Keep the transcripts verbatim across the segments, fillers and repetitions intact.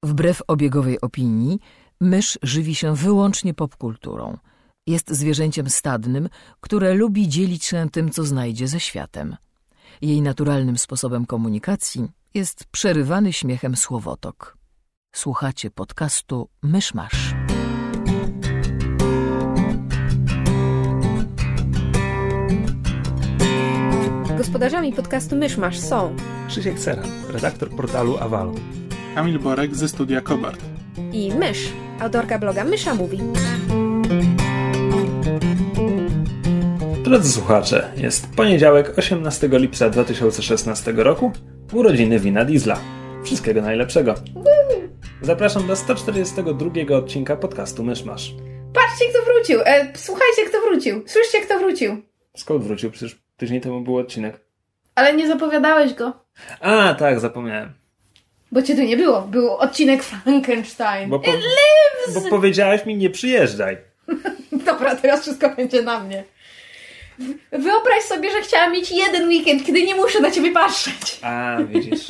Wbrew obiegowej opinii, mysz żywi się wyłącznie popkulturą. Jest zwierzęciem stadnym, które lubi dzielić się tym, co znajdzie ze światem. Jej naturalnym sposobem komunikacji jest przerywany śmiechem słowotok. Słuchacie podcastu Myszmasz. Gospodarzami podcastu Myszmasz są Krzysiek Ceran, redaktor portalu Avalon, Kamil Borek ze studia Kobart i Mysz, autorka bloga Mysza Mówi. Drodzy słuchacze, jest poniedziałek, osiemnastego lipca dwa tysiące szesnastego roku, urodziny Vina Diesla. Wszystkiego najlepszego. Zapraszam do sto czterdziestego drugiego odcinka podcastu Myszmasz. Patrzcie, kto wrócił! E, słuchajcie, kto wrócił! Słyszcie, kto wrócił! Skąd wrócił? Przecież tydzień temu był odcinek. Ale nie zapowiadałeś go. A, tak, zapomniałem. Bo cię tu nie było. Był odcinek Frankenstein. Bo, po, It lives! bo powiedziałaś mi, nie przyjeżdżaj. Dobra, teraz wszystko będzie na mnie. Wyobraź sobie, że chciałam mieć jeden weekend, kiedy nie muszę na ciebie patrzeć. A, widzisz.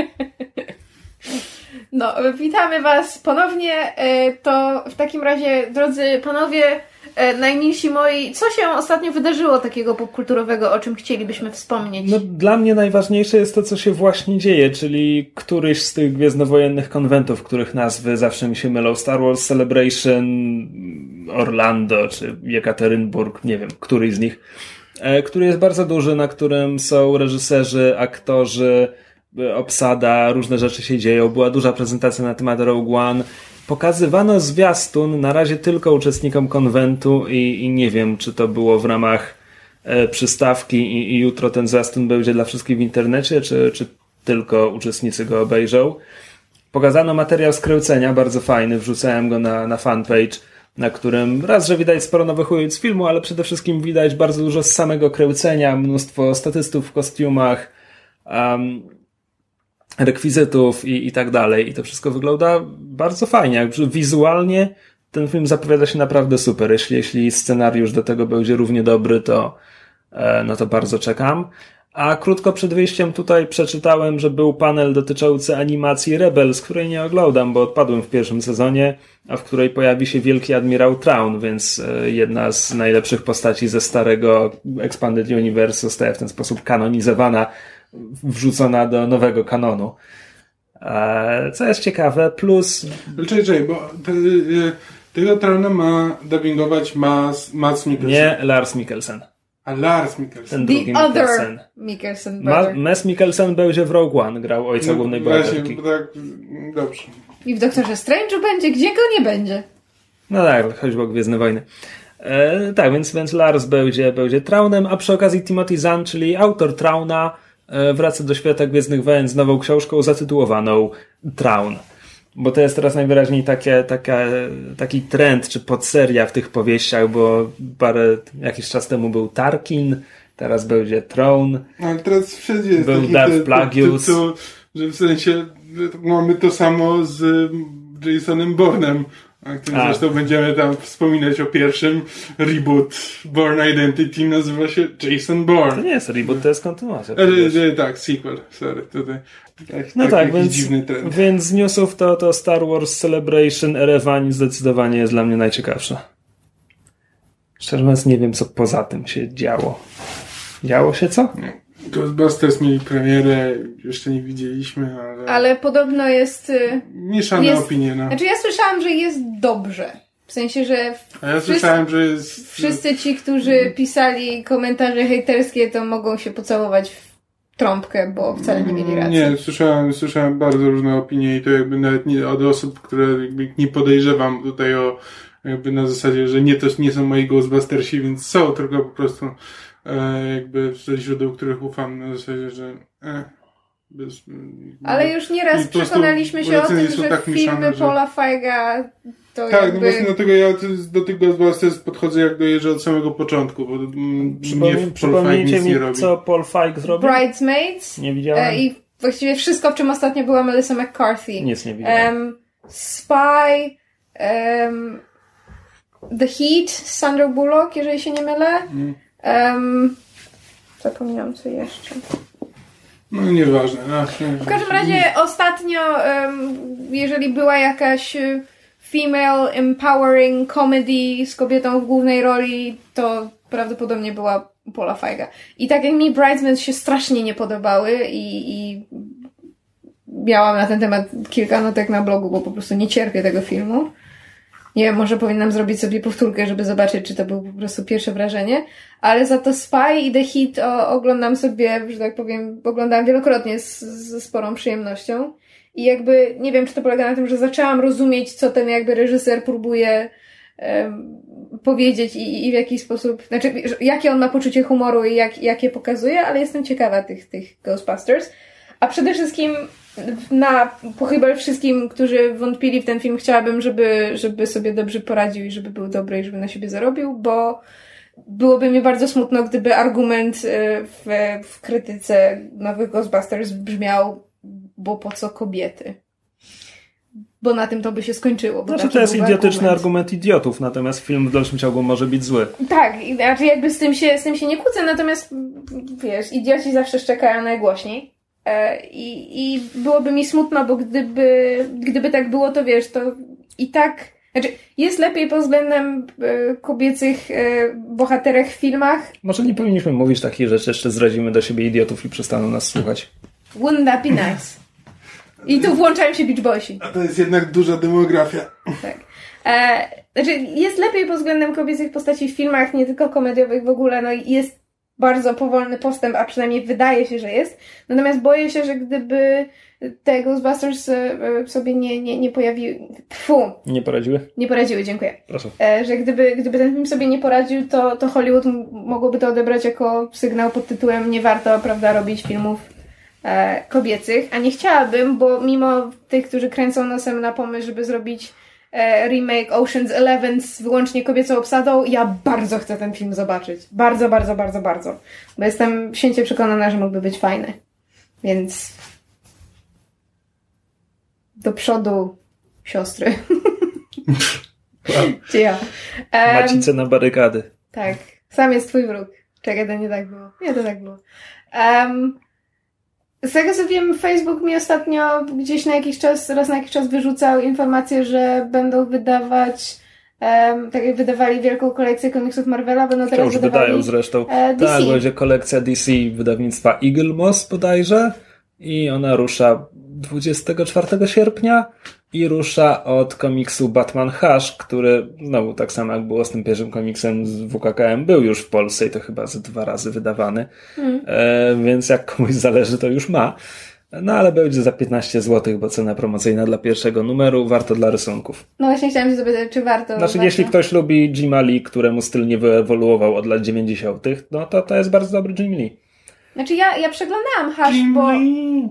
No, witamy was ponownie. To w takim razie, drodzy panowie, najmilsi moi, co się ostatnio wydarzyło takiego popkulturowego, o czym chcielibyśmy wspomnieć? No, dla mnie najważniejsze jest to, co się właśnie dzieje, czyli któryś z tych gwiezdnowojennych konwentów, których nazwy zawsze mi się mylą. Star Wars Celebration, Orlando czy Jekaterynburg, nie wiem, któryś z nich, który jest bardzo duży, na którym są reżyserzy, aktorzy, obsada, różne rzeczy się dzieją. Była duża prezentacja na temat Rogue One. Pokazywano zwiastun na razie tylko uczestnikom konwentu i, i nie wiem, czy to było w ramach e, przystawki i, i jutro ten zwiastun będzie dla wszystkich w internecie, czy, czy tylko uczestnicy go obejrzą. Pokazano materiał z kręcenia, bardzo fajny, wrzucałem go na, na fanpage, na którym raz, że widać sporo nowych ujęć z filmu, ale przede wszystkim widać bardzo dużo z samego kręcenia, mnóstwo statystów w kostiumach, um, rekwizytów i, i tak dalej. I to wszystko wygląda bardzo fajnie. Jakby wizualnie ten film zapowiada się naprawdę super. Jeśli, jeśli scenariusz do tego będzie równie dobry, to e, no to bardzo czekam. A krótko przed wyjściem tutaj przeczytałem, że był panel dotyczący animacji Rebels, której nie oglądam, bo odpadłem w pierwszym sezonie, a w której pojawi się wielki admirał Thrawn, więc e, jedna z najlepszych postaci ze starego Expanded Universe zostaje w ten sposób kanonizowana, wrzucona do nowego kanonu. E, co jest ciekawe, plus... Czekaj, czekaj, bo te, tego Trauna ma dubbingować Mads, Mads Mikkelsen. Nie, Lars Mikkelsen. A Lars Mikkelsen. The drugi other Mikkelsen. Mikkelsen Ma, brother. Mads Mikkelsen będzie w Rogue One, grał ojca No, głównej właśnie, bohaterki. tak, dobrze. I w Doktorze Strange'u będzie, gdzie go nie będzie. No tak, choćby o Gwiezdne Wojny. E, tak, więc, więc Lars będzie, będzie Traunem, a przy okazji Timothy Zahn, czyli autor Trauna, e, wraca do świata Gwiezdnych Wojen z nową książką zatytułowaną Traun. Bo to jest teraz najwyraźniej takie, taka, taki trend, czy podseria w tych powieściach, bo parę, jakiś czas temu był Tarkin, teraz będzie Thrawn. Ale teraz wszędzie jest był taki Darth te, Plagueis. to, to, że w sensie mamy to samo z Jasonem Bournem, o którym A. zresztą będziemy tam wspominać o pierwszym. Reboot Bourne Identity nazywa się Jason To Bourne. nie jest reboot, to jest kontynuacja. E, e, tak, sequel, sorry. Tutaj. Tak, No tak, tak, jakiś więc, dziwny trend. więc z newsów to, to Star Wars Celebration Erewań zdecydowanie jest dla mnie najciekawsze. Szczerze mówiąc nie wiem, co poza tym się działo. Działo się co? Ghostbusters mieli premierę, jeszcze nie widzieliśmy, ale... Ale podobno jest... Mieszane jest, opinie, no. Znaczy ja słyszałam, że jest dobrze. W sensie, że... A ja wszyscy, słyszałem, że jest... Wszyscy ci, którzy pisali komentarze hejterskie, to mogą się pocałować w trąbkę, bo wcale nie mieli racji. Nie, słyszałem, słyszałem bardzo różne opinie i to jakby nawet nie od osób, które jakby nie podejrzewam tutaj o jakby na zasadzie, że nie to nie są moi Ghostbustersi, więc są, tylko po prostu e, jakby ze źródeł, których ufam na zasadzie, że e, bez, Ale już nieraz i po prostu przekonaliśmy się o tym, recenzje są że tak filmy mieszane, że- Paula Feiga to Tak, jakby... no właśnie dlatego ja do tych Ghostbusters podchodzę jak do Jerzy od samego początku, bo mm, Przypomnij, nie Paul Feig przypomnijcie nic mi, nie robi. co Paul Feig zrobił? Bridesmaids Nie widziałem. e, i właściwie wszystko, w czym ostatnio była Melissa McCarthy. Nic nie widziałem. Um, Spy, um, The Heat z Sandra Bullock, jeżeli się nie mylę. Mm. Um, zapomniałam co jeszcze. No nieważne. No, w każdym razie ostatnio, um, jeżeli była jakaś female empowering comedy z kobietą w głównej roli, to prawdopodobnie była Paula Feiga. I tak jak mi Bridesmaids się strasznie nie podobały i, i miałam na ten temat kilka notek na blogu, bo po prostu nie cierpię tego filmu. Nie wiem, może powinnam zrobić sobie powtórkę, żeby zobaczyć, czy to było po prostu pierwsze wrażenie, ale za to Spy i The Heat o, oglądam sobie, że tak powiem, oglądałam wielokrotnie z, ze sporą przyjemnością i jakby, nie wiem, czy to polega na tym, że zaczęłam rozumieć, co ten jakby reżyser próbuje um, powiedzieć i, i w jaki sposób, znaczy, jakie on ma poczucie humoru i jak, jakie pokazuje, ale jestem ciekawa tych, tych Ghostbusters. A przede wszystkim na pochybel wszystkim, którzy wątpili w ten film, chciałabym, żeby, żeby sobie dobrze poradził i żeby był dobry i żeby na siebie zarobił, bo byłoby mi bardzo smutno, gdyby argument w, w krytyce nowych Ghostbusters brzmiał, bo po co kobiety? Bo na tym to by się skończyło. Bo Znaczy to jest idiotyczny argument. argument idiotów, natomiast film w dalszym ciągu może być zły. Tak, znaczy jakby z tym się, z tym się nie kłócę, natomiast wiesz, idioci zawsze szczekają najgłośniej. I, I byłoby mi smutno, bo gdyby, gdyby tak było, to wiesz, to i tak, znaczy jest lepiej pod względem e, kobiecych e, bohaterek w filmach. Może nie powinniśmy mówić takich rzeczy, jeszcze zrazimy do siebie idiotów i przestaną nas słuchać. Wouldn't that be nice? I tu włączają się Beach Boysi. A to jest jednak duża demografia. Tak. E, znaczy jest lepiej pod względem kobiecych postaci w filmach, nie tylko komediowych w ogóle, no i jest bardzo powolny postęp, a przynajmniej wydaje się, że jest. Natomiast boję się, że gdyby te Ghostbusters sobie nie, nie, nie pojawiły... Fu! Nie poradziły? Nie poradziły, dziękuję. Proszę. E, że gdyby, gdyby ten film sobie nie poradził, to, to Hollywood m- mogłoby to odebrać jako sygnał pod tytułem nie warto, prawda, robić filmów e, kobiecych. A nie chciałabym, bo mimo tych, którzy kręcą nosem na pomysł, żeby zrobić remake Ocean's Eleven z wyłącznie kobiecą obsadą, ja bardzo chcę ten film zobaczyć. Bardzo, bardzo, bardzo, bardzo. Bo jestem święcie przekonana, że mógłby być fajny. Więc do przodu siostry. Czy ja. Um, Macice na barykady. Tak. Sam jest twój wróg. Czekaj, to nie tak było. Nie, to tak było. Um, Z tego co wiem, Facebook mi ostatnio gdzieś na jakiś czas, raz na jakiś czas wyrzucał informację, że będą wydawać, um, tak jak wydawali wielką kolekcję komiksów Marvela, będą teraz już wydawali wydają zresztą. E, D C. Tak, będzie kolekcja D C wydawnictwa Eagle Moss bodajże i ona rusza dwudziestego czwartego sierpnia i rusza od komiksu Batman Hush, który znowu tak samo jak było z tym pierwszym komiksem z W K K M, był już w Polsce i to chyba ze dwa razy wydawany, mm. e, więc jak komuś zależy, to już ma. No ale będzie za piętnaście złotych, bo cena promocyjna dla pierwszego numeru, warto dla rysunków. No właśnie chciałam się zapytać, czy warto. Znaczy warto. jeśli ktoś lubi Jima Lee, któremu styl nie wyewoluował od lat dziewięćdziesiątych, no to to jest bardzo dobry Jim Lee. Znaczy ja, ja przeglądałam Hush, Jim bo... Lee.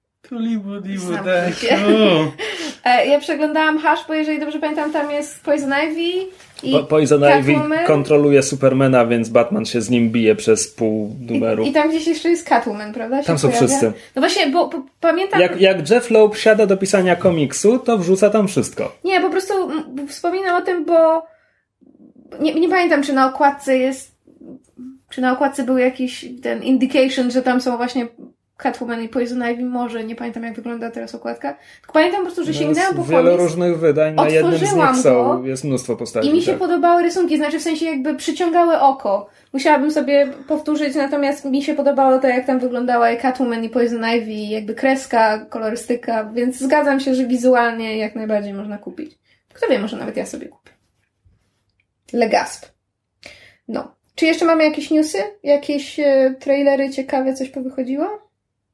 Ja przeglądałam Hush, bo jeżeli dobrze pamiętam, tam jest Poison Ivy i po, Poison Catwoman. Ivy kontroluje Supermana, więc Batman się z nim bije przez pół numeru. I, i tam gdzieś jeszcze jest Catwoman, prawda? Się tam są pojawia. wszyscy. No właśnie, bo, bo pamiętam... Jak, jak Jeff Loeb siada do pisania komiksu, to wrzuca tam wszystko. Nie, po prostu m, wspominam o tym, bo nie, nie pamiętam, czy na okładce jest, czy na okładce był jakiś ten indication, że tam są właśnie Catwoman i Poison Ivy, może, nie pamiętam jak wygląda teraz okładka. Tylko pamiętam po prostu, że sięgnęłam po wiele komiks, różnych wydań, na jednym z nich są, jest mnóstwo postaci. i mi się tak. podobały rysunki, znaczy w sensie jakby przyciągały oko. Musiałabym sobie powtórzyć, natomiast mi się podobało to, jak tam wyglądała Catwoman i Poison Ivy, jakby kreska, kolorystyka, więc zgadzam się, że wizualnie jak najbardziej można kupić. Kto wie, może nawet ja sobie kupię. Legasp. No. Czy jeszcze mamy jakieś newsy? Jakieś e, trailery ciekawe, coś powychodziło?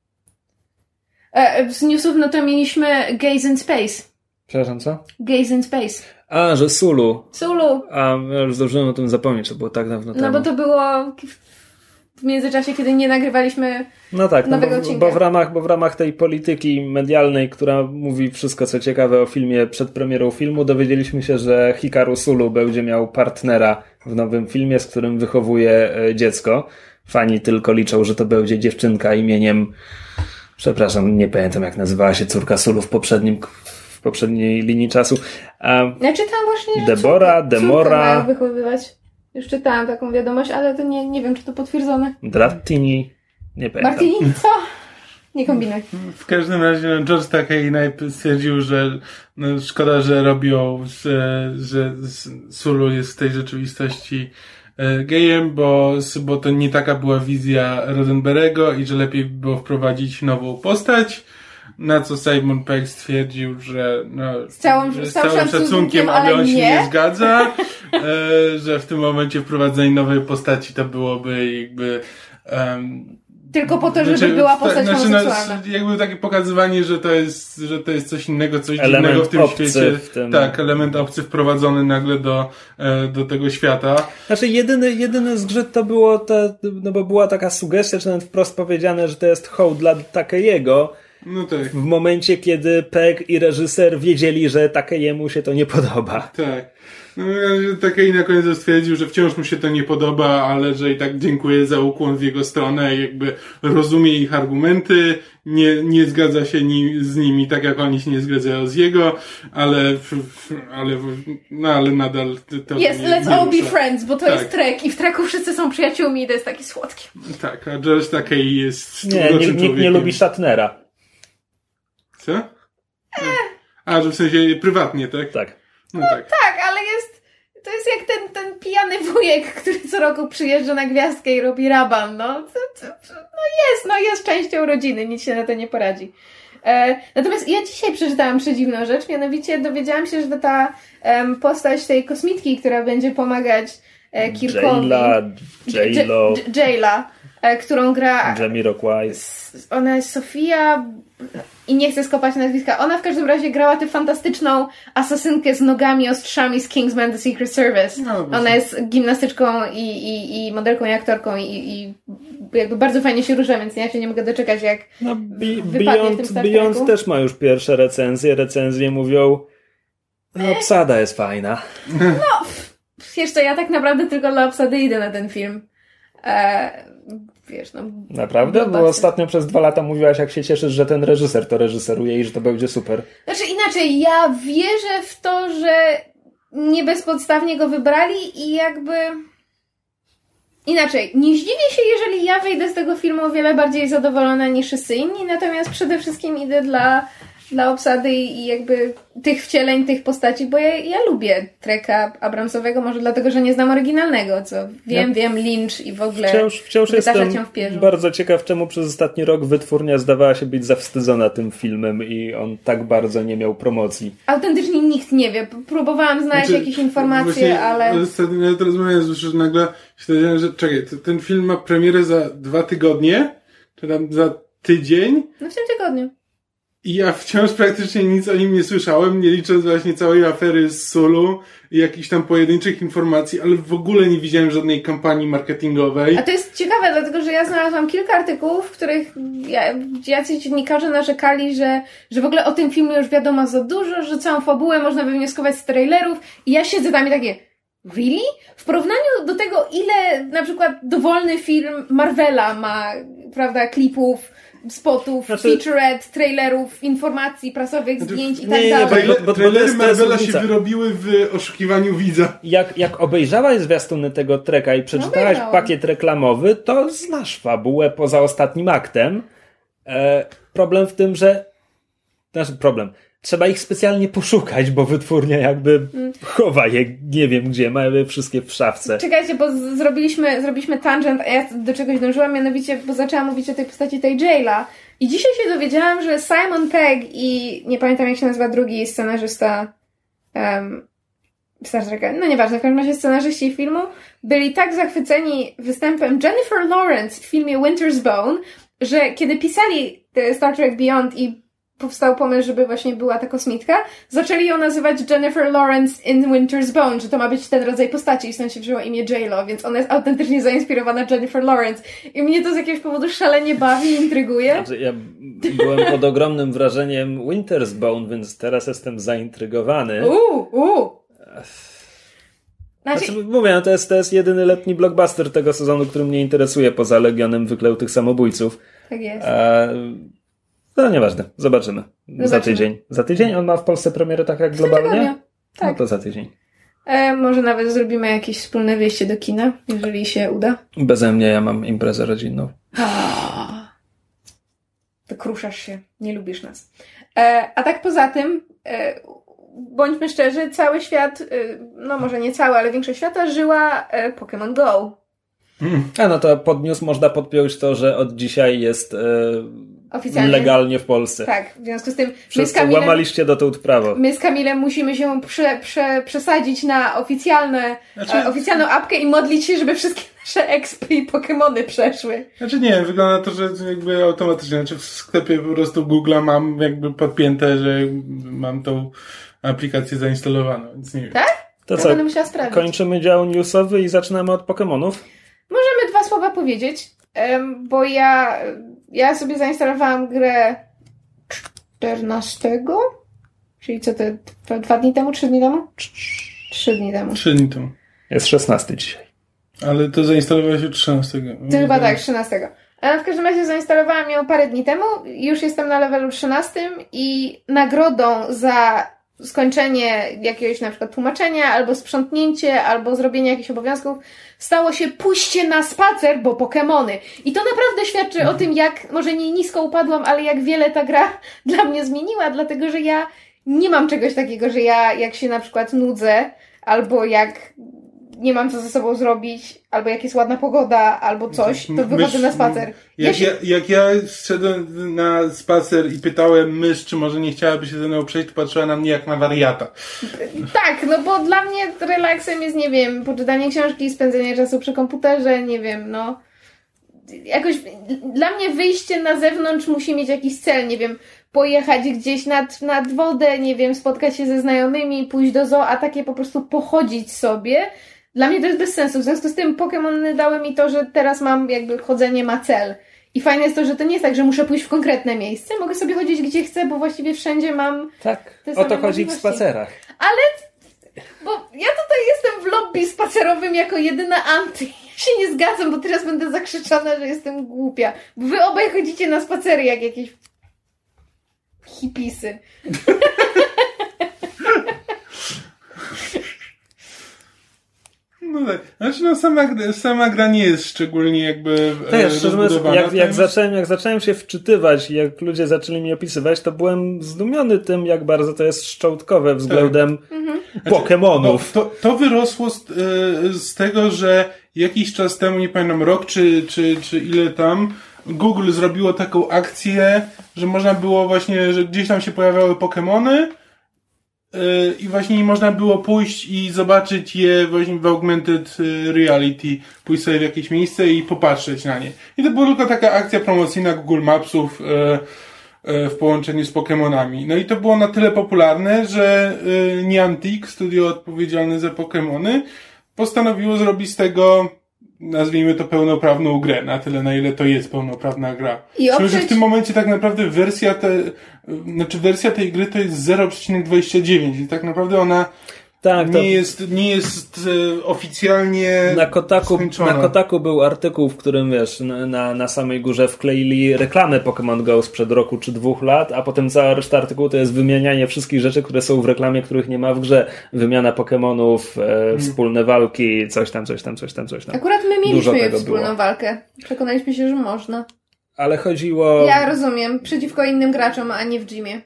E, z newsów no to mieliśmy Gaze in Space. Przepraszam, co? Gaze in Space. A, że Sulu. Sulu. A, ja już zdążyłem o tym zapomnieć, to było tak dawno temu. No bo to było w międzyczasie, kiedy nie nagrywaliśmy no tak, nowego no bo, odcinka. Bo w, ramach, bo w ramach tej polityki medialnej, która mówi wszystko, co ciekawe o filmie przed premierą filmu, dowiedzieliśmy się, że Hikaru Sulu będzie miał partnera w nowym filmie, z którym wychowuje dziecko. Fani tylko liczą, że to będzie dziewczynka imieniem... Przepraszam, nie pamiętam jak nazywała się córka Sulu w poprzednim, w poprzedniej linii czasu. A ja czytam właśnie, że Debora, córkę, Demora. córkę mają wychowywać. Już czytałam taką wiadomość, ale to nie, nie wiem, czy to potwierdzone. Drattini, nie pamiętam. Martini, co? Nie kombinuj. W każdym razie no, George Takei najpierw stwierdził, że no, szkoda, że robią, że, że Sulu jest w tej rzeczywistości e, gejem, bo, bo to nie taka była wizja Roddenberry'ego i że lepiej było wprowadzić nową postać. Na co Simon Pegg stwierdził, że no, z, całą, że z z całym całym szacunkiem, ale on się nie, nie zgadza, e, że w tym momencie wprowadzenie nowej postaci to byłoby jakby um, tylko po to, żeby znaczy, była postać znaczy, homoseksualna. No, jakby takie pokazywanie, że to jest, że to jest coś innego, coś element dziwnego w tym świecie. W tym... Tak, element obcy wprowadzony nagle do, do tego świata. Znaczy jedyny, jedyny zgrzyt to było te, no bo była taka sugestia, czy nawet wprost powiedziane, że to jest hołd dla Takeiego. No tak. W momencie, kiedy Pegg i reżyser wiedzieli, że Takeiemu się to nie podoba. Tak. No, Takei na koniec stwierdził, że wciąż mu się to nie podoba, ale że i tak dziękuję za ukłon w jego stronę i jakby rozumie ich argumenty, nie, nie zgadza się ni, z nimi tak jak oni się nie zgadzają z jego, ale ale, no, ale nadal to Jest, nie, let's nie all rusza. be friends, bo to tak. jest Trek i w Treku wszyscy są przyjaciółmi i to jest taki słodki. Tak, a George Takei jest nie, nikt nie, nie lubi Shatnera. Co? A, że w sensie prywatnie, tak? Tak. No, no tak. tak, ale jest, to jest jak ten, ten pijany wujek, który co roku przyjeżdża na gwiazdkę i robi raban, no. To, to, to, no jest, no jest częścią rodziny, nic się na to nie poradzi. E, natomiast ja dzisiaj przeczytałam przedziwną rzecz, mianowicie dowiedziałam się, że ta um, postać tej kosmitki, która będzie pomagać e, Kirkowi. Jayla, J-Lo. Jayla, e, którą gra... Jamiroquai. Ona jest Sofia... I nie chcę skopać nazwiska. Ona w każdym razie grała tę fantastyczną asasynkę z nogami ostrzami z Kingsman The Secret Service. No, ona jest gimnastyczką i, i, i modelką i aktorką i, i jakby bardzo fajnie się rusza, więc ja się nie mogę doczekać, jak no, Be- wypadnie Beyond, w tym Star Beyond Treku. też ma już pierwsze recenzje. Recenzje mówią, no obsada jest fajna. No, jeszcze ja tak naprawdę tylko dla obsady idę na ten film. E, wiesz, no... Naprawdę? Bo ostatnio przez dwa lata mówiłaś, jak się cieszysz, że ten reżyser to reżyseruje i że to będzie super. Znaczy inaczej, ja wierzę w to, że nie bezpodstawnie go wybrali i jakby... Inaczej, nie zdziwię się, jeżeli ja wyjdę z tego filmu o wiele bardziej zadowolona niż wszyscy inni, natomiast przede wszystkim idę dla, dla obsady i jakby tych wcieleń, tych postaci, bo ja, ja lubię Treka Abramsowego, może dlatego, że nie znam oryginalnego, co wiem, ja wiem, Lynch i w ogóle wciąż, wciąż jestem cię w pierzu. Bardzo ciekaw, czemu przez ostatni rok wytwórnia zdawała się być zawstydzona tym filmem i on tak bardzo nie miał promocji. Autentycznie nikt nie wie. Próbowałam znaleźć Znaczy, jakieś informacje, właśnie, ale... Ostatnio ja to rozmawiałem, że nagle się dowiedziałem, że czekaj, to, ten film ma premierę za dwa tygodnie, czy tam za tydzień. No w tym tygodniu. I ja wciąż praktycznie nic o nim nie słyszałem, nie licząc właśnie całej afery z Sulu i jakichś tam pojedynczych informacji, ale w ogóle nie widziałem żadnej kampanii marketingowej. A to jest ciekawe, dlatego że ja znalazłam kilka artykułów, w których jacyś dziennikarze narzekali, że, że w ogóle o tym filmie już wiadomo za dużo, że całą fabułę można wywnioskować z trailerów i ja siedzę tam i takie... Really? W porównaniu do tego, ile na przykład dowolny film Marvela ma, prawda, klipów, spotów, znaczy, featurette, trailerów, informacji prasowych, znaczy, zdjęć i tak nie, dalej. Nie, bo, bo, trailery Marvela się wyrobiły w oszukiwaniu widza. Jak, jak obejrzałaś zwiastuny tego treka i przeczytałaś no, pakiet reklamowy, to znasz fabułę poza ostatnim aktem. E, problem w tym, że... Znaczy problem... Trzeba ich specjalnie poszukać, bo wytwórnia jakby hmm. chowa je, nie wiem gdzie, ma je wszystkie w szafce. Czekajcie, bo z- zrobiliśmy, zrobiliśmy tangent, a ja do czegoś dążyłam, mianowicie, bo zaczęłam mówić o tej postaci tej Jayla. I dzisiaj się dowiedziałam, że Simon Pegg i nie pamiętam jak się nazywa drugi scenarzysta um, Star Treka, no nieważne, w każdym razie scenarzyści filmu byli tak zachwyceni występem Jennifer Lawrence w filmie Winter's Bone, że kiedy pisali Star Trek Beyond i powstał pomysł, żeby właśnie była ta kosmitka, zaczęli ją nazywać Jennifer Lawrence in Winter's Bone, że to ma być ten rodzaj postaci i stąd się wzięło imię J-Lo, więc ona jest autentycznie zainspirowana Jennifer Lawrence. I mnie to z jakiegoś powodu szalenie bawi i intryguje. Znaczy, ja byłem pod ogromnym wrażeniem Winter's Bone, więc teraz jestem zaintrygowany. Uuu, uuu. Znaczy, znaczy, mówię, no to jest, to jest jedyny letni blockbuster tego sezonu, który mnie interesuje poza Legionem Wyklętych Samobójców. Tak jest. A... No nieważne, zobaczymy. zobaczymy. Za tydzień. Za tydzień? On ma w Polsce premierę tak jak globalnie? Tak. No to za tydzień. E, może nawet zrobimy jakieś wspólne wyjście do kina, jeżeli się uda. Beze mnie ja mam imprezę rodzinną. wykruszasz się, nie lubisz nas. E, a tak poza tym, e, bądźmy szczerzy, cały świat, e, no może nie cały, ale większość świata żyła e, Pokémon Go. Hmm. A no to pod news można podpiąć to, że od dzisiaj jest e, oficjalnie legalnie w Polsce. Tak, w związku z tym Wszyscy my z Kamilem, łamaliście dotąd prawo. My z Kamilem musimy się prze, prze, przesadzić na oficjalne, znaczy... e, oficjalną apkę i modlić się, żeby wszystkie nasze expy i Pokemony przeszły. Znaczy nie, wygląda na to, że jakby automatycznie, znaczy w sklepie po prostu Google'a mam jakby podpięte, że mam tą aplikację zainstalowaną, więc nie wiem. Tak? To ja co, będę musiała sprawdzić. Kończymy dział newsowy i zaczynamy od Pokemonów? Możemy dwa słowa powiedzieć, bo ja, ja sobie zainstalowałam grę czternastego? Czyli co to, dwa, dwa dni temu, trzy dni temu? Trzy dni temu. Trzy dni temu. Jest szesnasty dzisiaj. Ale to zainstalowałeś już trzynastego. To chyba tak, trzynastego. A w każdym razie zainstalowałam ją parę dni temu, już jestem na levelu trzynastym i nagrodą za skończenie jakiegoś na przykład tłumaczenia, albo sprzątnięcie, albo zrobienie jakichś obowiązków, stało się pójście na spacer, bo Pokemony. I to naprawdę świadczy mhm. o tym, jak, może nie nisko upadłam, ale jak wiele ta gra dla mnie zmieniła, dlatego, że ja nie mam czegoś takiego, że ja jak się na przykład nudzę, albo jak nie mam co ze sobą zrobić, albo jak jest ładna pogoda, albo coś, to wychodzę mysz, na spacer. Jak ja, się... ja, jak ja szedłem na spacer i pytałem mysz, czy może nie chciałaby się ze mną przejść, to patrzyła na mnie jak na wariata. Tak, no bo dla mnie relaksem jest, nie wiem, poczytanie książki, spędzenie czasu przy komputerze, nie wiem, no. Jakoś, dla mnie wyjście na zewnątrz musi mieć jakiś cel, nie wiem, pojechać gdzieś nad, nad wodę, nie wiem, spotkać się ze znajomymi, pójść do zoo, a takie po prostu pochodzić sobie. Dla mnie to jest bez sensu. W związku z tym Pokémony dały mi to, że teraz mam jakby chodzenie ma cel. I fajne jest to, że to nie jest tak, że muszę pójść w konkretne miejsce. Mogę sobie chodzić gdzie chcę, bo właściwie wszędzie mam tak, te o to chodzi w spacerach. Ale, bo ja tutaj jestem w lobby spacerowym jako jedyna anty. Ja się nie zgadzam, bo teraz będę zakrzyczana, że jestem głupia. Bo wy obaj chodzicie na spacery jak jakieś hipisy. No tak. Znaczy no sama, sama gra nie jest szczególnie jakby e, rozbudowana. Jak, jak, zacząłem, jak zacząłem się wczytywać i jak ludzie zaczęli mi opisywać, to byłem zdumiony tym, jak bardzo to jest szczątkowe względem tak. Pokemonów. Znaczy, to, to wyrosło z, z tego, że jakiś czas temu, nie pamiętam, rok czy, czy, czy ile tam, Google zrobiło taką akcję, że można było właśnie, że gdzieś tam się pojawiały Pokemony i właśnie nie można było pójść i zobaczyć je właśnie w augmented reality, pójść sobie w jakieś miejsce i popatrzeć na nie. I to była tylko taka akcja promocyjna Google Mapsów w połączeniu z Pokemonami. No i to było na tyle popularne, że Niantic, studio odpowiedzialne za Pokemony, postanowiło zrobić z tego, nazwijmy to, pełnoprawną grę, na tyle, na ile to jest pełnoprawna gra. I oprócz... Myślę, że w tym momencie tak naprawdę wersja te, znaczy wersja tej gry to jest zero przecinek dwadzieścia dziewięć i tak naprawdę ona tak, nie, to... jest, nie jest e, oficjalnie na Kotaku, skończona. Na Kotaku był artykuł, w którym wiesz, na, na samej górze wkleili reklamę Pokémon Go sprzed roku czy dwóch lat, a potem cała reszta artykułu to jest wymienianie wszystkich rzeczy, które są w reklamie, których nie ma w grze. Wymiana Pokémonów, e, hmm. wspólne walki, coś tam, coś tam, coś tam, coś tam. Akurat my mieliśmy wspólną było. walkę. Przekonaliśmy się, że można. Ale chodziło... Ja rozumiem. Przeciwko innym graczom, a nie w gymie.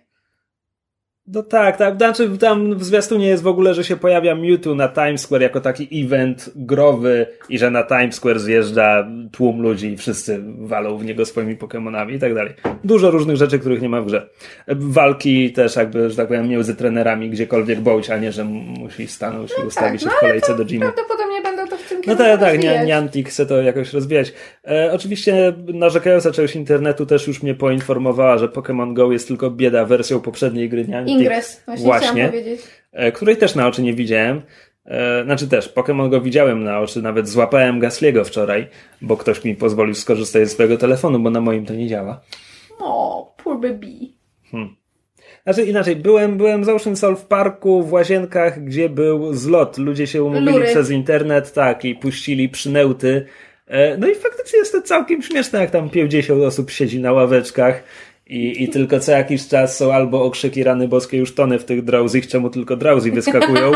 No tak, tak. Znaczy tam w zwiastunie jest w ogóle, że się pojawia Mewtwo na Times Square jako taki event growy i że na Times Square zjeżdża tłum ludzi i wszyscy walą w niego swoimi Pokemonami i tak dalej. Dużo różnych rzeczy, których nie ma w grze. Walki też jakby, że tak powiem, między trenerami gdziekolwiek bądź, a nie, że musi stanąć no i ustawić tak, się w kolejce no do gymu. Prawdopodobnie będą to w tym No tak, tak, Niantic chce to jakoś rozwijać. E, oczywiście narzekająca część internetu też już mnie poinformowała, że Pokémon Go jest tylko bieda wersją poprzedniej gry Niantic. Ingres, właśnie, właśnie chciałam powiedzieć. E, której też na oczy nie widziałem. E, znaczy też, Pokémon Go widziałem na oczy, nawet złapałem Gasly'ego wczoraj, bo ktoś mi pozwolił skorzystać ze swojego telefonu, bo na moim to nie działa. O, poor baby. Hmm. Znaczy inaczej, byłem, byłem z Ocean Soul w parku, w Łazienkach, gdzie był zlot. Ludzie się umówili Lury. przez internet, tak, i puścili przynęty. E, no i faktycznie jest to całkiem śmieszne, jak tam pięćdziesiąt osób siedzi na ławeczkach i, i tylko co jakiś czas są albo okrzyki rany boskie, już tonę w tych drowsych, czemu tylko drowsy wyskakują,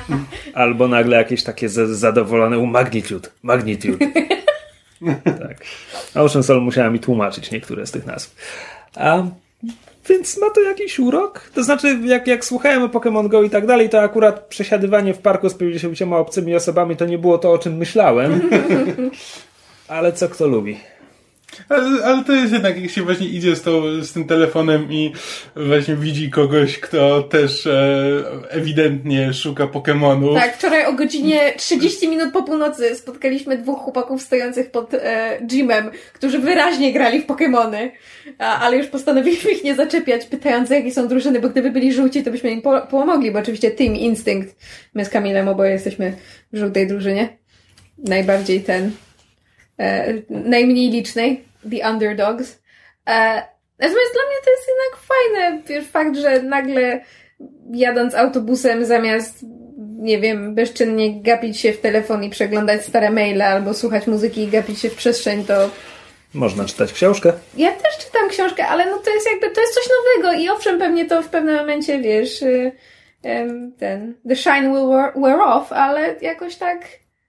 albo nagle jakieś takie z, zadowolone magnitude, magnitude. Tak. Ocean Soul musiała mi tłumaczyć niektóre z tych nazw. A, więc ma to jakiś urok? To znaczy, jak, jak słuchałem o Pokémon Go i tak dalej, to akurat przesiadywanie w parku z pięćdziesięcioma obcymi osobami to nie było to, o czym myślałem. Ale co kto lubi. Ale, ale to jest jednak, jak się właśnie idzie z, tą, z tym telefonem i właśnie widzi kogoś, kto też e, ewidentnie szuka Pokemonów. Tak, wczoraj o godzinie trzydzieści minut po północy spotkaliśmy dwóch chłopaków stojących pod e, gymem, którzy wyraźnie grali w Pokemony, a, ale już postanowiliśmy ich nie zaczepiać, pytając, jakie są drużyny, bo gdyby byli żółci, to byśmy im po, pomogli, bo oczywiście Team Instinct, my z Kamilem oboje jesteśmy w żółtej drużynie. Najbardziej ten... E, najmniej licznej, The Underdogs. E, natomiast dla mnie to jest jednak fajne, wiesz, fakt, że nagle jadąc autobusem zamiast, nie wiem, bezczynnie gapić się w telefon i przeglądać stare maile albo słuchać muzyki i gapić się w przestrzeń, to... Można czytać książkę. Ja też czytam książkę, ale no to jest jakby, to jest coś nowego i owszem, pewnie to w pewnym momencie, wiesz, y, y, ten, the shine will wear, wear off, ale jakoś tak...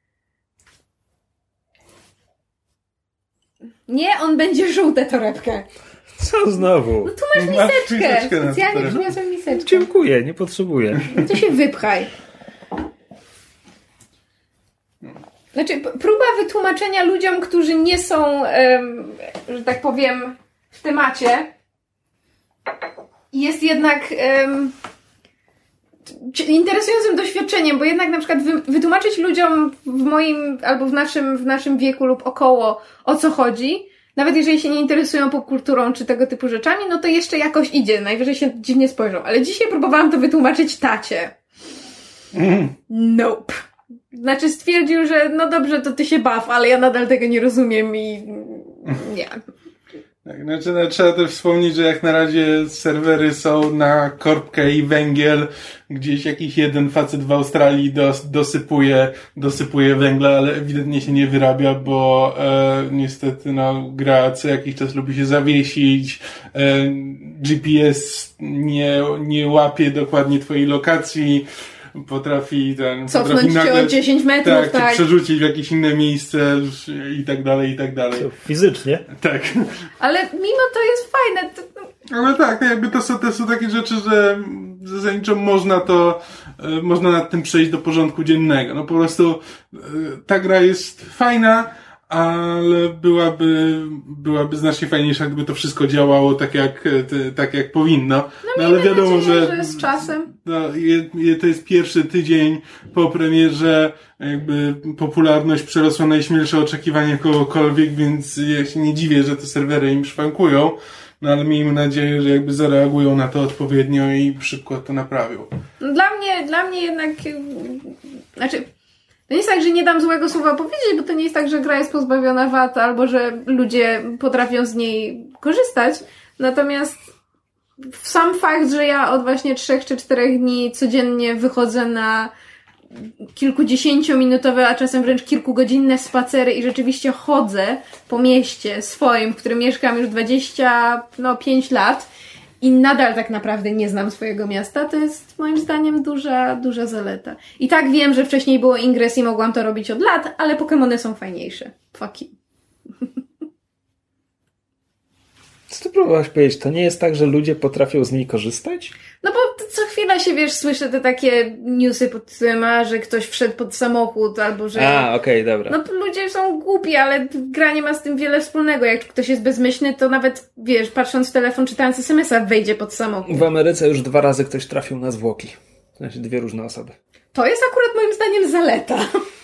Nie, on będzie żółtę torebkę. Co znowu? No tu masz miseczkę. miseczkę Specjalnie przyniosłem miseczkę. Dziękuję, nie potrzebuję. To się wypchaj. Znaczy, p- próba wytłumaczenia ludziom, którzy nie są, um, że tak powiem, w temacie, jest jednak um, interesującym doświadczeniem, bo jednak na przykład wy- wytłumaczyć ludziom w moim albo w naszym, w naszym wieku lub około o co chodzi, nawet jeżeli się nie interesują popkulturą czy tego typu rzeczami, no to jeszcze jakoś idzie, najwyżej się dziwnie spojrzą. Ale dzisiaj próbowałam to wytłumaczyć tacie. Mm. Nope. Znaczy stwierdził, że no dobrze, to ty się baw, ale ja nadal tego nie rozumiem i nie. Tak, znaczy, no, trzeba też wspomnieć, że jak na razie serwery są na korbkę i węgiel, gdzieś jakiś jeden facet w Australii dos, dosypuje, dosypuje węgla, ale ewidentnie się nie wyrabia, bo e, niestety no, gra co jakiś czas lubi się zawiesić, e, G P S nie, nie łapie dokładnie twojej lokacji, potrafi ten... Cofnąć potrafi nagle, cię o dziesięć metrów, tak. tak. przerzucić w jakieś inne miejsce i tak dalej, i tak dalej. Fizycznie? Tak. Ale mimo to jest fajne. To... Ale tak, jakby to są, to są takie rzeczy, że zasadniczo można to, y, można nad tym przejść do porządku dziennego. No po prostu y, ta gra jest fajna, ale byłaby, byłaby znacznie fajniejsza, gdyby to wszystko działało tak jak, ty, tak jak powinno. No, no ale wiadomo, nadzieję, że, że z czasem. No, je, je, to jest pierwszy tydzień po premierze, jakby popularność przerosła najśmielsze oczekiwania kogokolwiek, więc ja się nie dziwię, że te serwery im szwankują. No ale miejmy nadzieję, że jakby zareagują na to odpowiednio i szybko to naprawią. Dla mnie, dla mnie jednak, znaczy, to nie jest tak, że nie dam złego słowa powiedzieć, bo to nie jest tak, że gra jest pozbawiona wad, albo że ludzie potrafią z niej korzystać. Natomiast sam fakt, że ja od właśnie trzech czy czterech dni codziennie wychodzę na kilkudziesięciominutowe, a czasem wręcz kilkugodzinne spacery i rzeczywiście chodzę po mieście swoim, w którym mieszkam już dwadzieścia pięć lat i nadal tak naprawdę nie znam swojego miasta, to jest moim zdaniem duża, duża zaleta. I tak wiem, że wcześniej było Ingress i mogłam to robić od lat, ale Pokemony są fajniejsze. Fuck you. Co ty próbowałaś powiedzieć? To nie jest tak, że ludzie potrafią z niej korzystać? No bo co chwila się, wiesz, słyszę te takie newsy pod tytułem, a, że ktoś wszedł pod samochód, albo że... A, okej, okay, dobra. No ludzie są głupi, ale gra nie ma z tym wiele wspólnego. Jak ktoś jest bezmyślny, to nawet, wiesz, patrząc w telefon, czytając es em es a, wejdzie pod samochód. W Ameryce już dwa razy ktoś trafił na zwłoki. Znaczy dwie różne osoby. To jest akurat moim zdaniem zaleta.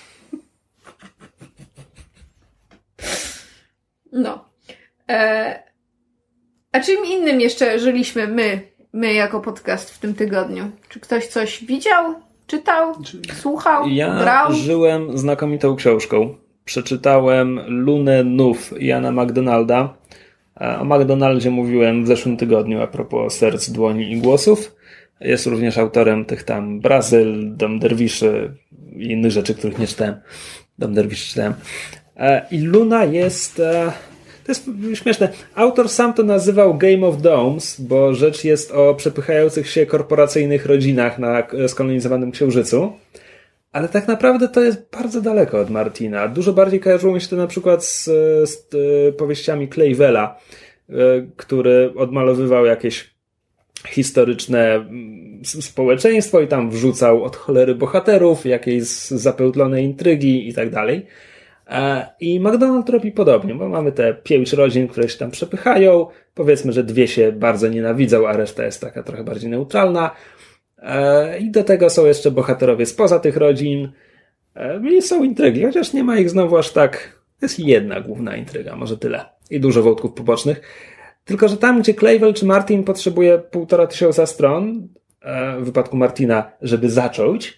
No. E... A czym innym jeszcze żyliśmy my, my jako podcast w tym tygodniu? Czy ktoś coś widział, czytał, słuchał, ja grał? Ja żyłem znakomitą książką. Przeczytałem Lunę Nów Jana McDonalda. O McDonaldzie mówiłem w zeszłym tygodniu a propos Serc, Dłoni i Głosów. Jest również autorem tych tam Brazyl, Dom Derwiszy i innych rzeczy, których nie czytałem. Dom Derwiszy czytałem. I Luna jest... To jest śmieszne. Autor sam to nazywał Game of Domes, bo rzecz jest o przepychających się korporacyjnych rodzinach na skolonizowanym Księżycu. Ale tak naprawdę to jest bardzo daleko od Martina. Dużo bardziej kojarzyło mi się to na przykład z, z powieściami Clay Vela, który odmalowywał jakieś historyczne społeczeństwo i tam wrzucał od cholery bohaterów, jakieś zapełtlone intrygi i tak dalej. I McDonald robi podobnie, bo mamy te pięć rodzin, które się tam przepychają. Powiedzmy, że dwie się bardzo nienawidzą, a reszta jest taka trochę bardziej neutralna. I do tego są jeszcze bohaterowie spoza tych rodzin. I są intrygi, chociaż nie ma ich znowu aż tak. To jest jedna główna intryga, może tyle. I dużo wątków pobocznych. Tylko że tam, gdzie Clavel czy Martin potrzebuje półtora tysiąca stron, w wypadku Martina, żeby zacząć,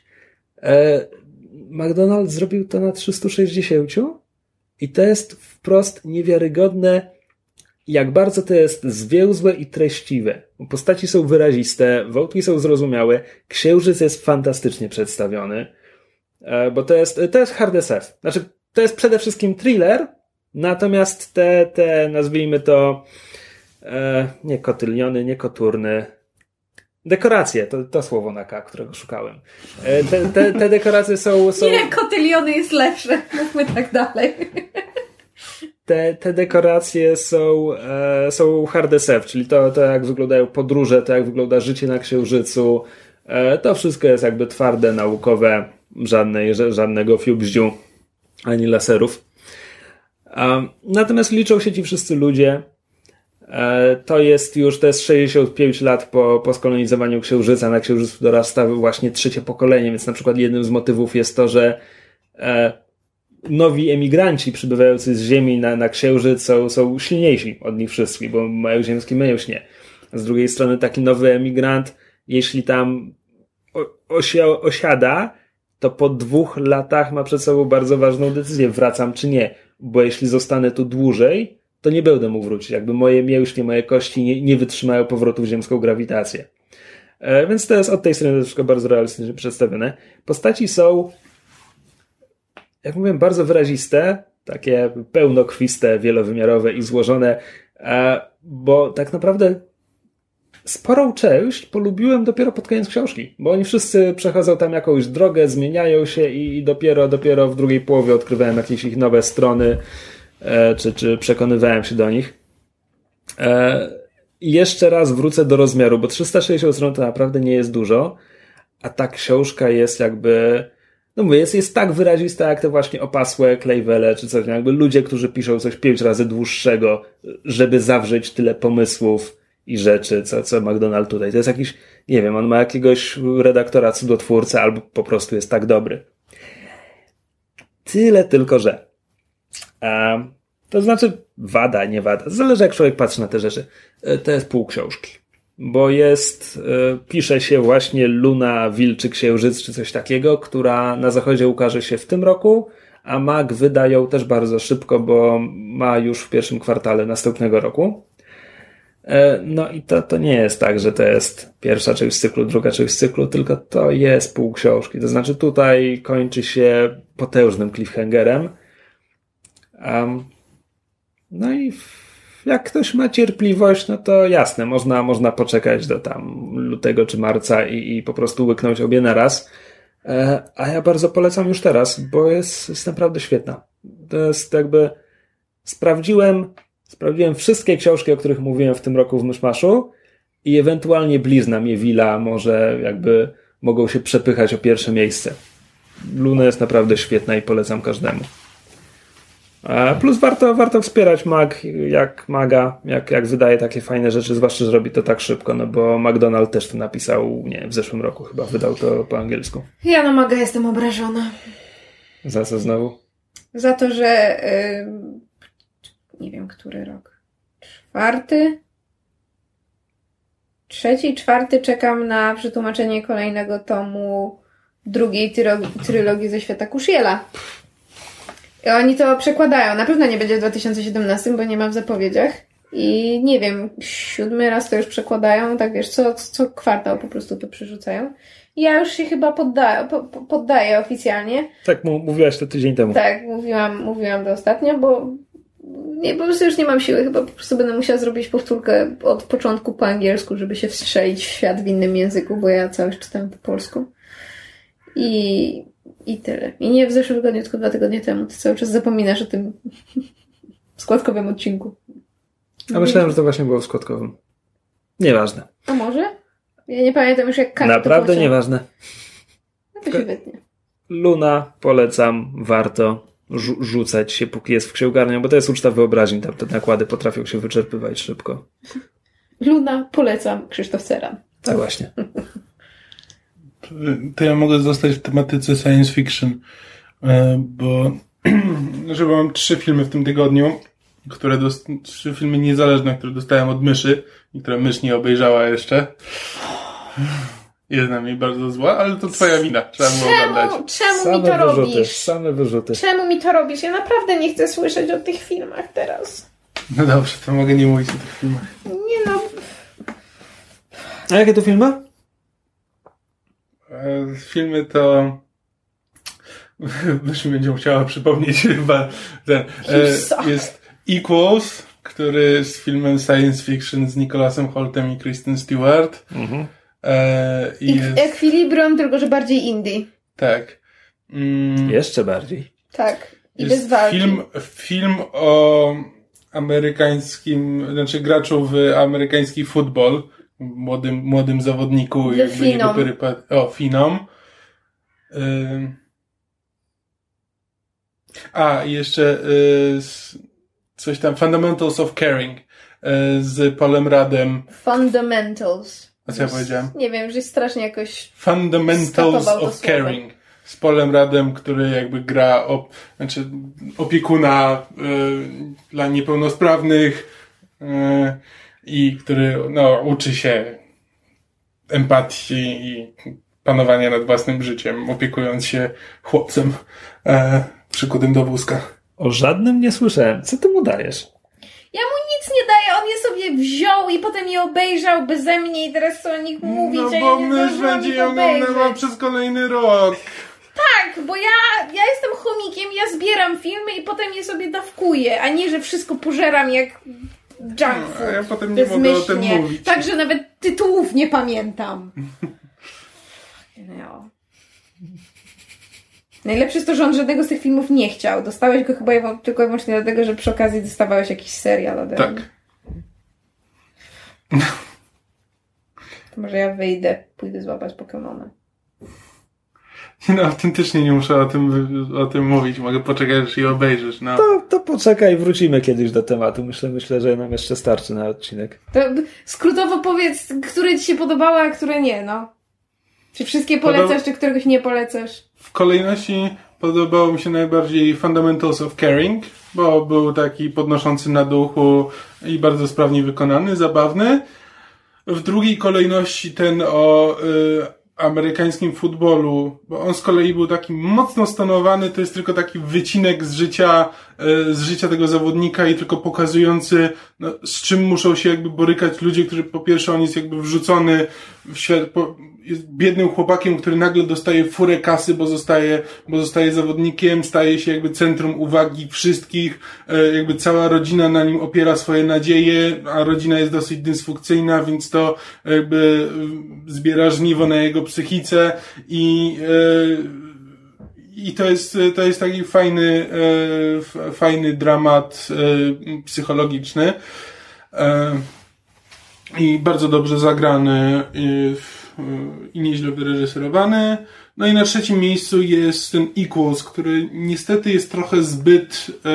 McDonald zrobił to na trzystu sześćdziesięciu i to jest wprost niewiarygodne, jak bardzo to jest zwięzłe i treściwe. Postaci są wyraziste, wątki są zrozumiałe, księżyc jest fantastycznie przedstawiony, bo to jest, to jest hard S F. Znaczy, to jest przede wszystkim thriller, natomiast te, te nazwijmy to e, nie kotyliony, nie koturny, dekoracje, to, to słowo na K, którego szukałem. E, te, te, te dekoracje są, są... Nie, kotyliony jest lepsze. Mówmy tak dalej. Te, te dekoracje są, e, są hard S F, czyli to, to jak wyglądają podróże, to jak wygląda życie na Księżycu. E, to wszystko jest jakby twarde, naukowe, żadnej, żadnego fiubździu, ani laserów. E, natomiast liczą się ci wszyscy ludzie. E, to jest już, to jest sześćdziesiąt pięć lat po, po skolonizowaniu Księżyca. Na Księżycu dorasta właśnie trzecie pokolenie, więc na przykład jednym z motywów jest to, że e, nowi emigranci przybywający z Ziemi na, na Księżyc są, są silniejsi od nich wszystkich, bo mają ziemskie mięśnie. Z drugiej strony taki nowy emigrant, jeśli tam osia, osiada, to po dwóch latach ma przed sobą bardzo ważną decyzję, wracam czy nie, bo jeśli zostanę tu dłużej, to nie będę mógł wrócić. Jakby moje mięśnie, moje kości nie, nie wytrzymają powrotu w ziemską grawitację. E, więc to jest od tej strony wszystko bardzo realistycznie przedstawione. Postaci są, jak mówiłem, bardzo wyraziste, takie pełnokrwiste, wielowymiarowe i złożone, bo tak naprawdę sporą część polubiłem dopiero pod koniec książki, bo oni wszyscy przechodzą tam jakąś drogę, zmieniają się i dopiero, dopiero w drugiej połowie odkrywałem jakieś ich nowe strony, czy, czy przekonywałem się do nich. I jeszcze raz wrócę do rozmiaru, bo trzysta sześćdziesiąt stron to naprawdę nie jest dużo, a ta książka jest jakby... No mówię, jest, jest tak wyrazista, jak te właśnie opasłe Clavele, czy coś, jakby ludzie, którzy piszą coś pięć razy dłuższego, żeby zawrzeć tyle pomysłów i rzeczy, co, co McDonald tutaj. To jest jakiś, nie wiem, on ma jakiegoś redaktora cudotwórcę, albo po prostu jest tak dobry. Tyle tylko, że a, to znaczy wada, nie wada. Zależy, jak człowiek patrzy na te rzeczy. To jest pół książki. Bo jest, y, pisze się właśnie Luna, Wilczy Księżyc, czy coś takiego, która na zachodzie ukaże się w tym roku, a Mag wyda ją też bardzo szybko, bo ma już w pierwszym kwartale następnego roku. E, no i to, to nie jest tak, że to jest pierwsza część cyklu, druga część cyklu, tylko to jest pół książki. To znaczy tutaj kończy się potężnym cliffhangerem. Um, no i jak ktoś ma cierpliwość, no to jasne, można, można poczekać do tam lutego czy marca i, i po prostu łyknąć obie naraz. E, a ja bardzo polecam już teraz, bo jest, jest naprawdę świetna. To jest jakby, sprawdziłem, sprawdziłem wszystkie książki, o których mówiłem w tym roku w Myszmaszu i ewentualnie blizna Miewila może jakby mogą się przepychać o pierwsze miejsce. Luna jest naprawdę świetna i polecam każdemu. Plus warto, warto wspierać Mag, jak Maga, jak, jak wydaje takie fajne rzeczy, zwłaszcza, że robi to tak szybko, no bo McDonald też to napisał, nie w zeszłym roku chyba, wydał to po angielsku. Ja na Maga jestem obrażona. Za co znowu? Za to, że yy, nie wiem, który rok. Czwarty? Trzeci, czwarty czekam na przetłumaczenie kolejnego tomu drugiej tyro- trylogii ze świata Kusziela. I oni to przekładają. Na pewno nie będzie w dwa tysiące siedemnastym, bo nie ma w zapowiedziach. I nie wiem, siódmy raz to już przekładają, tak wiesz, co, co kwartał po prostu to przerzucają. I ja już się chyba poddaję, po, poddaję oficjalnie. Tak, m- mówiłaś to tydzień temu. Tak, mówiłam, mówiłam to ostatnio, bo nie, po prostu już nie mam siły. Chyba po prostu będę musiała zrobić powtórkę od początku po angielsku, żeby się wstrzelić w świat w innym języku, bo ja cały czas czytam po polsku. I... I tyle. I nie w zeszłym tygodniu, tylko dwa tygodnie temu. Ty cały czas zapominasz o tym składkowym odcinku. A myślałem, że to właśnie było w Składkowym. Nieważne. A może? Ja nie pamiętam już jak karty Naprawdę płacią. nieważne. No to się wytnie. Luna, polecam, warto rzu- rzucać się, póki jest w księgarniach, bo to jest uczta wyobraźni, tam te nakłady potrafią się wyczerpywać szybko. Luna, polecam, Krzysztof Ceran. Tak właśnie. To ja mogę zostać w tematyce science fiction, bo że mam trzy filmy w tym tygodniu, które dost- trzy filmy niezależne, które dostałem od myszy i które mysz nie obejrzała jeszcze. Jest na mnie bardzo zła, ale to twoja wina. Trzeba było oglądać. Czemu, czemu Same mi to wyrzuty, robisz? same wyrzuty. Czemu mi to robisz? Ja naprawdę nie chcę słyszeć o tych filmach teraz. No dobrze, to mogę nie mówić o tych filmach. Nie no. A jakie to filmy? E, Filmy to... Mysz będzie musiała przypomnieć chyba ten... E, jest Equals, który z filmem science fiction z Nicholasem Holtem i Kristen Stewart. Mhm. E, i I jest, Equilibrium, tylko że bardziej indie. tak. Mm, Jeszcze bardziej. Tak. I jest bez walki. film, film o amerykańskim, znaczy graczu w amerykański futbol, młodym, młodym zawodniku, The jakby jego Phenom. perypa- o, Finom. Ym. A, i jeszcze y, s- coś tam, Fundamentals of Caring y, z Polem Radem. Fundamentals. A co ja powiedziałem? Nie wiem, że jest strasznie jakoś... Fundamentals Skatował to of słowo. Caring. Z Polem Radem, który jakby gra op, znaczy opiekuna y, dla niepełnosprawnych y, i który no, uczy się empatii i panowania nad własnym życiem, opiekując się chłopcem y, przykutym do wózka. O żadnym nie słyszałem. Co ty mu dajesz? Ja mu nic nie daję, on je sobie wziął i potem je obejrzał beze mnie i teraz co o nich mówić, No a bo ja nie mysz zdążyłam będzie ich ją oglądała obejrzeć. przez kolejny rok. Tak, bo ja, ja jestem chomikiem, ja zbieram filmy i potem je sobie dawkuję, a nie, że wszystko pożeram jak junk A food. ja potem nie mogę o tym Bezmyślnie. mówić. Także nawet tytułów nie pamiętam. No. Najlepsze jest to, że on żadnego z tych filmów nie chciał. Dostałeś go chyba jewo- tylko i wyłącznie dlatego, że przy okazji dostawałeś jakiś serial ode mnie. Tak. To może ja wyjdę, pójdę złapać Pokemona. No, autentycznie nie muszę o tym, o tym mówić. Mogę poczekać, aż je obejrzysz. No. To, to poczekaj, wrócimy kiedyś do tematu. Myślę, myślę, że nam jeszcze starczy na odcinek. To skrótowo powiedz, które ci się podobały, a które nie, no. Czy wszystkie polecasz, Podoba- czy któregoś nie polecasz? W kolejności podobało mi się najbardziej Fundamentals of Caring, bo był taki podnoszący na duchu i bardzo sprawnie wykonany, zabawny. W drugiej kolejności ten o y, amerykańskim futbolu, bo on z kolei był taki mocno stonowany, to jest tylko taki wycinek z życia, y, z życia tego zawodnika i tylko pokazujący, no, z czym muszą się jakby borykać ludzie, którzy po pierwsze on jest jakby wrzucony w świat, po, jest biednym chłopakiem, który nagle dostaje furę kasy, bo zostaje, bo zostaje zawodnikiem, staje się jakby centrum uwagi wszystkich, y, jakby cała rodzina na nim opiera swoje nadzieje, a rodzina jest dosyć dysfunkcyjna, więc to jakby y, zbiera żniwo na jego psychice i y, i to jest, to jest taki fajny, e, fajny dramat e, psychologiczny e, i bardzo dobrze zagrany i, i nieźle wyreżyserowany. No i na trzecim miejscu jest ten Equals, który niestety jest trochę zbyt e,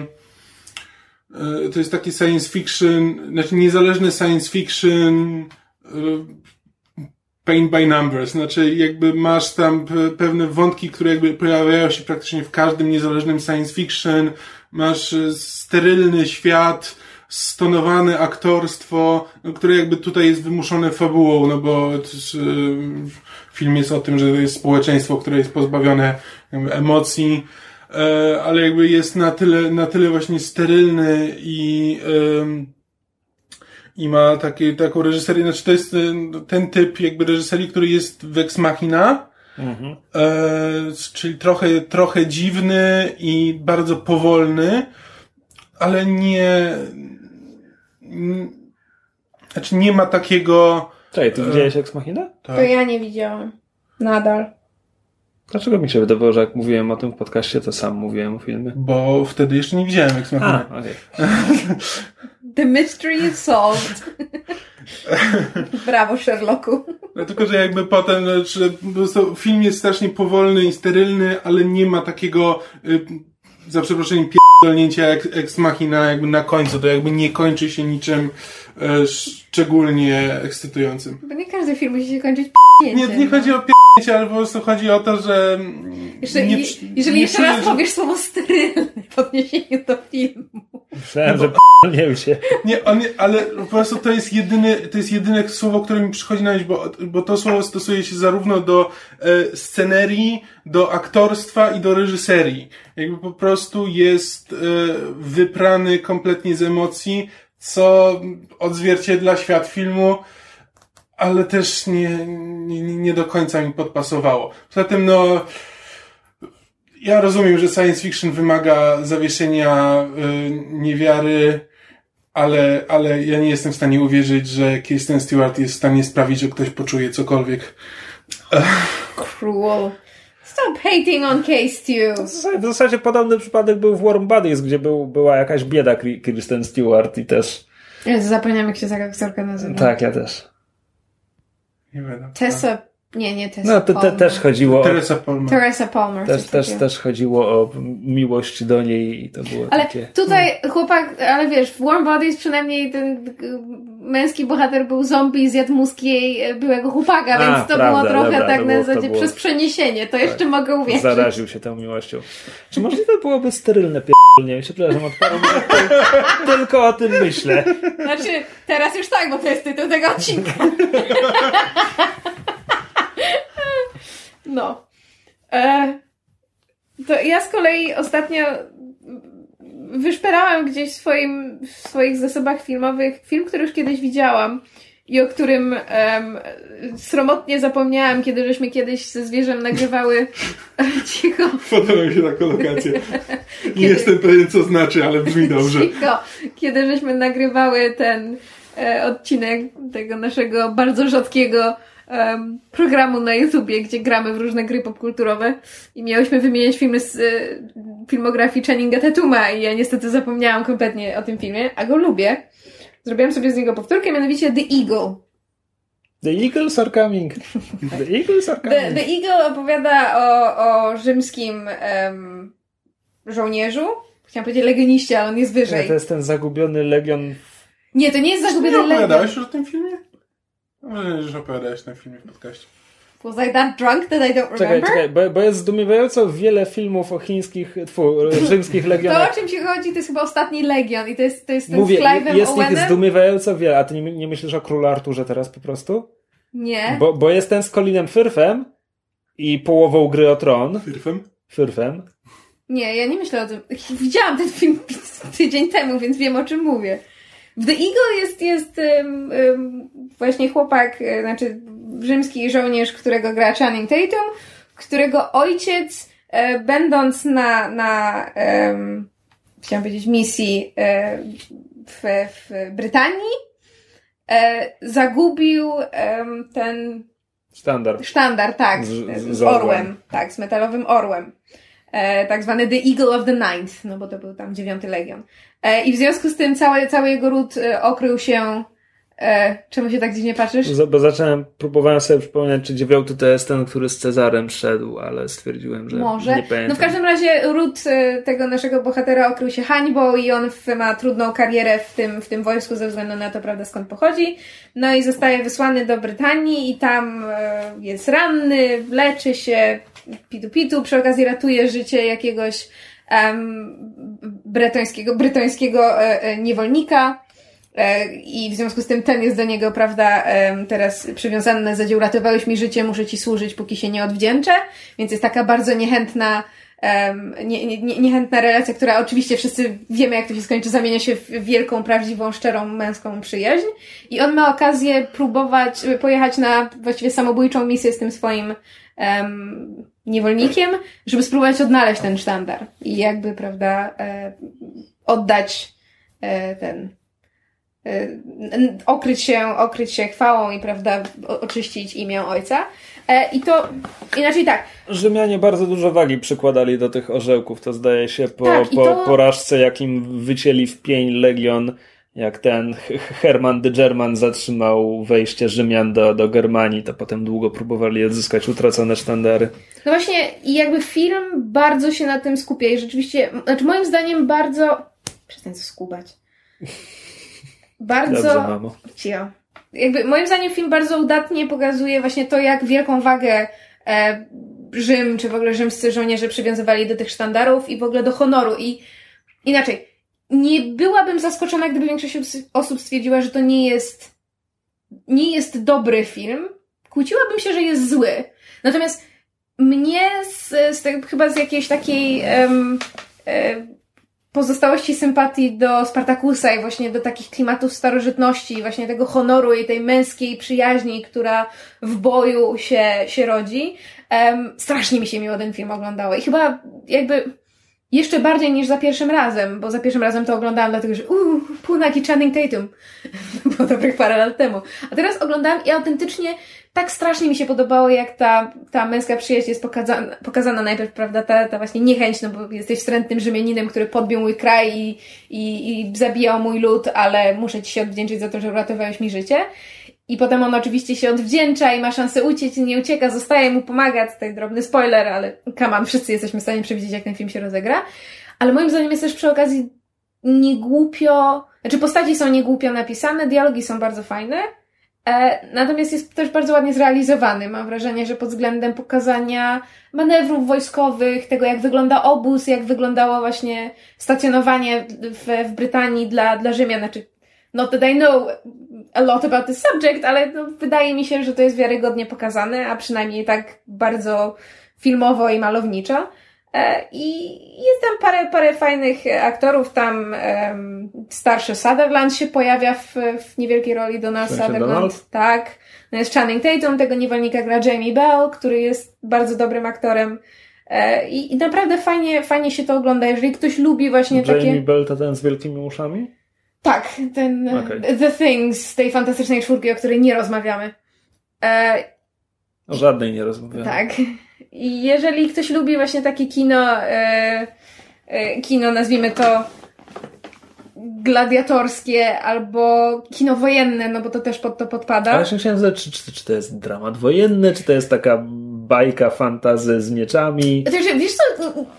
e, to jest taki science fiction, znaczy niezależny science fiction e, paint by numbers, znaczy jakby masz tam pewne wątki, które jakby pojawiają się praktycznie w każdym niezależnym science fiction, masz sterylny świat, stonowane aktorstwo, no, które jakby tutaj jest wymuszone fabułą, no bo też, y, film jest o tym, że to jest społeczeństwo, które jest pozbawione jakby emocji, y, ale jakby jest na tyle, na tyle właśnie sterylny i y, i ma taki, taką reżyserię, znaczy to jest ten typ jakby reżyserii, który jest w Ex Machina, mhm. e, czyli trochę, trochę dziwny i bardzo powolny, ale nie, nie znaczy nie ma takiego... Czekaj, ty e, widziałeś Ex Machina? Tak. To ja nie widziałam. Nadal. Dlaczego mi się wydawało, że jak mówiłem o tym w podcaście, to sam mówiłem o filmie? Bo wtedy jeszcze nie widziałem Ex Machina. A, okej. The mystery is solved. Brawo, Sherlocku. No, tylko, że jakby potem, że po prostu film jest strasznie powolny i sterylny, ale nie ma takiego, y, za przeproszeniem, pierdolnięcia ex, ex machina jakby na końcu. To jakby nie kończy się niczym y, szczególnie ekscytującym. Bo nie każdy film musi się kończyć Nie, nie chodzi o p***nięcie, ale po prostu chodzi o to, że... Jeszcze, nie, jeżeli nie jeszcze czuję, raz że... powiesz słowo sterylny w odniesieniu do filmu. Myślałem, że p***nie się. Nie, on, ale po prostu to jest jedyny, to jest jedyne słowo, które mi przychodzi na myśl, bo, bo to słowo stosuje się zarówno do e, scenerii, do aktorstwa i do reżyserii. Jakby po prostu jest e, wyprany kompletnie z emocji, co odzwierciedla świat filmu, ale też nie, nie, nie do końca mi podpasowało. Poza tym, no, ja rozumiem, że science fiction wymaga zawieszenia y, niewiary, ale, ale ja nie jestem w stanie uwierzyć, że Kristen Stewart jest w stanie sprawić, że ktoś poczuje cokolwiek. Cruel. Stop hating on K-Stew. W zasadzie podobny przypadek był w Warm Bodies, gdzie był, była jakaś bieda Kristen Stewart i też... Ja zapomniałam, jak się ta aktorka nazywa. Tak, ja też. Nie będę. Tessa... Nie, nie Tessa No, to te, też chodziło o... Teresa Palmer. Teresa Palmer. Też, też, też chodziło o miłość do niej i to było ale takie... tutaj chłopak, ale wiesz, w Warm Bodies przynajmniej ten męski bohater był zombie, zjadł mózg jej byłego chłopaka, A, więc to prawda, było trochę dobra, tak to na było, zasadzie było... przez przeniesienie, to jeszcze tak, mogę uwierzyć. Zaraził się tą miłością. Czy możliwe byłoby sterylne p***nie? Przepraszam, od paru minut tylko o tym myślę. Znaczy, teraz już tak, bo to jest tytuł tego odcinka. No. E, to ja z kolei ostatnio wyszperałam gdzieś w, swoim, w swoich zasobach filmowych film, który już kiedyś widziałam i o którym um, sromotnie zapomniałam, kiedy żeśmy kiedyś ze zwierzem nagrywały cicho. Podoba mi się ta kolokacja. Nie kiedy... jestem pewien, co znaczy, ale brzmi dobrze. Cicho. Kiedy żeśmy nagrywały ten e, odcinek tego naszego bardzo rzadkiego Um, programu na YouTubie, gdzie gramy w różne gry popkulturowe i miałyśmy wymieniać filmy z y, filmografii Channinga Tatuma i ja niestety zapomniałam kompletnie o tym filmie, a go lubię. Zrobiłam sobie z niego powtórkę, mianowicie The Eagle. The Eagles are coming. The Eagles are coming. The, The Eagle opowiada o, o rzymskim um, żołnierzu. Chciałam powiedzieć legioniście, ale on jest wyżej. Nie, to jest ten zagubiony legion. Nie, to nie jest zagubiony legion. Nie opowiadałeś już o tym filmie? Może nie, że opowiadałeś ten film w podcaście. Was I that drunk that I don't remember? Czekaj, czekaj, bo, bo jest zdumiewająco wiele filmów o chińskich, tfu, rzymskich legionach. To, o czym ci chodzi, to jest chyba ostatni Legion i to jest, to jest ten Mówię, z Clive'em jest Owenem. ich zdumiewająco wiele, a ty nie, nie myślisz o Królu Arturze teraz po prostu? Nie. Bo, bo jest ten z Colinem Firthem i połową Gry o Tron. Firthem? Firthem. Nie, ja nie myślę o tym. Widziałam ten film tydzień temu, więc wiem, o czym mówię. W The Eagle jest, jest um, um, właśnie chłopak, znaczy rzymski żołnierz, którego gra Channing Tatum, którego ojciec, e, będąc na, na um, chciałam powiedzieć misji e, w, w Brytanii, e, zagubił e, ten Sztandar. Sztandar, tak, z, z, z orłem. orłem. Tak, z metalowym orłem. E, tak zwany The Eagle of the Ninth, no bo to był tam dziewiąty legion. E, I w związku z tym cały, cały jego ród e, okrył się... E, czemu się tak dziwnie patrzysz? Bo zacząłem, próbowałem sobie przypomnieć, czy dziewiąty to jest ten, który z Cezarem szedł, ale stwierdziłem, że Może. nie pamiętam. No w każdym razie ród e, tego naszego bohatera okrył się hańbą i on w, ma trudną karierę w tym, w tym wojsku ze względu na to, prawda, skąd pochodzi. No i zostaje wysłany do Brytanii i tam e, jest ranny, leczy się, pitu pitu, przy okazji ratuje życie jakiegoś um, bretońskiego, brytońskiego e, e, niewolnika. I w związku z tym ten jest do niego, prawda, teraz przywiązany na zasadzie uratowałeś mi życie, muszę ci służyć, póki się nie odwdzięczę, więc jest taka bardzo niechętna nie, nie, niechętna relacja, która oczywiście wszyscy wiemy, jak to się skończy, zamienia się w wielką, prawdziwą, szczerą, męską przyjaźń i on ma okazję próbować pojechać na właściwie samobójczą misję z tym swoim um, niewolnikiem, żeby spróbować odnaleźć ten sztandar i jakby, prawda, e, oddać e, ten okryć się, okryć się chwałą i, prawda, oczyścić imię ojca. E, I to inaczej tak. Rzymianie bardzo dużo wagi przykładali do tych orzełków. To zdaje się po, tak, po to... porażce, jakim wycięli w pień legion jak ten Hermann de German zatrzymał wejście Rzymian do, do Germanii, to potem długo próbowali odzyskać utracone sztandary. No właśnie, i jakby film bardzo się na tym skupia i rzeczywiście, znaczy moim zdaniem bardzo... Przestań co skubać. Bardzo... Dobrze, mamo. Cio. Jakby moim zdaniem film bardzo udatnie pokazuje właśnie to, jak wielką wagę e, Rzym, czy w ogóle rzymscy żołnierze przywiązywali do tych sztandarów i w ogóle do honoru. I inaczej, nie byłabym zaskoczona, gdyby większość osób stwierdziła, że to nie jest nie jest dobry film. Kłóciłabym się, że jest zły. Natomiast mnie z, z tego, chyba z jakiejś takiej um, um, pozostałości sympatii do Spartakusa i właśnie do takich klimatów starożytności, właśnie tego honoru i tej męskiej przyjaźni, która w boju się, się rodzi. Um, strasznie mi się miło ten film oglądało i chyba jakby jeszcze bardziej niż za pierwszym razem, bo za pierwszym razem to oglądałam dlatego, że uuu, Półnak i Channing Tatum. Było dobrych parę lat temu. A teraz oglądałam i autentycznie tak strasznie mi się podobało, jak ta, ta męska przyjaźń jest pokazana, pokazana najpierw, prawda, ta, ta właśnie niechęć, no bo jesteś wstrętnym Rzymianinem, który podbił mój kraj i, i, i zabijał mój lud, ale muszę ci się odwdzięczyć za to, że uratowałeś mi życie. I potem on oczywiście się odwdzięcza i ma szansę uciec, nie ucieka, zostaje mu, pomaga. Tutaj drobny spoiler, ale come on, wszyscy jesteśmy w stanie przewidzieć, jak ten film się rozegra. Ale moim zdaniem jest też przy okazji niegłupio, znaczy postaci są niegłupio napisane, dialogi są bardzo fajne, e, natomiast jest też bardzo ładnie zrealizowany. Mam wrażenie, że pod względem pokazania manewrów wojskowych, tego jak wygląda obóz, jak wyglądało właśnie stacjonowanie w, w Brytanii dla, dla Rzymian, znaczy not that I know a lot about the subject, ale no, wydaje mi się, że to jest wiarygodnie pokazane, a przynajmniej tak bardzo filmowo i malowniczo. E, I jest tam parę, parę fajnych aktorów, tam um, starszy Sutherland się pojawia w, w niewielkiej roli, Donald Sutherland. Donald? Tak. No jest Channing Tatum, tego niewolnika gra Jamie Bell, który jest bardzo dobrym aktorem. E, i, I naprawdę fajnie, fajnie się to ogląda, jeżeli ktoś lubi właśnie Jamie takie... Jamie Bell to ten z wielkimi uszami? Tak, ten okay. The Things z tej fantastycznej czwórki, o której nie rozmawiamy. E, o żadnej nie rozmawiamy. Tak. I jeżeli ktoś lubi właśnie takie kino, e, e, kino nazwijmy to gladiatorskie albo kino wojenne, no bo to też pod to podpada. Ale się chciałem zapytać, czy, czy, czy to jest dramat wojenny, czy to jest taka bajka fantasy z mieczami? Także, wiesz co...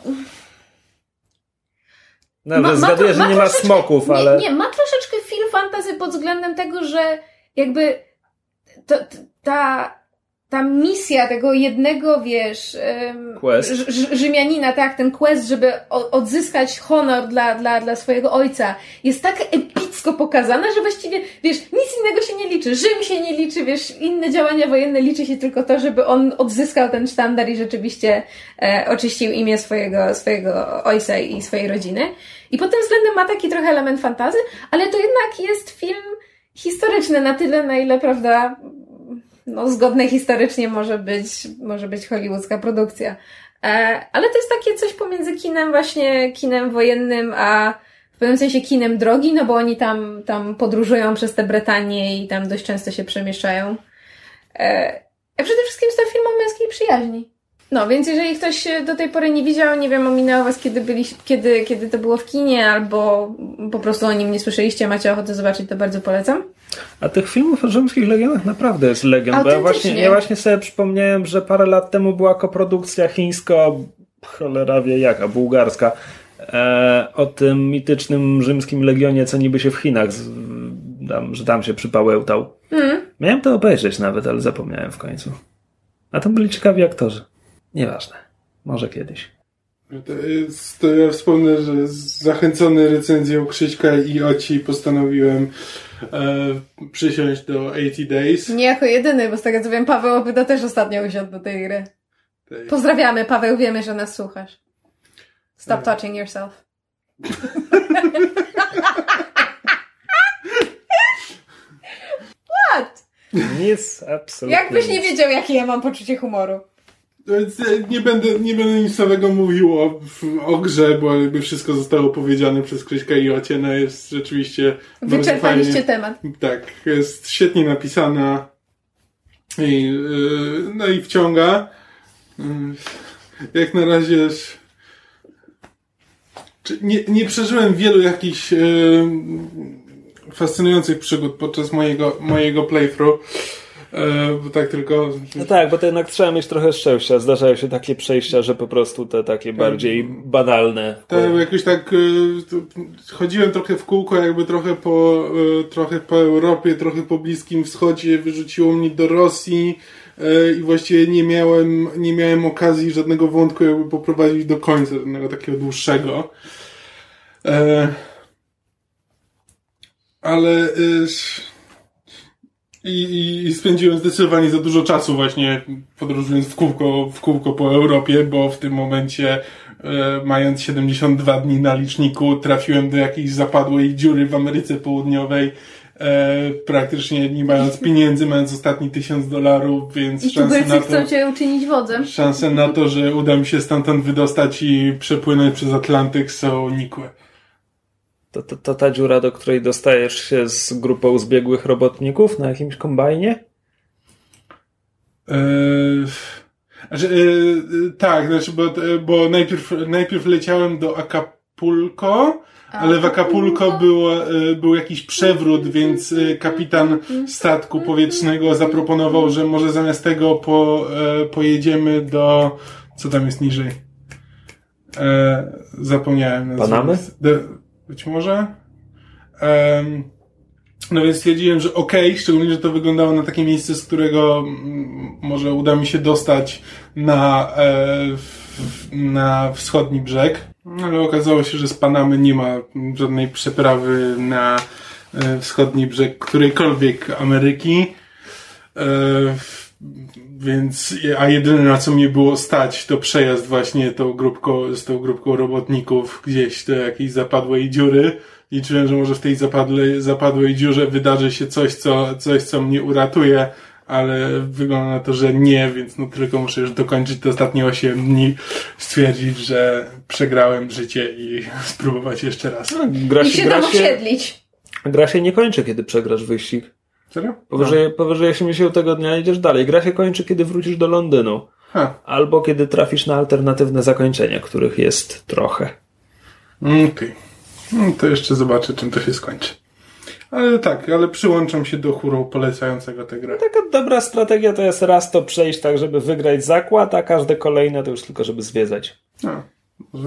No, ma, zgaduję, ma, że ma nie ma smoków, ale... Nie, nie, ma troszeczkę film fantasy pod względem tego, że jakby to, ta, ta misja tego jednego, wiesz, quest. Ż, Rzymianina, tak, ten quest, żeby odzyskać honor dla, dla, dla swojego ojca, jest tak epicko pokazana, że właściwie, wiesz, nic innego się nie liczy. Rzym się nie liczy, wiesz, inne działania wojenne, liczy się tylko to, żeby on odzyskał ten sztandar i rzeczywiście e, oczyścił imię swojego, swojego ojca i swojej rodziny. I pod tym względem ma taki trochę element fantazy, ale to jednak jest film historyczny na tyle, na ile, prawda, no zgodne historycznie może być, może być hollywoodzka produkcja. E, ale to jest takie coś pomiędzy kinem właśnie, kinem wojennym, a w pewnym sensie kinem drogi, no bo oni tam, tam podróżują przez tę Brytanię i tam dość często się przemieszczają. E, a przede wszystkim jest to film o męskiej przyjaźni. No, więc jeżeli ktoś do tej pory nie widział, nie wiem, ominęło was, kiedy byli, kiedy, kiedy to było w kinie, albo po prostu o nim nie słyszeliście, macie ochotę zobaczyć, to bardzo polecam. A tych filmów o rzymskich legionach naprawdę jest legion, bo ja właśnie, ja właśnie sobie przypomniałem, że parę lat temu była koprodukcja chińsko, cholera wie jaka, bułgarska, e, o tym mitycznym rzymskim legionie, co niby się w Chinach, z, tam, że tam się przypałełtał. Mm. Miałem to obejrzeć nawet, ale zapomniałem w końcu. A to byli ciekawi aktorzy. Nieważne. Może kiedyś. To, jest, to ja wspomnę, że zachęcony recenzją Krzyśka i Oci postanowiłem e, przysiąść do osiemdziesiąt Days. Nie jako jedyny, bo z tego co wiem, Paweł Opyta też ostatnio usiadł do tej gry. Tej. Pozdrawiamy, Paweł, wiemy, że nas słuchasz. Stop touching yourself. What? Nic, absolutnie. Jakbyś nie wiedział, jakie ja mam poczucie humoru. Nie będę, nie będę nic nowego mówił o, o grze, bo jakby wszystko zostało powiedziane przez Krzyśka i Ocię. No jest rzeczywiście... Wyczerpaliście temat. Tak, jest świetnie napisana i, yy, no i wciąga. Yy, jak na razie nie, nie przeżyłem wielu jakichś yy, fascynujących przygód podczas mojego, mojego playthrough. Bo tak tylko... No tak, bo to jednak trzeba mieć trochę szczęścia. Zdarzają się takie przejścia, że po prostu te takie bardziej banalne. Tak, jakoś tak chodziłem trochę w kółko, jakby trochę po, trochę po Europie, trochę po Bliskim Wschodzie, wyrzuciło mnie do Rosji i właściwie nie miałem, nie miałem okazji żadnego wątku jakby poprowadzić do końca, żadnego takiego dłuższego. Ale... I, i spędziłem zdecydowanie za dużo czasu właśnie podróżując w kółko, w kółko po Europie, bo w tym momencie e, mając siedemdziesiąt dwa dni na liczniku trafiłem do jakiejś zapadłej dziury w Ameryce Południowej, e, praktycznie nie mając pieniędzy, mając ostatni tysiąc dolarów, więc I szanse na to, chcą cię uczynić wodzem. Szanse na to, że uda mi się stamtąd wydostać i przepłynąć przez Atlantyk są nikłe. To, to, to ta dziura, do której dostajesz się z grupą zbiegłych robotników na jakimś kombajnie? Eee, znaczy, e, tak, znaczy, bo, bo najpierw, najpierw leciałem do Acapulco, ale w Acapulco było, był jakiś przewrót, więc kapitan statku powietrznego zaproponował, że może zamiast tego po, pojedziemy do... Co tam jest niżej? E, zapomniałem. Panamy? Do, Być może. Um, no więc stwierdziłem, że okej, okay, szczególnie, że to wyglądało na takie miejsce, z którego m, może uda mi się dostać na, e, w, na wschodni brzeg. Ale okazało się, że z Panamy nie ma żadnej przeprawy na e, wschodni brzeg którejkolwiek Ameryki. E, Więc, a jedyne na co mnie było stać, to przejazd właśnie tą grupką, z tą grupką robotników gdzieś do jakiejś zapadłej dziury. Liczyłem, że może w tej zapadłej, zapadłej dziurze wydarzy się coś, co, coś, co mnie uratuje, ale wygląda na to, że nie, więc no tylko muszę już dokończyć te ostatnie osiem dni, stwierdzić, że przegrałem życie i spróbować jeszcze raz. No, gra I się, się gra tam się, osiedlić. gra się nie kończy, kiedy przegrasz wyścig. Serio? Powyżej, no. powyżej osiemdziesiątego tego dnia idziesz dalej. Gra się kończy, kiedy wrócisz do Londynu. Ha. Albo kiedy trafisz na alternatywne zakończenia, których jest trochę. Okej. Okay. No to jeszcze zobaczę, czym to się skończy. Ale tak, ale przyłączam się do chóru polecającego tę grę. Taka dobra strategia to jest raz to przejść tak, żeby wygrać zakład, a każde kolejne to już tylko, żeby zwiedzać. A, może.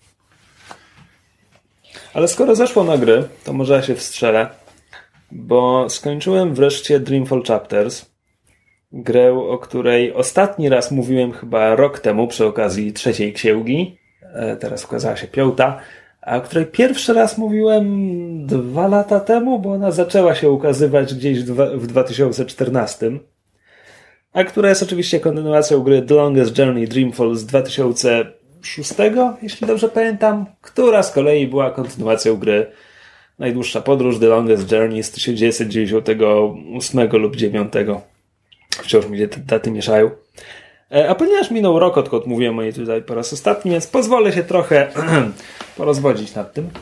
Ale skoro zeszło na gry, to może ja się wstrzelę. Bo skończyłem wreszcie Dreamfall Chapters, grę, o której ostatni raz mówiłem chyba rok temu przy okazji trzeciej księgi, teraz ukazała się piąta, a o której pierwszy raz mówiłem dwa lata temu, bo ona zaczęła się ukazywać gdzieś w dwa tysiące czternastym, a która jest oczywiście kontynuacją gry The Longest Journey Dreamfall z dwa tysiące szóstego, jeśli dobrze pamiętam, która z kolei była kontynuacją gry Najdłuższa podróż, The Longest Journey z tysiąc dziewięćset dziewięćdziesiątego ósmego lub dziewiątego. Wciąż mi się te daty mieszają. A ponieważ minął rok, odkąd mówiłem o niej tutaj po raz ostatni, więc pozwolę się trochę porozwodzić nad tym.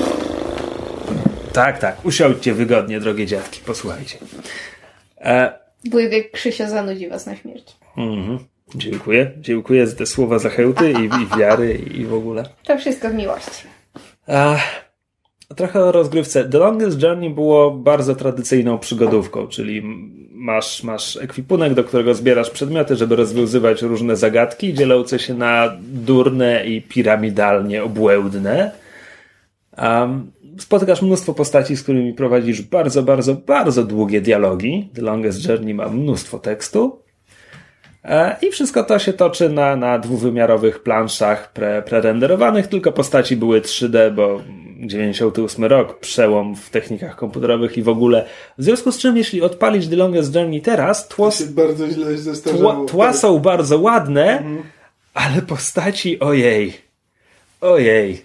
Tak, tak. Usiądźcie wygodnie, drogie dziadki. Posłuchajcie. E... Wujek Krzysia zanudzi was na śmierć. Mm-hmm. Dziękuję. Dziękuję za te słowa zachęty i, i wiary i w ogóle. To wszystko w miłości. A... Trochę o rozgrywce. The Longest Journey było bardzo tradycyjną przygodówką, czyli masz, masz ekwipunek, do którego zbierasz przedmioty, żeby rozwiązywać różne zagadki, dzielące się na durne i piramidalnie obłędne. Um, spotykasz mnóstwo postaci, z którymi prowadzisz bardzo, bardzo, bardzo długie dialogi. The Longest Journey ma mnóstwo tekstu. E, I wszystko to się toczy na, na dwuwymiarowych planszach pre, prerenderowanych, tylko postaci były trzy D, bo dziewięćdziesiąty ósmy rok, przełom w technikach komputerowych i w ogóle. W związku z czym, jeśli odpalić The Longest Journey teraz, tło, się bardzo źle zestarzało. Tła, tła są bardzo ładne, mhm. ale postaci ojej. Ojej.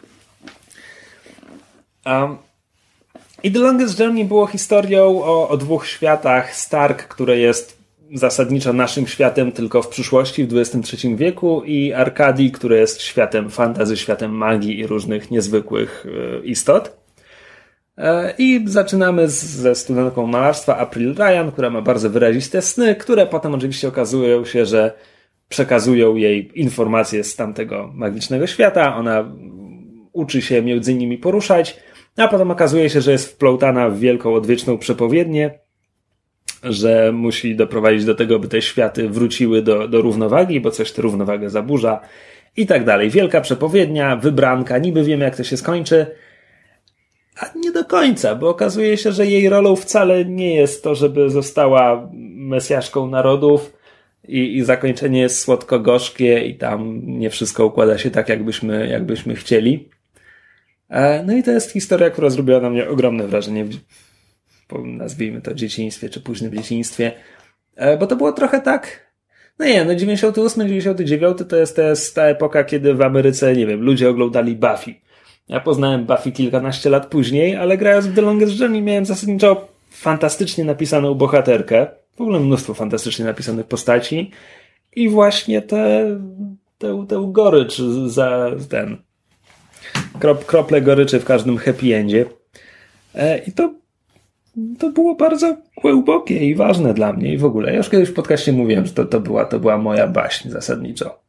Um, I The Longest Journey było historią o, o dwóch światach. Stark, które jest zasadniczo naszym światem tylko w przyszłości, w dwudziestym trzecim wieku, i Arkadii, które jest światem fantasy, światem magii i różnych niezwykłych y, istot. E, I zaczynamy z, ze studentką malarstwa April Ryan, która ma bardzo wyraziste sny, które potem oczywiście okazują się, że przekazują jej informacje z tamtego magicznego świata. Ona uczy się między nimi poruszać, A potem okazuje się, że jest wplątana w wielką, odwieczną przepowiednię, że musi doprowadzić do tego, by te światy wróciły do, do równowagi, bo coś tę równowagę zaburza i tak dalej. Wielka przepowiednia, wybranka, niby wiemy, jak to się skończy, a nie do końca, bo okazuje się, że jej rolą wcale nie jest to, żeby została mesjaszką narodów i, i zakończenie jest słodko-gorzkie i tam nie wszystko układa się tak, jakbyśmy, jakbyśmy chcieli. No i to jest historia, która zrobiła na mnie ogromne wrażenie w, nazwijmy to, dzieciństwie czy późnym dzieciństwie, bo to było trochę tak, no nie, no dziewięćdziesiąty ósmy, dziewięćdziesiąty dziewiąty to jest, to jest ta epoka, kiedy w Ameryce, nie wiem, ludzie oglądali Buffy. Ja poznałem Buffy kilkanaście lat później, ale grając w The Longest Journey miałem zasadniczo fantastycznie napisaną bohaterkę, w ogóle mnóstwo fantastycznie napisanych postaci i właśnie tę te, te gorycz za ten krop, krople goryczy w każdym happy endzie. E, I to to było bardzo głębokie i ważne dla mnie i w ogóle. Ja już kiedyś w podcaście mówiłem, że to, to, była, to była moja baśń zasadniczo.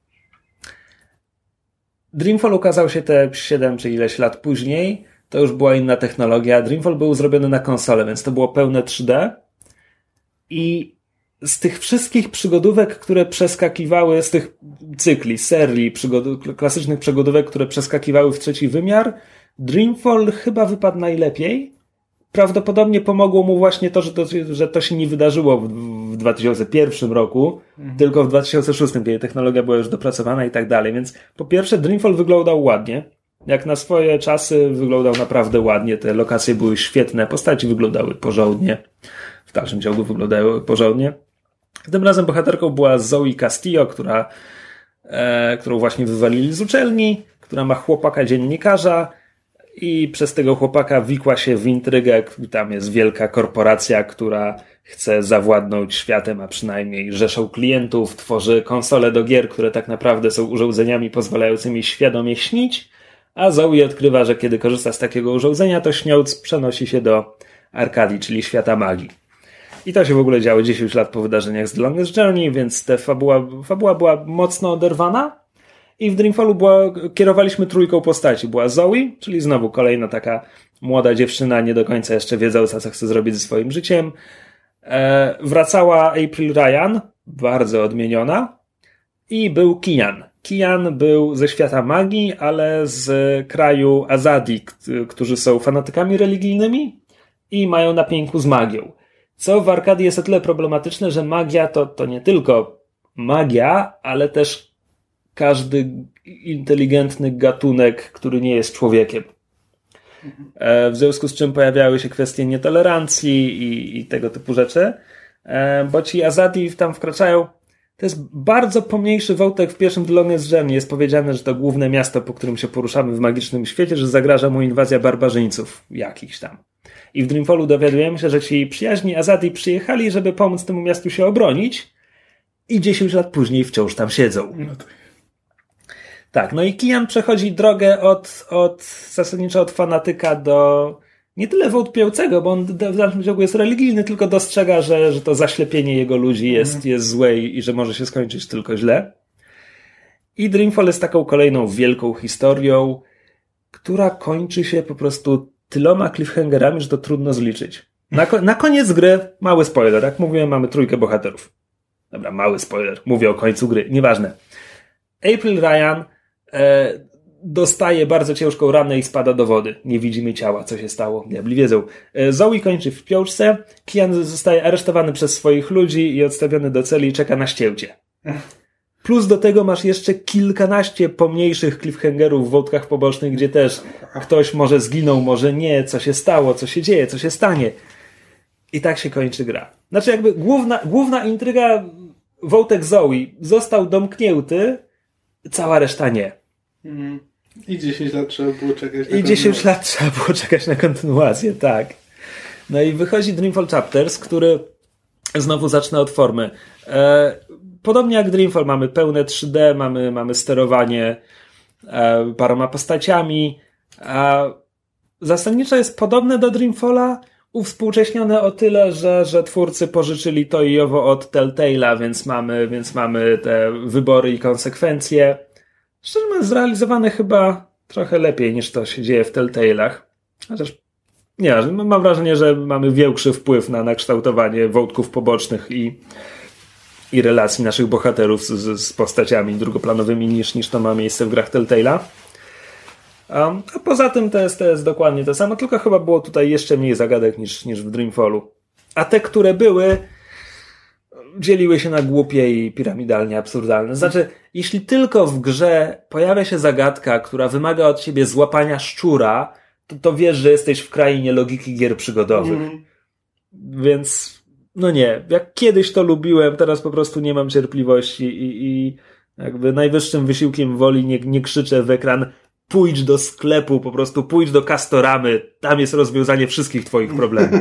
Dreamfall ukazał się te siedem czy ileś lat później. To już była inna technologia. Dreamfall był zrobiony na konsolę, więc to było pełne trzy D. I z tych wszystkich przygodówek, które przeskakiwały, z tych cykli, serii przygod- klasycznych przygodówek, które przeskakiwały w trzeci wymiar, Dreamfall chyba wypadł najlepiej. Prawdopodobnie pomogło mu właśnie to, że to, że to się nie wydarzyło w, w dwa tysiące pierwszym roku, mhm. tylko w dwa tysiące szóstym, kiedy technologia była już dopracowana i tak dalej. Więc po pierwsze Dreamfall wyglądał ładnie. Jak na swoje czasy wyglądał naprawdę ładnie. Te lokacje były świetne, postaci wyglądały porządnie. W dalszym ciągu wyglądały porządnie. Tym razem bohaterką była Zoe Castillo, która, e, którą właśnie wywalili z uczelni, która ma chłopaka dziennikarza, i przez tego chłopaka wikła się w intrygę. Tam jest wielka korporacja, która chce zawładnąć światem, a przynajmniej rzeszą klientów, tworzy konsole do gier, które tak naprawdę są urządzeniami pozwalającymi świadomie śnić, a Zoe odkrywa, że kiedy korzysta z takiego urządzenia, to śniąc przenosi się do Arkadii, czyli świata magii. I to się w ogóle działo dziesięć lat po wydarzeniach z The Longest Journey, więc ta fabuła, fabuła była mocno oderwana. I w Dreamfallu była, kierowaliśmy trójką postaci. Była Zoe, czyli znowu kolejna taka młoda dziewczyna, nie do końca jeszcze wiedząca, co chce zrobić ze swoim życiem. E, wracała April Ryan, bardzo odmieniona. I był Kian. Kian był ze świata magii, ale z kraju Azadi, k- którzy są fanatykami religijnymi i mają na pięku z magią. Co w Arkadii jest o tyle problematyczne, że magia to, to nie tylko magia, ale też każdy inteligentny gatunek, który nie jest człowiekiem. E, w związku z czym pojawiały się kwestie nietolerancji i, i tego typu rzeczy, e, bo ci Azadi tam wkraczają. To jest bardzo pomniejszy wątek w pierwszym The Longest Journey. Jest powiedziane, że to główne miasto, po którym się poruszamy w magicznym świecie, że zagraża mu inwazja barbarzyńców jakichś tam. I w Dreamfallu dowiadujemy się, że ci przyjaźni Azadi przyjechali, żeby pomóc temu miastu się obronić i dziesięć lat później wciąż tam siedzą. No to... Tak, no i Kian przechodzi drogę od, od zasadniczo od fanatyka do nie tyle wątpiącego, bo on w dalszym ciągu jest religijny, tylko dostrzega, że, że to zaślepienie jego ludzi jest, mhm. jest złe i że może się skończyć tylko źle. I Dreamfall jest taką kolejną wielką historią, która kończy się po prostu tyloma cliffhangerami, że to trudno zliczyć. Na, na koniec gry, mały spoiler, jak mówiłem, mamy trójkę bohaterów. Dobra, mały spoiler, mówię o końcu gry, nieważne. April Ryan e, dostaje bardzo ciężką ranę i spada do wody. Nie widzimy ciała, co się stało, diabli wiedzą. E, Zoe kończy w piączce, Kian zostaje aresztowany przez swoich ludzi i odstawiony do celi i czeka na ścięcie. Plus do tego masz jeszcze kilkanaście pomniejszych cliffhangerów w wątkach pobocznych, gdzie też ktoś może zginął, może nie, co się stało, co się dzieje, co się stanie. I tak się kończy gra. Znaczy jakby główna, główna intryga, wątek Zoe został domknięty, cała reszta nie. Mm. I dziesięć lat trzeba było czekać na I dziesięć lat trzeba było czekać na kontynuację, tak. No i wychodzi Dreamfall Chapters, który znowu zacznę od formy. E, podobnie jak Dreamfall mamy pełne trzy D, mamy, mamy sterowanie e, paroma postaciami. A zasadniczo jest podobne do Dreamfalla, uwspółcześnione o tyle, że, że twórcy pożyczyli to i owo od Telltale'a, więc mamy, więc mamy te wybory i konsekwencje. Szczerze mówiąc, zrealizowane chyba trochę lepiej niż to się dzieje w Telltale'ach. Chociaż nie, mam wrażenie, że mamy większy wpływ na, na kształtowanie wątków pobocznych i, i relacji naszych bohaterów z, z postaciami drugoplanowymi niż, niż to ma miejsce w grach Telltale'a. A, a poza tym to jest, to jest dokładnie to samo, tylko chyba było tutaj jeszcze mniej zagadek niż, niż w Dreamfallu. A te, które były, dzieliły się na głupie i piramidalnie absurdalne. Znaczy, jeśli tylko w grze pojawia się zagadka, która wymaga od ciebie złapania szczura, to, to wiesz, że jesteś w krainie logiki gier przygodowych. Mm. Więc, no nie. Jak kiedyś to lubiłem, teraz po prostu nie mam cierpliwości i, i jakby najwyższym wysiłkiem woli nie, nie krzyczę w ekran: pójdź do sklepu, po prostu pójdź do Castoramy, tam jest rozwiązanie wszystkich twoich problemów.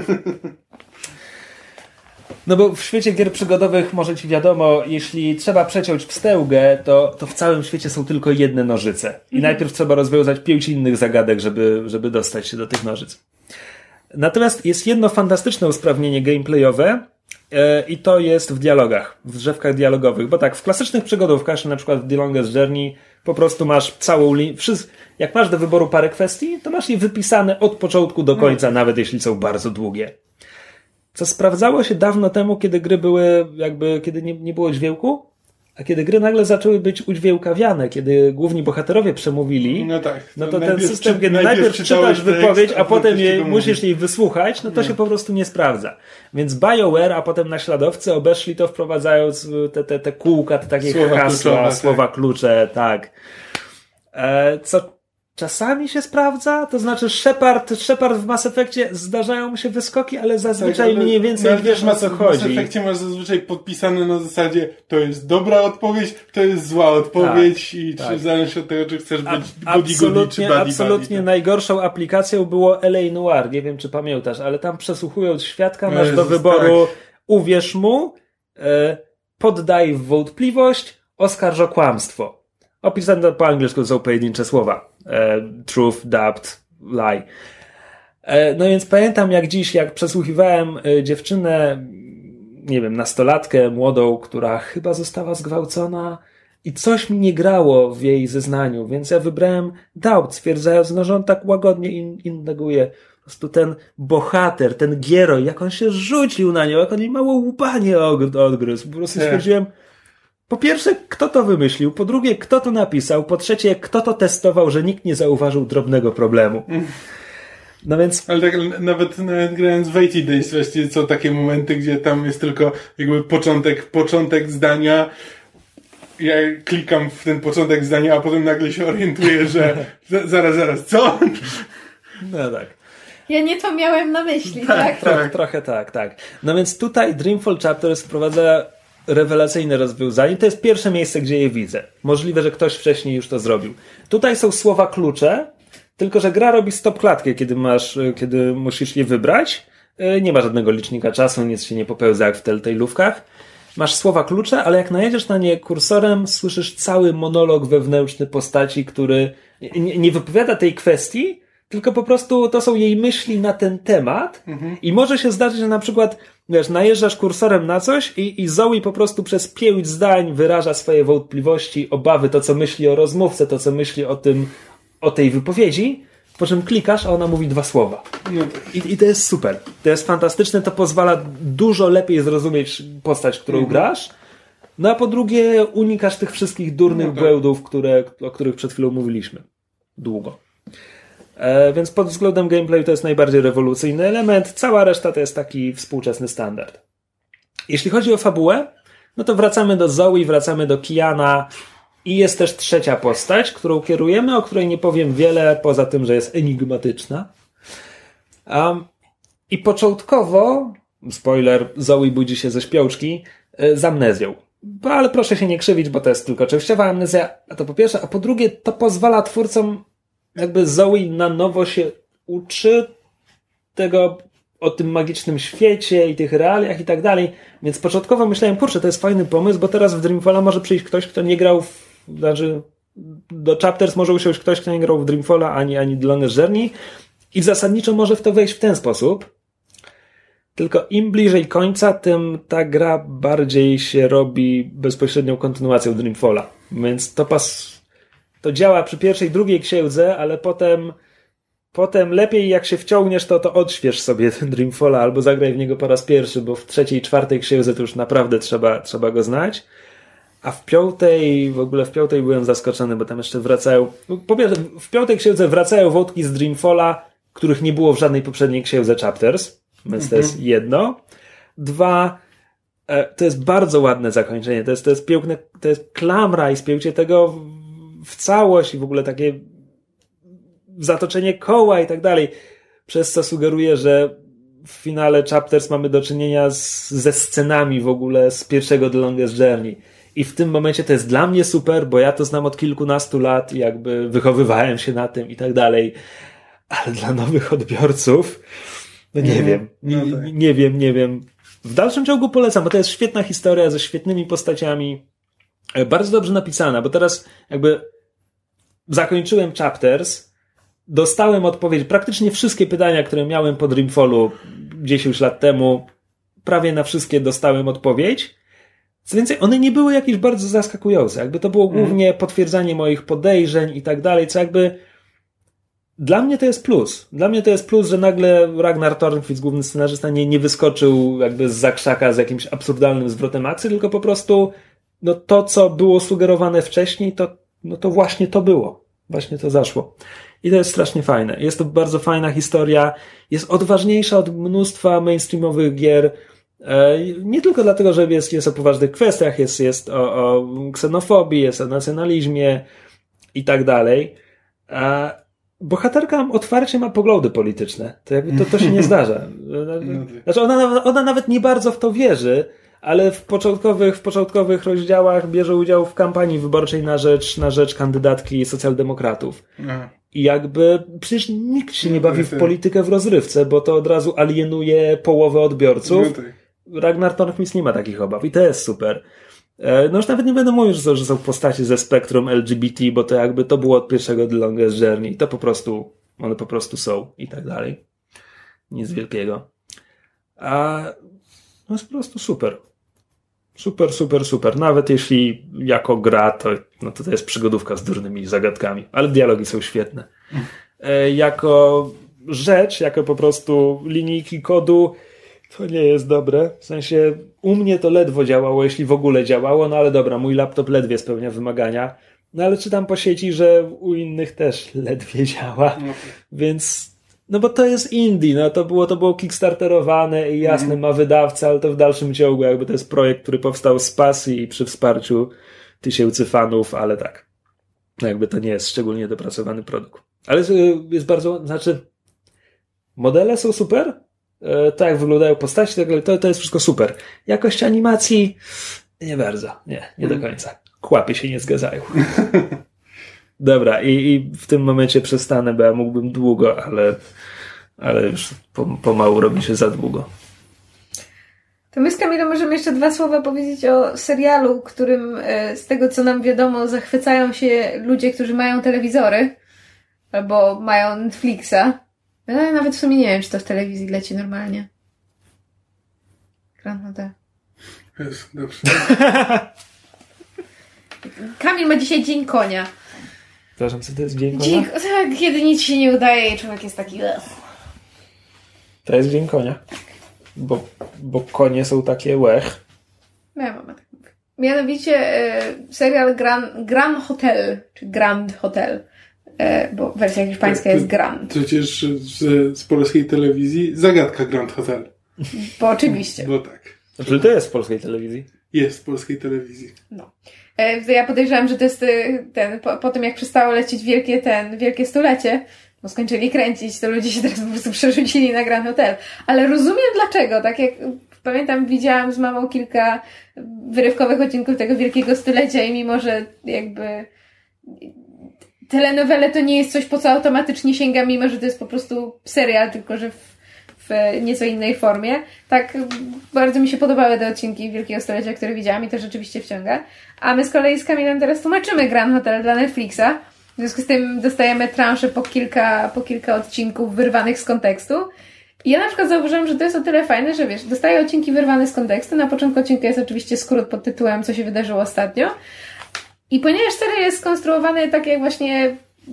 No bo w świecie gier przygodowych, może ci wiadomo, jeśli trzeba przeciąć wstęgę, to, to w całym świecie są tylko jedne nożyce. I mm. najpierw trzeba rozwiązać pięć innych zagadek, żeby, żeby dostać się do tych nożyc. Natomiast jest jedno fantastyczne usprawnienie gameplayowe yy, i to jest w dialogach, w drzewkach dialogowych. Bo tak, w klasycznych przygodówkach, na przykład w The Longest Journey, po prostu masz całą linię. Jak masz do wyboru parę kwestii, to masz je wypisane od początku do końca, mm. nawet jeśli są bardzo długie. Co sprawdzało się dawno temu, kiedy gry były jakby, kiedy nie, nie było dźwięku, a kiedy gry nagle zaczęły być udźwiękawiane, kiedy główni bohaterowie przemówili, no tak, no to ten system, kiedy najpierw, najpierw czytasz wypowiedź, tekst, a, a potem je, musisz jej wysłuchać, no to no. się po prostu nie sprawdza. Więc BioWare, a potem naśladowcy obeszli to, wprowadzając te, te, te kółka, te takie słowa hasła, kluczowe, słowa tak. klucze, tak. E, co czasami się sprawdza, to znaczy Shepard, Shepard w Mass Effectie zdarzają mu się wyskoki, ale zazwyczaj tak, ale, mniej więcej no, wiesz, o co chodzi. W Mass Effectie masz zazwyczaj podpisane na zasadzie to jest dobra odpowiedź, to jest zła odpowiedź tak, i tak. czy zależy od tego, czy chcesz być A, goody goody, czy buddy Absolutnie buddy. Najgorszą aplikacją było L A Noire, nie wiem czy pamiętasz, ale tam przesłuchując świadka masz Jezus, do wyboru tak. uwierz mu, e, poddaj w wątpliwość, oskarż o kłamstwo. Opisane po angielsku są pojedyncze słowa. E, truth, doubt, lie. E, no więc pamiętam jak dziś, jak przesłuchiwałem e, dziewczynę, nie wiem, nastolatkę młodą, która chyba została zgwałcona i coś mi nie grało w jej zeznaniu, więc ja wybrałem doubt, stwierdzając, no, że on tak łagodnie in, in neguje. Po prostu ten bohater, ten gieroj, jak on się rzucił na nią, jak on jej mało łupanie odgryzł. Po prostu stwierdziłem, po pierwsze, kto to wymyślił, po drugie, kto to napisał, po trzecie, kto to testował, że nikt nie zauważył drobnego problemu. No więc... Ale tak nawet, nawet grając w eighty Days właściwie są takie momenty, gdzie tam jest tylko jakby początek, początek zdania. Ja klikam w ten początek zdania, a potem nagle się orientuję, że zaraz, zaraz, co? No tak. Ja nie to miałem na myśli, tak? tak? Trochę, trochę tak, tak. No więc tutaj Dreamfall Chapters wprowadza rewelacyjne rozwiązanie. To jest pierwsze miejsce, gdzie je widzę. Możliwe, że ktoś wcześniej już to zrobił. Tutaj są słowa klucze, tylko że gra robi stop klatkę, kiedy masz, kiedy musisz je wybrać. Nie ma żadnego licznika czasu, nic się nie popełza jak w Telltale'ówkach. Masz słowa klucze, ale jak najedziesz na nie kursorem, słyszysz cały monolog wewnętrzny postaci, który nie, nie wypowiada tej kwestii, tylko po prostu to są jej myśli na ten temat mhm. i może się zdarzyć, że na przykład wiesz, najeżdżasz kursorem na coś i, i Zoe po prostu przez pięć zdań wyraża swoje wątpliwości, obawy, to co myśli o rozmówce, to co myśli o tym, o tej wypowiedzi, po czym klikasz, a ona mówi dwa słowa. No. I, I to jest super. To jest fantastyczne, to pozwala dużo lepiej zrozumieć postać, którą mhm. grasz. No a po drugie unikasz tych wszystkich durnych no tak. błędów, które, o których przed chwilą mówiliśmy. Długo. E, więc pod względem gameplayu to jest najbardziej rewolucyjny element. Cała reszta to jest taki współczesny standard. Jeśli chodzi o fabułę, no to wracamy do Zoe, wracamy do Kiana i jest też trzecia postać, którą kierujemy, o której nie powiem wiele, poza tym, że jest enigmatyczna. Um, I początkowo, spoiler, Zoe budzi się ze śpiączki e, z amnezją. Ale proszę się nie krzywić, bo to jest tylko częściowa amnezja, a to po pierwsze, a po drugie to pozwala twórcom jakby Zoe na nowo się uczy tego o tym magicznym świecie i tych realiach i tak dalej. Więc początkowo myślałem, kurczę, to jest fajny pomysł, bo teraz w Dreamfalla może przyjść ktoś, kto nie grał w, znaczy do Chapters może usiąść ktoś, kto nie grał w Dreamfalla ani, ani The Longest Journey i zasadniczo może w to wejść w ten sposób. Tylko im bliżej końca, tym ta gra bardziej się robi bezpośrednią kontynuacją Dreamfalla. Więc to pas... To działa przy pierwszej, drugiej księdze, ale potem potem lepiej jak się wciągniesz, to to odśwież sobie ten Dreamfalla albo zagraj w niego po raz pierwszy, bo w trzeciej, czwartej księdze to już naprawdę trzeba, trzeba go znać. A w piątej, w ogóle w piątej byłem zaskoczony, bo tam jeszcze wracają, po pierwsze, w piątej księdze wracają wątki z Dreamfalla, których nie było w żadnej poprzedniej księdze Chapters, więc to jest jedno. Dwa, to jest bardzo ładne zakończenie, to jest, to jest piękne, to jest klamra i spięcie tego w całość i w ogóle takie zatoczenie koła i tak dalej, przez co sugeruje, że w finale Chapters mamy do czynienia z, ze scenami w ogóle z pierwszego The Longest Journey. I w tym momencie to jest dla mnie super, bo ja to znam od kilkunastu lat i jakby wychowywałem się na tym i tak dalej. Ale dla nowych odbiorców, no nie mm, wiem, nie, no tak. nie wiem, nie wiem. W dalszym ciągu polecam, bo to jest świetna historia ze świetnymi postaciami. Bardzo dobrze napisana, bo teraz jakby zakończyłem Chapters, dostałem odpowiedź, praktycznie wszystkie pytania, które miałem po Dreamfallu dziesięć lat temu, prawie na wszystkie dostałem odpowiedź. Co więcej, one nie były jakieś bardzo zaskakujące. Jakby to było głównie mm. potwierdzanie moich podejrzeń i tak dalej, co jakby dla mnie to jest plus. Dla mnie to jest plus, że nagle Ragnar Tornquist, główny scenarzysta, nie, nie wyskoczył jakby z zakrzaka z jakimś absurdalnym zwrotem akcji, tylko po prostu no to, co było sugerowane wcześniej, to, no to właśnie to było. Właśnie to zaszło. I to jest strasznie fajne. Jest to bardzo fajna historia. Jest odważniejsza od mnóstwa mainstreamowych gier. Nie tylko dlatego, że jest, jest o poważnych kwestiach, jest, jest o, o ksenofobii, jest o nacjonalizmie i tak dalej. A bohaterka otwarcie ma poglądy polityczne. To jakby to, to się nie zdarza. Znaczy ona, ona nawet nie bardzo w to wierzy, ale w początkowych, w początkowych rozdziałach bierze udział w kampanii wyborczej na rzecz, na rzecz kandydatki socjaldemokratów. Aha. I jakby przecież nikt się nie bawi w politykę w rozrywce, bo to od razu alienuje połowę odbiorców. No tak. Ragnar Tornquist nie ma takich obaw i to jest super. No już nawet nie będę mówił, że są, że są postacie ze spektrum L G B T, bo to jakby to było od pierwszego The Longest Journey. To po prostu, one po prostu są i tak dalej. Nic wielkiego. A no jest po prostu super. Super, super, super. Nawet jeśli jako gra, to, no to, to jest przygodówka z durnymi zagadkami, ale dialogi są świetne. E, jako rzecz, jako po prostu linijki kodu, to nie jest dobre. W sensie u mnie to ledwo działało, jeśli w ogóle działało, no ale dobra, mój laptop ledwie spełnia wymagania. No ale czytam po sieci, że u innych też ledwie działa. Okay. Więc no bo to jest indie, no to było, to było kickstarterowane i jasne, mm. ma wydawcę, ale to w dalszym ciągu jakby to jest projekt, który powstał z pasji i przy wsparciu tysięcy fanów, ale tak. No jakby to nie jest szczególnie dopracowany produkt. Ale jest bardzo, znaczy modele są super, tak jak wyglądają postaci, to, to jest wszystko super. Jakość animacji nie bardzo, nie, nie do końca. Kłapy się nie zgadzają. Dobra, i, i w tym momencie przestanę, bo ja mógłbym długo, ale, ale już pomału robi się za długo. To my z Kamilą możemy jeszcze dwa słowa powiedzieć o serialu, którym z tego co nam wiadomo zachwycają się ludzie, którzy mają telewizory albo mają Netflixa. Ja nawet w sumie nie wiem, czy to w telewizji leci normalnie. Grand Hotel. Jest, dobrze. Kamil ma dzisiaj dzień konia. Przepraszam, co to jest dzień konia? Dzień, tak, kiedy nic się nie udaje i człowiek jest taki... To jest dzień konia. Bo, bo konie są takie łech. Moja mama tak mówi. Mianowicie e, serial Grand, Grand Hotel, czy Grand Hotel, e, bo wersja hiszpańska jest Grand. Przecież z, z polskiej telewizji zagadka Grand Hotel. Bo oczywiście. Bo tak. Znaczy to jest w polskiej telewizji? Jest w polskiej telewizji. No. E, ja podejrzewam, że to jest ten, po, po tym jak przestało lecieć wielkie ten, wielkie stulecie, bo skończyli kręcić, to ludzie się teraz po prostu przerzucili na Grand Hotel. Ale rozumiem dlaczego, tak jak pamiętam, widziałam z mamą kilka wyrywkowych odcinków tego wielkiego stulecia i mimo, że jakby telenowele to nie jest coś, po co automatycznie sięga, mimo że to jest po prostu serial, tylko że w, w nieco innej formie. Tak bardzo mi się podobały te odcinki Wielkiego Stulecia, które widziałam i to rzeczywiście wciąga. A my z kolei z Kamilem teraz tłumaczymy Grand Hotel dla Netflixa. W związku z tym dostajemy transze po kilka, po kilka odcinków wyrwanych z kontekstu. I ja na przykład zauważyłam, że to jest o tyle fajne, że wiesz, dostaję odcinki wyrwane z kontekstu. Na początku odcinka jest oczywiście skrót pod tytułem Co się wydarzyło ostatnio. I ponieważ serial jest skonstruowany tak jak właśnie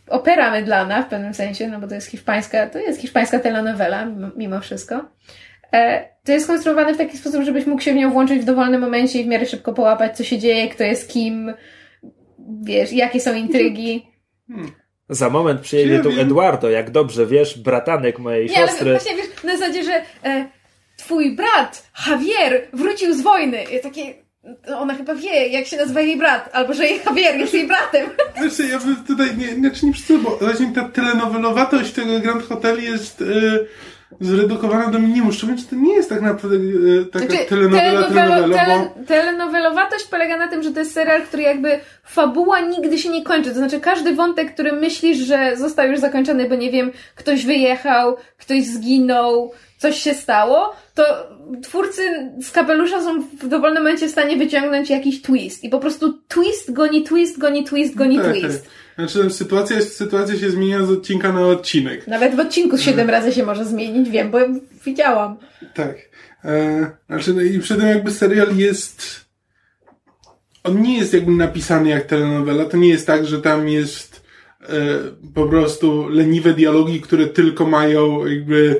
opera mydlana w pewnym sensie, no bo to jest hiszpańska, to jest hiszpańska telenowela mimo, mimo wszystko. E, to jest konstruowane w taki sposób, żebyś mógł się w nią włączyć w dowolnym momencie i w miarę szybko połapać, co się dzieje, kto jest kim, wiesz, jakie są intrygi. Hmm. Za moment przyjedzie tu Eduardo, jak dobrze wiesz, bratanek mojej nie, siostry. Ale właśnie wiesz, na zasadzie, że e, twój brat, Javier, wrócił z wojny. I takie, ona chyba wie, jak się nazywa jej brat, albo że jej Javier jest jej bratem. Wiesz, ja bym tutaj nie, znaczy nie przystępuję, bo właśnie ta telenowelowatość tego Grand Hotel jest yy, zredukowana do minimum. Szczególnie, że to nie jest tak naprawdę yy, taka znaczy, telenowela, telenowela, tele, bo... Telenowelowatość polega na tym, że to jest serial, który jakby fabuła nigdy się nie kończy. To znaczy każdy wątek, który myślisz, że został już zakończony, bo nie wiem, ktoś wyjechał, ktoś zginął, coś się stało, to twórcy z kapelusza są w dowolnym momencie w stanie wyciągnąć jakiś twist. I po prostu twist goni twist, goni twist, goni tak, twist. Tak. Znaczy sytuacja, jest, sytuacja się zmienia z odcinka na odcinek. Nawet w odcinku siedem razy się może zmienić, wiem, bo widziałam. Tak. E, znaczy, no i przy tym jakby serial jest... On nie jest jakby napisany jak telenowela. To nie jest tak, że tam jest e, po prostu leniwe dialogi, które tylko mają jakby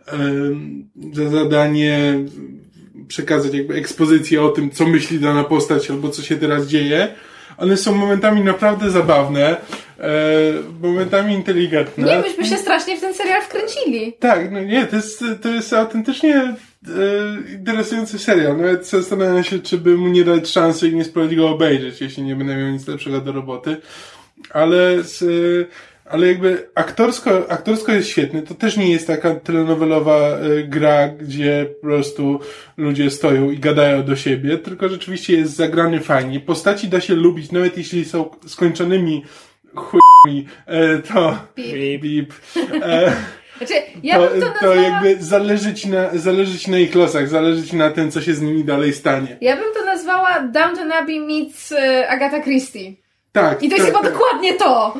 za zadanie przekazać jakby ekspozycję o tym, co myśli dana postać albo co się teraz dzieje. One są momentami naprawdę zabawne, momentami inteligentne. Nie, myśmy się strasznie w ten serial wkręcili. Tak, no nie, to jest, to jest autentycznie interesujący serial. Nawet zastanawiam się, czy by mu nie dać szansy i nie spróbować go obejrzeć, jeśli nie będę miał nic lepszego do roboty. Ale z, Ale jakby aktorsko, aktorsko jest świetny. To też nie jest taka telenowelowa y, gra, gdzie po prostu ludzie stoją i gadają do siebie, tylko rzeczywiście jest zagrany fajnie. Postaci da się lubić, nawet jeśli są skończonymi chujami, e, to Beep. beep. E, znaczy, ja to, bym to, to nazwała... jakby zależy ci, na, zależy ci na ich losach, zależy ci na tym, co się z nimi dalej stanie. Ja bym to nazwała Downton Abbey meets y, Agatha Christie. Tak. I to jest tak, chyba tak. dokładnie to.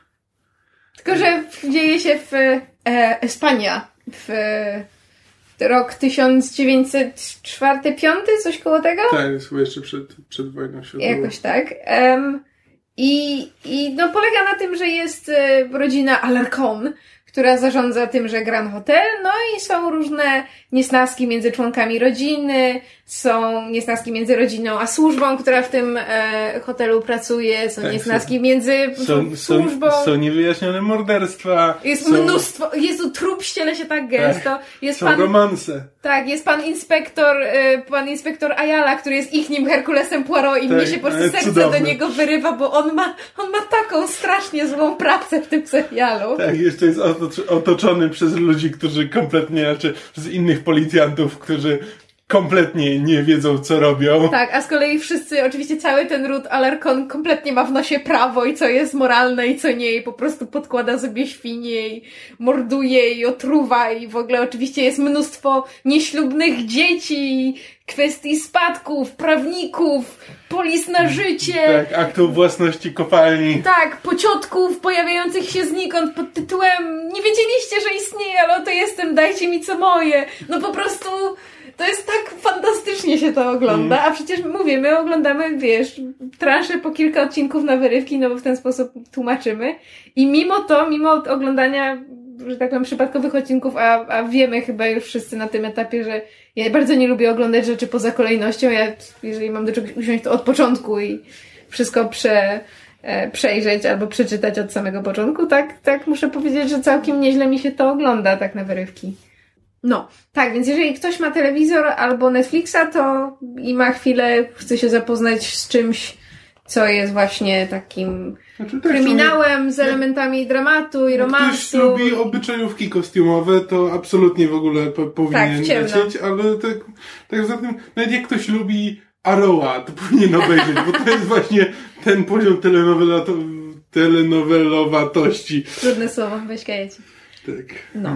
Tylko, że dzieje się w e, Espania w e, rok tysiąc dziewięćset czwarty piąty, coś koło tego? Tak, jest chyba jeszcze przed, przed wojną światową. Jakoś tak. Um, i, I no polega na tym, że jest e, rodzina Alarcon, która zarządza tymże Grand Hotel, no i są różne niesnaski między członkami rodziny, są niesnaski między rodziną a służbą, która w tym e, hotelu pracuje, są tak, niesnaski są, między są, służbą. Są, są niewyjaśnione morderstwa. Jest są, mnóstwo, Jezu, trup ściele się tak gęsto. Tak, jest są pan, romanse. Tak, jest pan inspektor, y, pan inspektor Ayala, który jest ichnim Herkulesem Poirot i tak, mnie się po prostu serce cudowny. do niego wyrywa, bo on ma, on ma taką strasznie złą pracę w tym serialu. Tak, jeszcze jest otoczony przez ludzi, którzy kompletnie, znaczy przez innych policjantów, którzy kompletnie nie wiedzą, co robią. Tak, a z kolei wszyscy, oczywiście cały ten ród Alarcon kompletnie ma w nosie prawo i co jest moralne i co nie i po prostu podkłada sobie świnie i morduje i otruwa i w ogóle oczywiście jest mnóstwo nieślubnych dzieci, kwestii spadków, prawników, polis na życie. Tak, aktów własności kopalni. Tak, pociotków pojawiających się znikąd pod tytułem nie wiedzieliście, że istnieje, ale oto jestem, dajcie mi co moje. No po prostu to jest tak fantastycznie się to ogląda, mm. a przecież mówię, my oglądamy, wiesz, transze po kilka odcinków na wyrywki, no bo w ten sposób tłumaczymy i mimo to, mimo oglądania, że tak powiem, przypadkowych odcinków, a, a wiemy chyba już wszyscy na tym etapie, że ja bardzo nie lubię oglądać rzeczy poza kolejnością, ja jeżeli mam do czegoś usiąść, to od początku i wszystko prze, e, przejrzeć albo przeczytać od samego początku, tak, tak muszę powiedzieć, że całkiem nieźle mi się to ogląda, tak na wyrywki. No, tak, więc jeżeli ktoś ma telewizor albo Netflixa, to i ma chwilę, chce się zapoznać z czymś, co jest właśnie takim znaczy, tak, kryminałem z elementami dramatu i romansu. Jak ktoś lubi obyczajówki kostiumowe, to absolutnie w ogóle po, powinien tak, lecieć, ale tak, tak zatem, nawet jak ktoś lubi Arrowa, to powinien obejrzeć, bo to jest właśnie ten poziom telenowela, telenowelowatości. Trudne słowo, weź kajecie. Tak. No.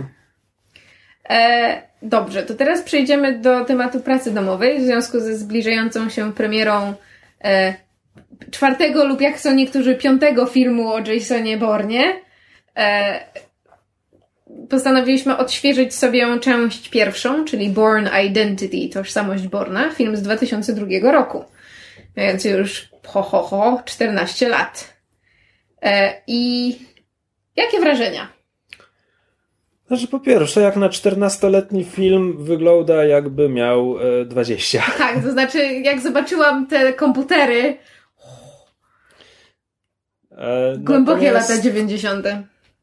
E, dobrze, to teraz przejdziemy do tematu pracy domowej w związku ze zbliżającą się premierą e, czwartego lub jak są niektórzy piątego filmu o Jasonie Bournie. E, postanowiliśmy odświeżyć sobie część pierwszą, czyli Bourne Identity, tożsamość Bourna, film z dwa tysiące drugiego roku, mający już ho ho ho czternaście lat. E, I Jakie wrażenia? Znaczy, po pierwsze, jak na czternastoletni film wygląda, jakby miał e, dwadzieścia. Tak, to znaczy, jak zobaczyłam te komputery, E, głębokie natomiast, lata dziewięćdziesiąte.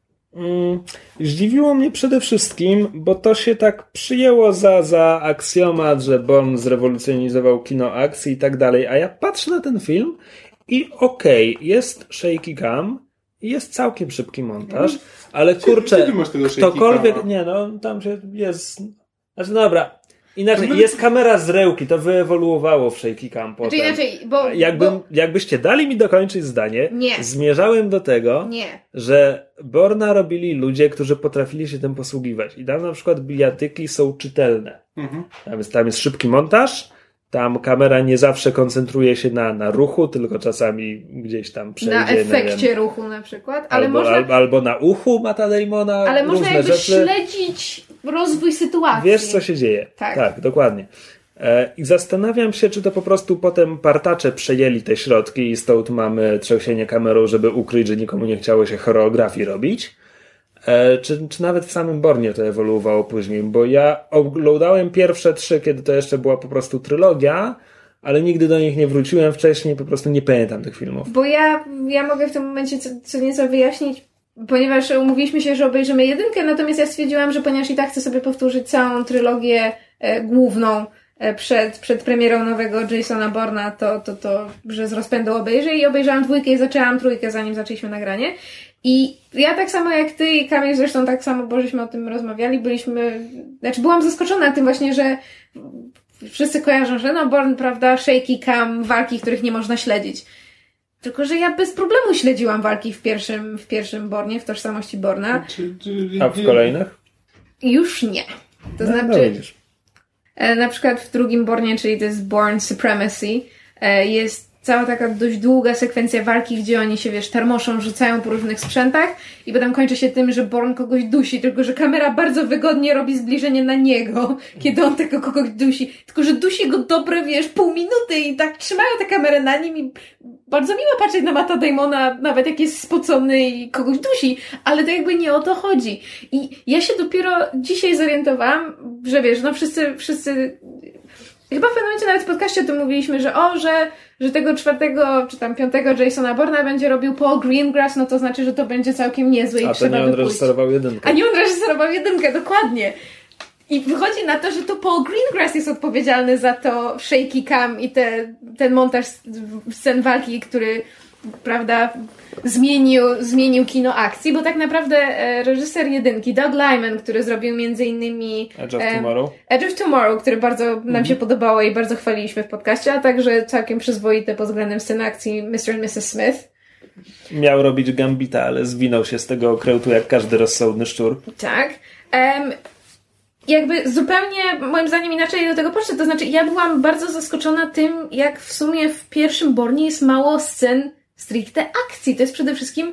Mm, zdziwiło mnie przede wszystkim, bo to się tak przyjęło za, za aksjomat, że Bourne zrewolucjonizował kino akcji i tak dalej, a ja patrzę na ten film i okej, okay, jest shaky cam, jest całkiem szybki montaż, ale kurczę, Gdzie ty masz tego shaky ktokolwiek, cama? nie no, tam się jest, znaczy dobra, inaczej, No, jest kamera z rełki, to wyewoluowało w shaky cam potem. Znaczy inaczej, bo... Jakbym, bo... Jakbyście dali mi dokończyć zdanie, Nie. zmierzałem do tego, Nie. że Bourna robili ludzie, którzy potrafili się tym posługiwać. I tam na przykład bijatyki są czytelne. Mhm. Tam jest, tam jest szybki montaż, tam kamera nie zawsze koncentruje się na, na ruchu, tylko czasami gdzieś tam przejdzie. Na efekcie nie wiem, ruchu na przykład, ale albo, można... al, albo na uchu Matta Damona, Ale można różne jakby rzeczy. śledzić rozwój sytuacji. Wiesz, co się dzieje. Tak. Tak, dokładnie. E, I zastanawiam się, czy to po prostu potem partacze przejęli te środki i stąd mamy trzęsienie kamerą, żeby ukryć, że nikomu nie chciało się choreografii robić. E, czy, czy nawet w samym Bournie to ewoluowało później, bo ja oglądałem pierwsze trzy, kiedy to jeszcze była po prostu trylogia, ale nigdy do nich nie wróciłem wcześniej, po prostu nie pamiętam tych filmów. Bo ja, ja mogę w tym momencie co, co nieco wyjaśnić, ponieważ umówiliśmy się, że obejrzymy jedynkę, natomiast ja stwierdziłam, że ponieważ i tak chcę sobie powtórzyć całą trylogię e, główną e, przed, przed premierą nowego Jasona Bourna, to, to, to, że z rozpędu obejrzę i obejrzałam dwójkę i zaczęłam trójkę, zanim zaczęliśmy nagranie. I ja tak samo jak ty i Kamil zresztą tak samo, bo żeśmy o tym rozmawiali, byliśmy, znaczy byłam zaskoczona tym właśnie, że wszyscy kojarzą, że no Bourne, prawda, shaky cam, walki, których nie można śledzić. Tylko, że ja bez problemu śledziłam walki w pierwszym, w pierwszym Bournie, w tożsamości Bourna. Czy, czy, A w kolejnych? Już nie. To No, znaczy, no widzisz. e, na przykład w drugim Bournie, czyli to jest Bourne Supremacy, e, jest cała taka dość długa sekwencja walki, gdzie oni się, wiesz, tarmoszą, rzucają po różnych sprzętach i potem kończy się tym, że Bourne kogoś dusi, tylko że kamera bardzo wygodnie robi zbliżenie na niego, kiedy on tego kogoś dusi. Tylko, że dusi go dobre, wiesz, pół minuty i tak trzymają tę kamerę na nim i bardzo miło patrzeć na Matta Damona, nawet jak jest spocony i kogoś dusi, ale to jakby nie o to chodzi. I ja się dopiero dzisiaj zorientowałam, że wiesz, no wszyscy, wszyscy... Chyba w pewnym momencie nawet w podcaście o tym mówiliśmy, że o, że, że tego czwartego czy tam piątego Jasona Bourna będzie robił Paul Greengrass, no to znaczy, że to będzie całkiem niezłe i A to trzeba nie by on pójść. reżyserował jedynkę. A nie on reżyserował jedynkę, dokładnie. I wychodzi na to, że to Paul Greengrass jest odpowiedzialny za to shaky cam i te, ten montaż scen walki, który, prawda, zmienił, zmienił kino akcji, bo tak naprawdę e, reżyser jedynki, Doug Liman, który zrobił między innymi Edge of e, Tomorrow. Edge of Tomorrow, który bardzo nam Mhm. się podobało i bardzo chwaliliśmy w podcaście, a także całkiem przyzwoite pod względem scen akcji mister and missus Smith. Miał robić Gambita, ale zwinął się z tego okrętu jak każdy rozsądny szczur. Tak. Um, jakby zupełnie, moim zdaniem, inaczej do tego podszedł. To znaczy, ja byłam bardzo zaskoczona tym, jak w sumie w pierwszym Bournie jest mało scen stricte akcji. To jest przede wszystkim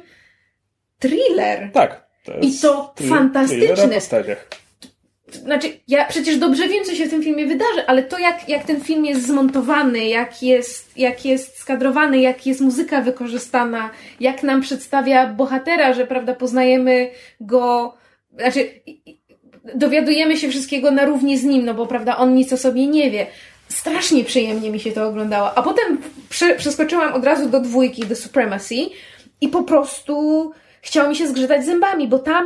thriller. Tak. To jest I to thriller- fantastyczny. thriller o postaciach. Znaczy, ja przecież dobrze wiem, co się w tym filmie wydarzy, ale to, jak, jak ten film jest zmontowany, jak jest, jak jest skadrowany, jak jest muzyka wykorzystana, jak nam przedstawia bohatera, że, prawda, poznajemy go, znaczy, dowiadujemy się wszystkiego na równi z nim, no bo, prawda, on nic o sobie nie wie. Strasznie przyjemnie mi się to oglądało. A potem prze, przeskoczyłam od razu do dwójki, do Supremacy i po prostu chciało mi się zgrzytać zębami, bo tam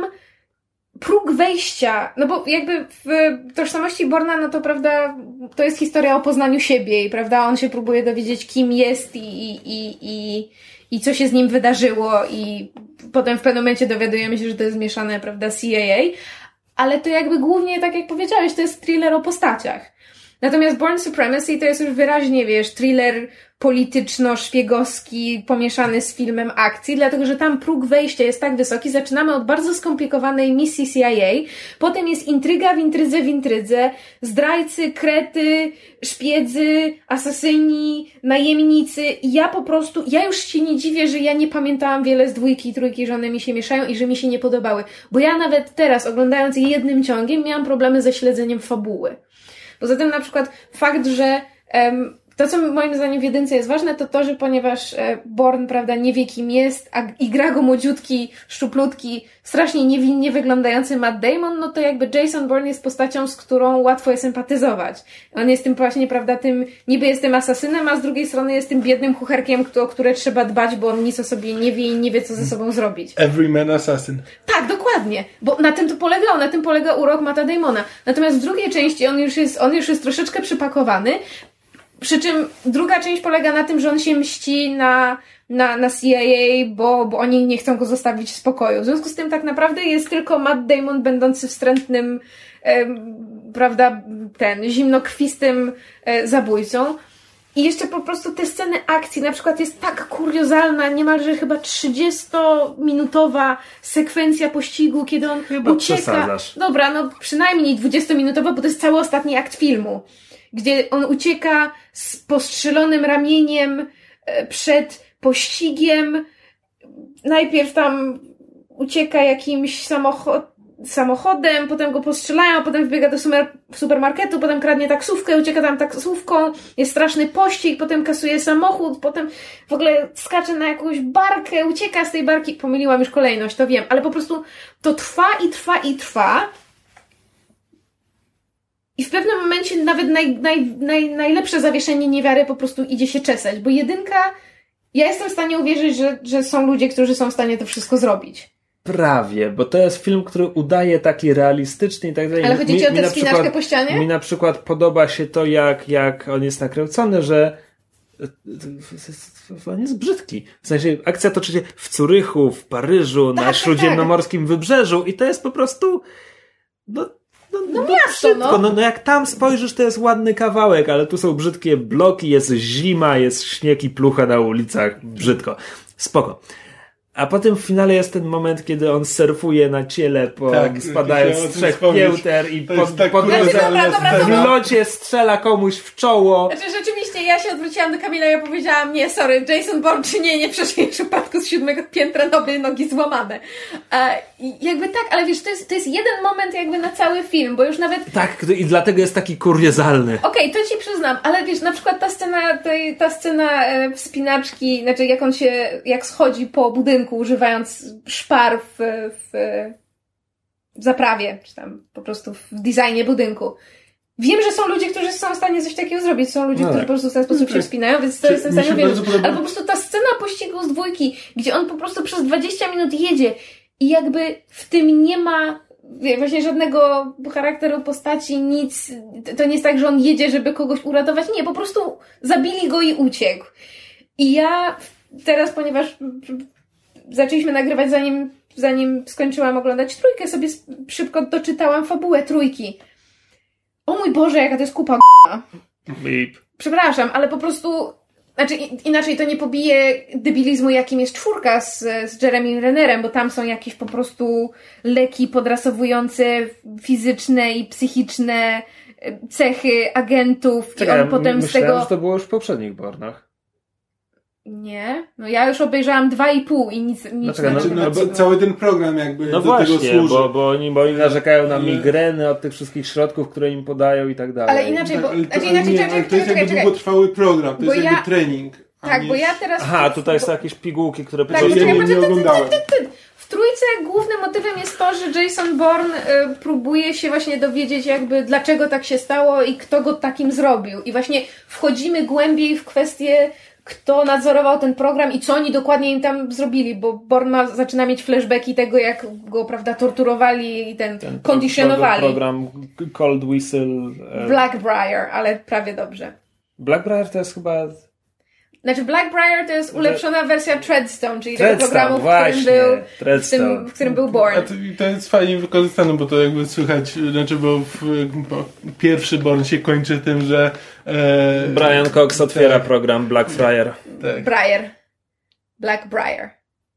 próg wejścia, no bo jakby w tożsamości Bourna, no to prawda, to jest historia o poznaniu siebie i prawda, on się próbuje dowiedzieć, kim jest i, i, i, i, i co się z nim wydarzyło i potem w pewnym momencie dowiadujemy się, że to jest mieszane, prawda, C I A, ale to jakby głównie, tak jak powiedziałeś, to jest thriller o postaciach. Natomiast Bourne Supremacy to jest już wyraźnie, wiesz, thriller polityczno-szpiegowski pomieszany z filmem akcji, dlatego że tam próg wejścia jest tak wysoki. Zaczynamy od bardzo skomplikowanej misji C I A, potem jest intryga w intrydze w intrydze, zdrajcy, krety, szpiedzy, asasyni, najemnicy i ja po prostu, ja już się nie dziwię, że ja nie pamiętałam wiele z dwójki i trójki, że one mi się mieszają i że mi się nie podobały, bo ja nawet teraz, oglądając je jednym ciągiem, miałam problemy ze śledzeniem fabuły. Poza tym na przykład fakt, że um, to, co moim zdaniem w jedynce jest ważne, to to, że ponieważ Bourne, prawda, nie wie kim jest, a i gra go młodziutki, szczuplutki, strasznie niewinnie wyglądający Matt Damon, no to jakby Jason Bourne jest postacią, z którą łatwo jest empatyzować. On jest tym właśnie, prawda, tym, niby jest tym asasynem, a z drugiej strony jest tym biednym kucherkiem, o które trzeba dbać, bo on nic o sobie nie wie i nie wie, co ze sobą zrobić. Everyman assassin. Tak, dokładnie, bo na tym to polegało, na tym polega urok Matta Damona. Natomiast w drugiej części on już jest, on już jest troszeczkę przypakowany, przy czym druga część polega na tym, że on się mści na, na, na C I A, bo, bo oni nie chcą go zostawić w spokoju. W związku z tym tak naprawdę jest tylko Matt Damon będący wstrętnym, e, prawda, ten, zimnokrwistym e, zabójcą. I jeszcze po prostu te sceny akcji, na przykład jest tak kuriozalna, niemalże chyba trzydziestominutowa sekwencja pościgu, kiedy on chyba ucieka. Przesadzasz. Dobra, no przynajmniej dwudziestominutowa, bo to jest cały ostatni akt filmu, gdzie on ucieka z postrzelonym ramieniem przed pościgiem. Najpierw tam ucieka jakimś samochod, samochodem, potem go postrzelają, potem wbiega do super, supermarketu, potem kradnie taksówkę, ucieka tam taksówką, jest straszny pościg, potem kasuje samochód, potem w ogóle skacze na jakąś barkę, ucieka z tej barki. Pomyliłam już kolejność, to wiem, ale po prostu to trwa i trwa i trwa. I w pewnym momencie nawet naj, naj, naj, najlepsze zawieszenie niewiary po prostu idzie się czesać, bo jedynka, ja jestem w stanie uwierzyć, że, że są ludzie, którzy są w stanie to wszystko zrobić. Prawie, bo to jest film, który udaje taki realistyczny i tak dalej. Ale chodzi mi, ci o mi tę na wspinaczkę przykład, po ścianie? Mi na przykład podoba się to, jak, jak on jest nakręcony, że on jest brzydki. W sensie akcja toczy się w Curychu, w Paryżu, tak, na tak, śródziemnomorskim tak. wybrzeżu i to jest po prostu no, no, no, no miasto, no. no. No jak tam spojrzysz, to jest ładny kawałek, ale tu są brzydkie bloki, jest zima, jest śnieg i plucha na ulicach. Brzydko. Spoko. A potem w finale jest ten moment, kiedy on surfuje na ciele, po, tak, spadając z trzech pięter i pod, tak pod znaczy, dobra, dobra, w locie strzela komuś w czoło. Znaczy, rzeczywiście, ja się odwróciłam do Kamila i ja powiedziałam, nie, sorry, Jason Bourne czy nie, nie przeżyjesz w przypadku z siódmego piętra, noby nogi złamane. E, jakby tak, ale wiesz, to jest, to jest jeden moment jakby na cały film, bo już nawet... Tak, i dlatego jest taki kuriozalny. Okej, okay, to ci przyznam, ale wiesz, na przykład ta scena, tej, ta scena e, wspinaczki, znaczy jak on się, jak schodzi po budynku, używając szpar w, w, w zaprawie, czy tam po prostu w designie budynku. Wiem, że są ludzie, którzy są w stanie coś takiego zrobić. Są ludzie, no którzy tak. po prostu w ten sposób się wspinają, więc to jestem w stanie uwierzyć. Ale po prostu ta scena pościgu z dwójki, gdzie on po prostu przez dwadzieścia minut jedzie i jakby w tym nie ma właśnie żadnego charakteru postaci, nic. To nie jest tak, że on jedzie, żeby kogoś uratować. Nie, po prostu zabili go i uciekł. I ja teraz, ponieważ zaczęliśmy nagrywać zanim, zanim skończyłam oglądać trójkę, sobie szybko doczytałam fabułę trójki. O mój Boże, jaka to jest kupa g***a. Beep. Przepraszam, ale po prostu znaczy inaczej to nie pobije debilizmu, jakim jest czwórka z, z Jeremy Rennerem, bo tam są jakieś po prostu leki podrasowujące fizyczne i psychiczne cechy agentów. Czekaj, i on potem myślałem, z tego... że to było już w poprzednich Bornach. Nie, no ja już obejrzałam dwa i pół i nic, nic Dlaczego? na Znaczy, no, bo cały ten program jakby no do właśnie, tego służy. Bo, bo, oni, bo oni narzekają na migreny od tych wszystkich środków, które im podają i tak dalej. Ale inaczej, bo... Ale to, Znaczy, inaczej, nie, czekaj, ale to jest czekaj, jakby czekaj. długotrwały program, to Bo jest ja- jakby trening. a Tak, nie- bo ja teraz... Aha, tutaj są jakieś pigułki, które... Tak, To bo ja czekaj, nie, patrzę, nie ty, ty, oglądałem. ty, ty, ty. W trójce głównym motywem jest to, że Jason Bourne y, próbuje się właśnie dowiedzieć jakby dlaczego tak się stało i kto go takim zrobił. I właśnie wchodzimy głębiej w kwestię, kto nadzorował ten program i co oni dokładnie im tam zrobili, bo Bourne ma, zaczyna mieć flashbacki tego, jak go, prawda, torturowali i ten, ten kondycjonowali. program Cold Whistle... E... Blackbriar, ale prawie dobrze. Blackbriar to jest chyba... Znaczy Blackbriar to jest ulepszona wersja Treadstone, czyli Treadstone, tego programu, w właśnie, którym był, w Treadstone. tym, w którym był Bourne. A to, to jest fajnie wykorzystane, bo to jakby słychać, znaczy, bo, w, bo pierwszy Bourne się kończy tym, że e, Brian Cox otwiera tak. program Blackfriar. Tak. Briar. Blackbriar.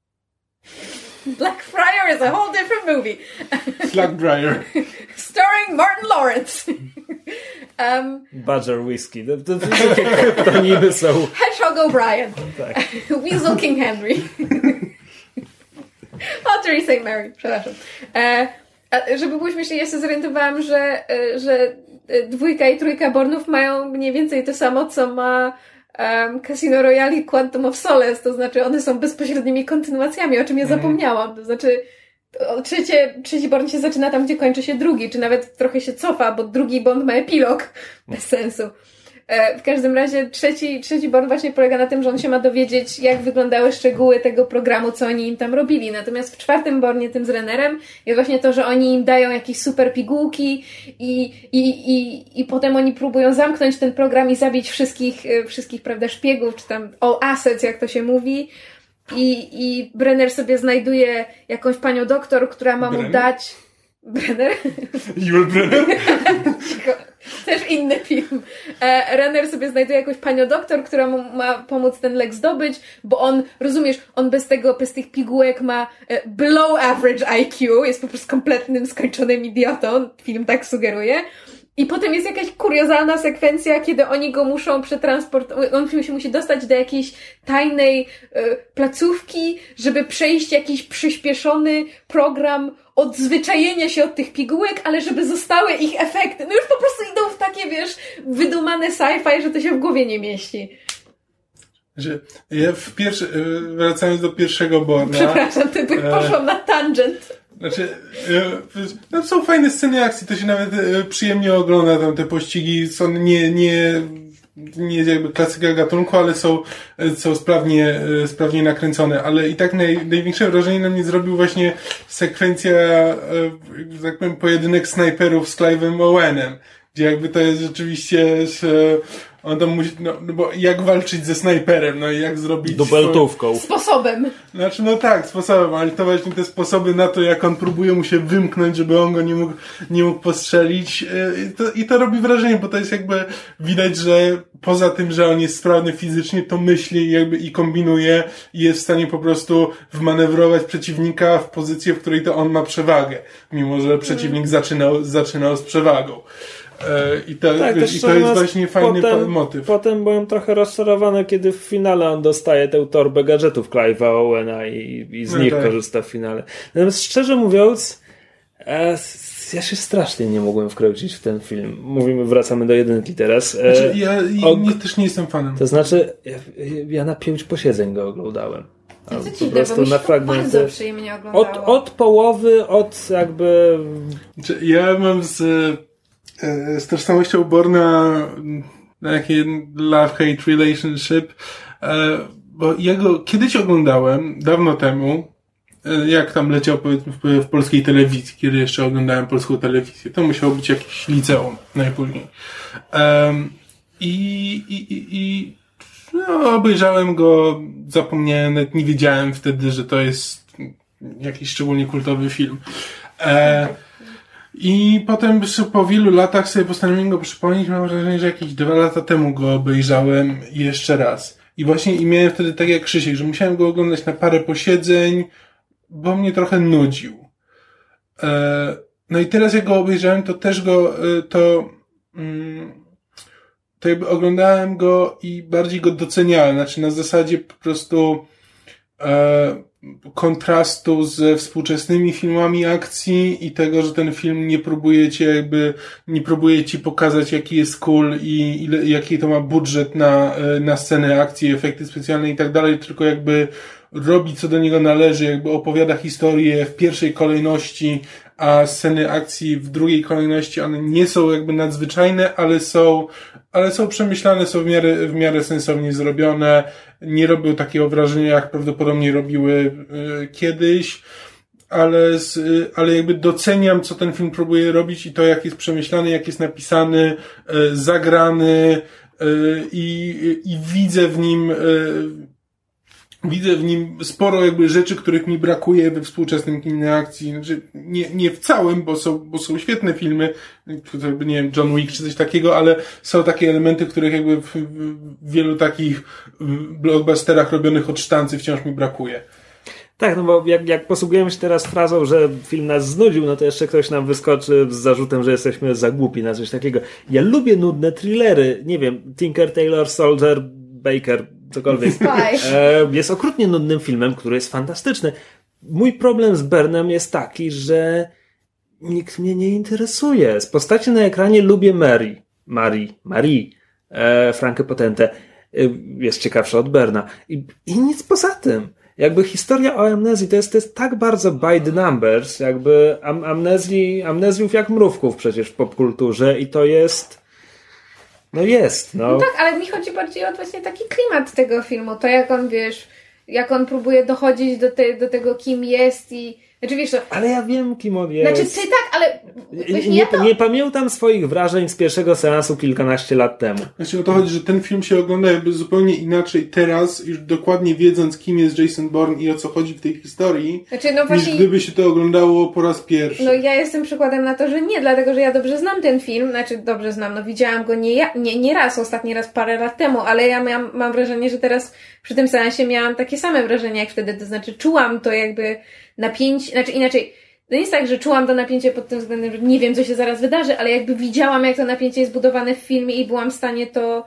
Blackfriar is a whole different movie. Slackbriar. Starring Martin Lawrence. um, Badger Whiskey. To, to, to takie kryptonimy są. Hedgehog O'Brien. Tak. Weasel King Henry. Ottery Saint Mary, przepraszam. E, a żeby było śmiesznie, ja się zorientowałam, że, e, że dwójka i trójka Bourne'ów mają mniej więcej to samo, co ma um, Casino Royale i Quantum of Solace, to znaczy one są bezpośrednimi kontynuacjami, o czym ja zapomniałam, to znaczy trzecie, trzeci Bourne się zaczyna tam, gdzie kończy się drugi, czy nawet trochę się cofa, bo drugi Bond ma epilog, bez sensu. W każdym razie trzeci, trzeci Bourne właśnie polega na tym, że on się ma dowiedzieć, jak wyglądały szczegóły tego programu, co oni im tam robili. Natomiast w czwartym Bournie, tym z Rennerem, jest właśnie to, że oni im dają jakieś super pigułki i, i, i, i potem oni próbują zamknąć ten program i zabić wszystkich, wszystkich, prawda, szpiegów, czy tam all assets, jak to się mówi. I, i Brenner sobie znajduje jakąś panią doktor, która ma mu Brenner? dać... Brenner? Yul Brenner? Też inny film. E, Renner sobie znajduje jakąś panią doktor, która mu ma pomóc ten lek zdobyć, bo on, rozumiesz, on bez tego, bez tych pigułek ma e, below average I Q, jest po prostu kompletnym, skończonym idiotą, film tak sugeruje. I potem jest jakaś kuriozalna sekwencja, kiedy oni go muszą przetransportować, on się musi dostać do jakiejś tajnej e, placówki, żeby przejść jakiś przyspieszony program odzwyczajenia się od tych pigułek, ale żeby zostały ich efekty. No już po prostu idą w takie, wiesz, wydumane sci-fi, że to się w głowie nie mieści. Że ja w pierwszy, wracając do pierwszego Bourne'a... Przepraszam, ty by poszłam na tangent. Znaczy, no są fajne sceny akcji, to się nawet przyjemnie ogląda, tam te pościgi są nie, nie, nie jakby klasyka gatunku, ale są, są sprawnie, sprawnie nakręcone, ale i tak naj, największe wrażenie na mnie zrobił właśnie sekwencja, że tak powiem, pojedynek snajperów z Clive'em Owenem, gdzie jakby to jest rzeczywiście, że on tam musi, no, no bo jak walczyć ze snajperem, no i jak zrobić... Dubeltówką. Sposobem. Znaczy, no tak, sposobem, ale to właśnie te sposoby na to, jak on próbuje mu się wymknąć, żeby on go nie mógł, nie mógł postrzelić. I to, i to robi wrażenie, bo to jest jakby widać, że poza tym, że on jest sprawny fizycznie, to myśli jakby i kombinuje i jest w stanie po prostu wmanewrować przeciwnika w pozycję, w której to on ma przewagę, mimo że przeciwnik zaczynał, zaczynał z przewagą. I to, tak, wiesz, i to jest właśnie fajny potem, motyw. Potem byłem trochę rozczarowany, kiedy w finale on dostaje tę torbę gadżetów Clive'a Owena i, i z no nich tak. korzysta w finale. Natomiast szczerze mówiąc, e, ja się strasznie nie mogłem wkręcić w ten film. Mówimy, wracamy do jedynki teraz. E, znaczy, ja o, nie, też nie jestem fanem. To znaczy, ja, ja na pięć posiedzeń go oglądałem. To po dziwne, prostu bo mi się na to fragmenty. bardzo przyjemnie oglądało. Od, od połowy, od jakby... Znaczy, ja mam z... z tożsamością Bourne'a na jakie love-hate relationship, bo ja go kiedyś oglądałem, dawno temu, jak tam leciał powiedzmy w, w polskiej telewizji, kiedy jeszcze oglądałem polską telewizję. To musiało być jakieś liceum najpóźniej. Um, i, i, i, i no, obejrzałem go, zapomniałem, nawet nie wiedziałem wtedy, że to jest jakiś szczególnie kultowy film. E, I potem po wielu latach sobie postanowiłem go przypomnieć. Mam wrażenie, że jakieś dwa lata temu go obejrzałem jeszcze raz. I właśnie i miałem wtedy tak jak Krzysiek, że musiałem go oglądać na parę posiedzeń, bo mnie trochę nudził. E, no i teraz jak go obejrzałem, to też go, to, to jakby oglądałem go i bardziej go doceniałem. Znaczy na zasadzie po prostu e, kontrastu ze współczesnymi filmami akcji i tego, że ten film nie próbuje cię jakby, nie próbuje ci pokazać jaki jest cool i ile, jaki to ma budżet na, na sceny akcji, efekty specjalne i tak dalej, tylko jakby robi co do niego należy, jakby opowiada historię w pierwszej kolejności, a sceny akcji w drugiej kolejności, one nie są jakby nadzwyczajne, ale są, ale są przemyślane, są w miarę, w miarę sensownie zrobione, nie robią takiego wrażenia, jak prawdopodobnie robiły y, kiedyś, ale, z, y, ale jakby doceniam, co ten film próbuje robić i to, jak jest przemyślany, jak jest napisany, y, zagrany y, i, i widzę w nim y, Widzę w nim sporo jakby rzeczy, których mi brakuje we współczesnym kinie akcji. Znaczy, nie, nie w całym, bo są, bo są świetne filmy, jakby, nie wiem, John Wick czy coś takiego, ale są takie elementy, których jakby w, w wielu takich blockbusterach robionych od sztancy wciąż mi brakuje. Tak, no bo jak, jak posługujemy się teraz frazą, że film nas znudził, no to jeszcze ktoś nam wyskoczy z zarzutem, że jesteśmy za głupi na coś takiego. Ja lubię nudne thrillery. Nie wiem, Tinker, Tailor, Soldier, Baker, cokolwiek. E, jest okrutnie nudnym filmem, który jest fantastyczny. Mój problem z Burnem jest taki, że nikt mnie nie interesuje. Z postaci na ekranie lubię Mary. Marie. Marie. E, Frankę Potentę. E, jest ciekawsza od Berna. I, I nic poza tym. Jakby historia o amnezji to jest, to jest tak bardzo by the numbers, jakby am, amnezji, amnezjów jak mrówków przecież w popkulturze i to jest no jest, no. No tak, ale mi chodzi bardziej o właśnie taki klimat tego filmu, to jak on, wiesz, jak on próbuje dochodzić do, te, do tego, kim jest i znaczy, wiesz, to... Ale ja wiem, kim on jest. Znaczy, ty tak, ale... Wiesz, nie, to... nie pamiętam swoich wrażeń z pierwszego seansu kilkanaście lat temu. Znaczy, o to chodzi, że ten film się ogląda jakby zupełnie inaczej teraz, już dokładnie wiedząc, kim jest Jason Bourne i o co chodzi w tej historii, znaczy, no właśnie... niż gdyby się to oglądało po raz pierwszy. No ja jestem przykładem na to, że nie, dlatego, że ja dobrze znam ten film, znaczy dobrze znam, no widziałam go nie, ja, nie, nie raz, ostatni raz parę lat temu, ale ja mam, mam wrażenie, że teraz przy tym seansie miałam takie same wrażenie jak wtedy, to znaczy czułam to jakby napięcie, znaczy inaczej, no nie jest tak, że czułam to napięcie pod tym względem, że nie wiem, co się zaraz wydarzy, ale jakby widziałam, jak to napięcie jest budowane w filmie i byłam w stanie to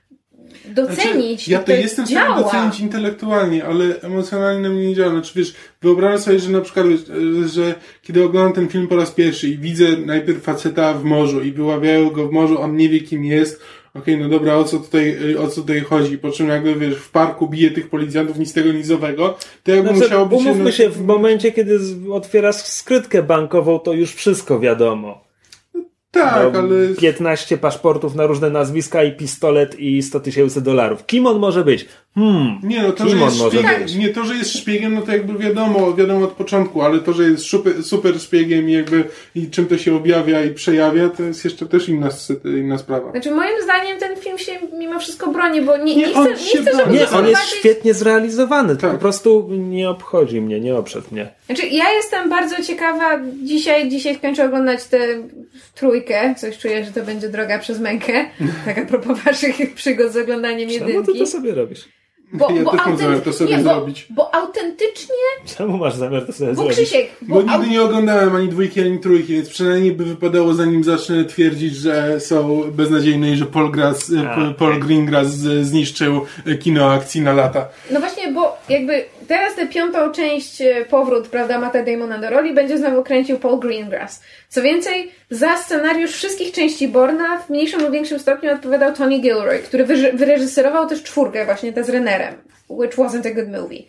docenić. Znaczy, ja to, to jestem w stanie docenić intelektualnie, ale emocjonalnie na mnie nie działa. Znaczy, wiesz, wyobrażam sobie, że na przykład, wiesz, że kiedy oglądam ten film po raz pierwszy i widzę najpierw faceta w morzu i wyławiają go w morzu, on nie wie, kim jest. Okej, okay, no dobra, o co tutaj, o co tutaj chodzi? Po czym jakby, wiesz, w parku bije tych policjantów, nic tego, nizowego, to jakby znaczy, musiało być... Umówmy no... się, w momencie, kiedy otwierasz skrytkę bankową, to już wszystko wiadomo. Tak, no, ale... piętnaście paszportów na różne nazwiska i pistolet i sto tysięcy dolarów. Kim on może być? Hmm. Nie, no to, Kim że jest on może szpiegiem, być? nie, to, że jest szpiegiem, no to jakby wiadomo, wiadomo od początku, ale to, że jest super, super szpiegiem i jakby i czym to się objawia i przejawia, to jest jeszcze też inna, inna sprawa. Znaczy moim zdaniem ten film się mimo wszystko broni, bo nie, Nie, nie, chcę, on nie się chcę, żeby broni. Nie, to on jest zobaczyć... świetnie zrealizowany. Tak. Po prostu nie obchodzi mnie, nie oprzedł mnie. Znaczy ja jestem bardzo ciekawa, dzisiaj, dzisiaj skończę oglądać tę trójkę, coś czuję, że to będzie droga przez mękę, tak a propos waszych przygód z oglądaniem jedynki. Czemu ty to sobie robisz? Bo, ja bo też mam zamiar to sobie nie, zrobić. Bo, bo autentycznie... Czemu masz zamiar to sobie bo zrobić? Krzysiek... Bo, Bo, bo nigdy nie oglądałem ani dwójki, ani trójki, więc przynajmniej by wypadało, zanim zacznę twierdzić, że są beznadziejne i że Paul, Grass, A, Paul okay. Greengrass zniszczył kino akcji na lata. No właśnie, bo jakby teraz tę piątą część, powrót, prawda, Matta Damona do roli, będzie znowu kręcił Paul Greengrass. Co więcej, za scenariusz wszystkich części Bourna w mniejszym lub większym stopniu odpowiadał Tony Gilroy, który wyre- wyreżyserował też czwórkę, właśnie tę z Rennerem, which wasn't a good movie.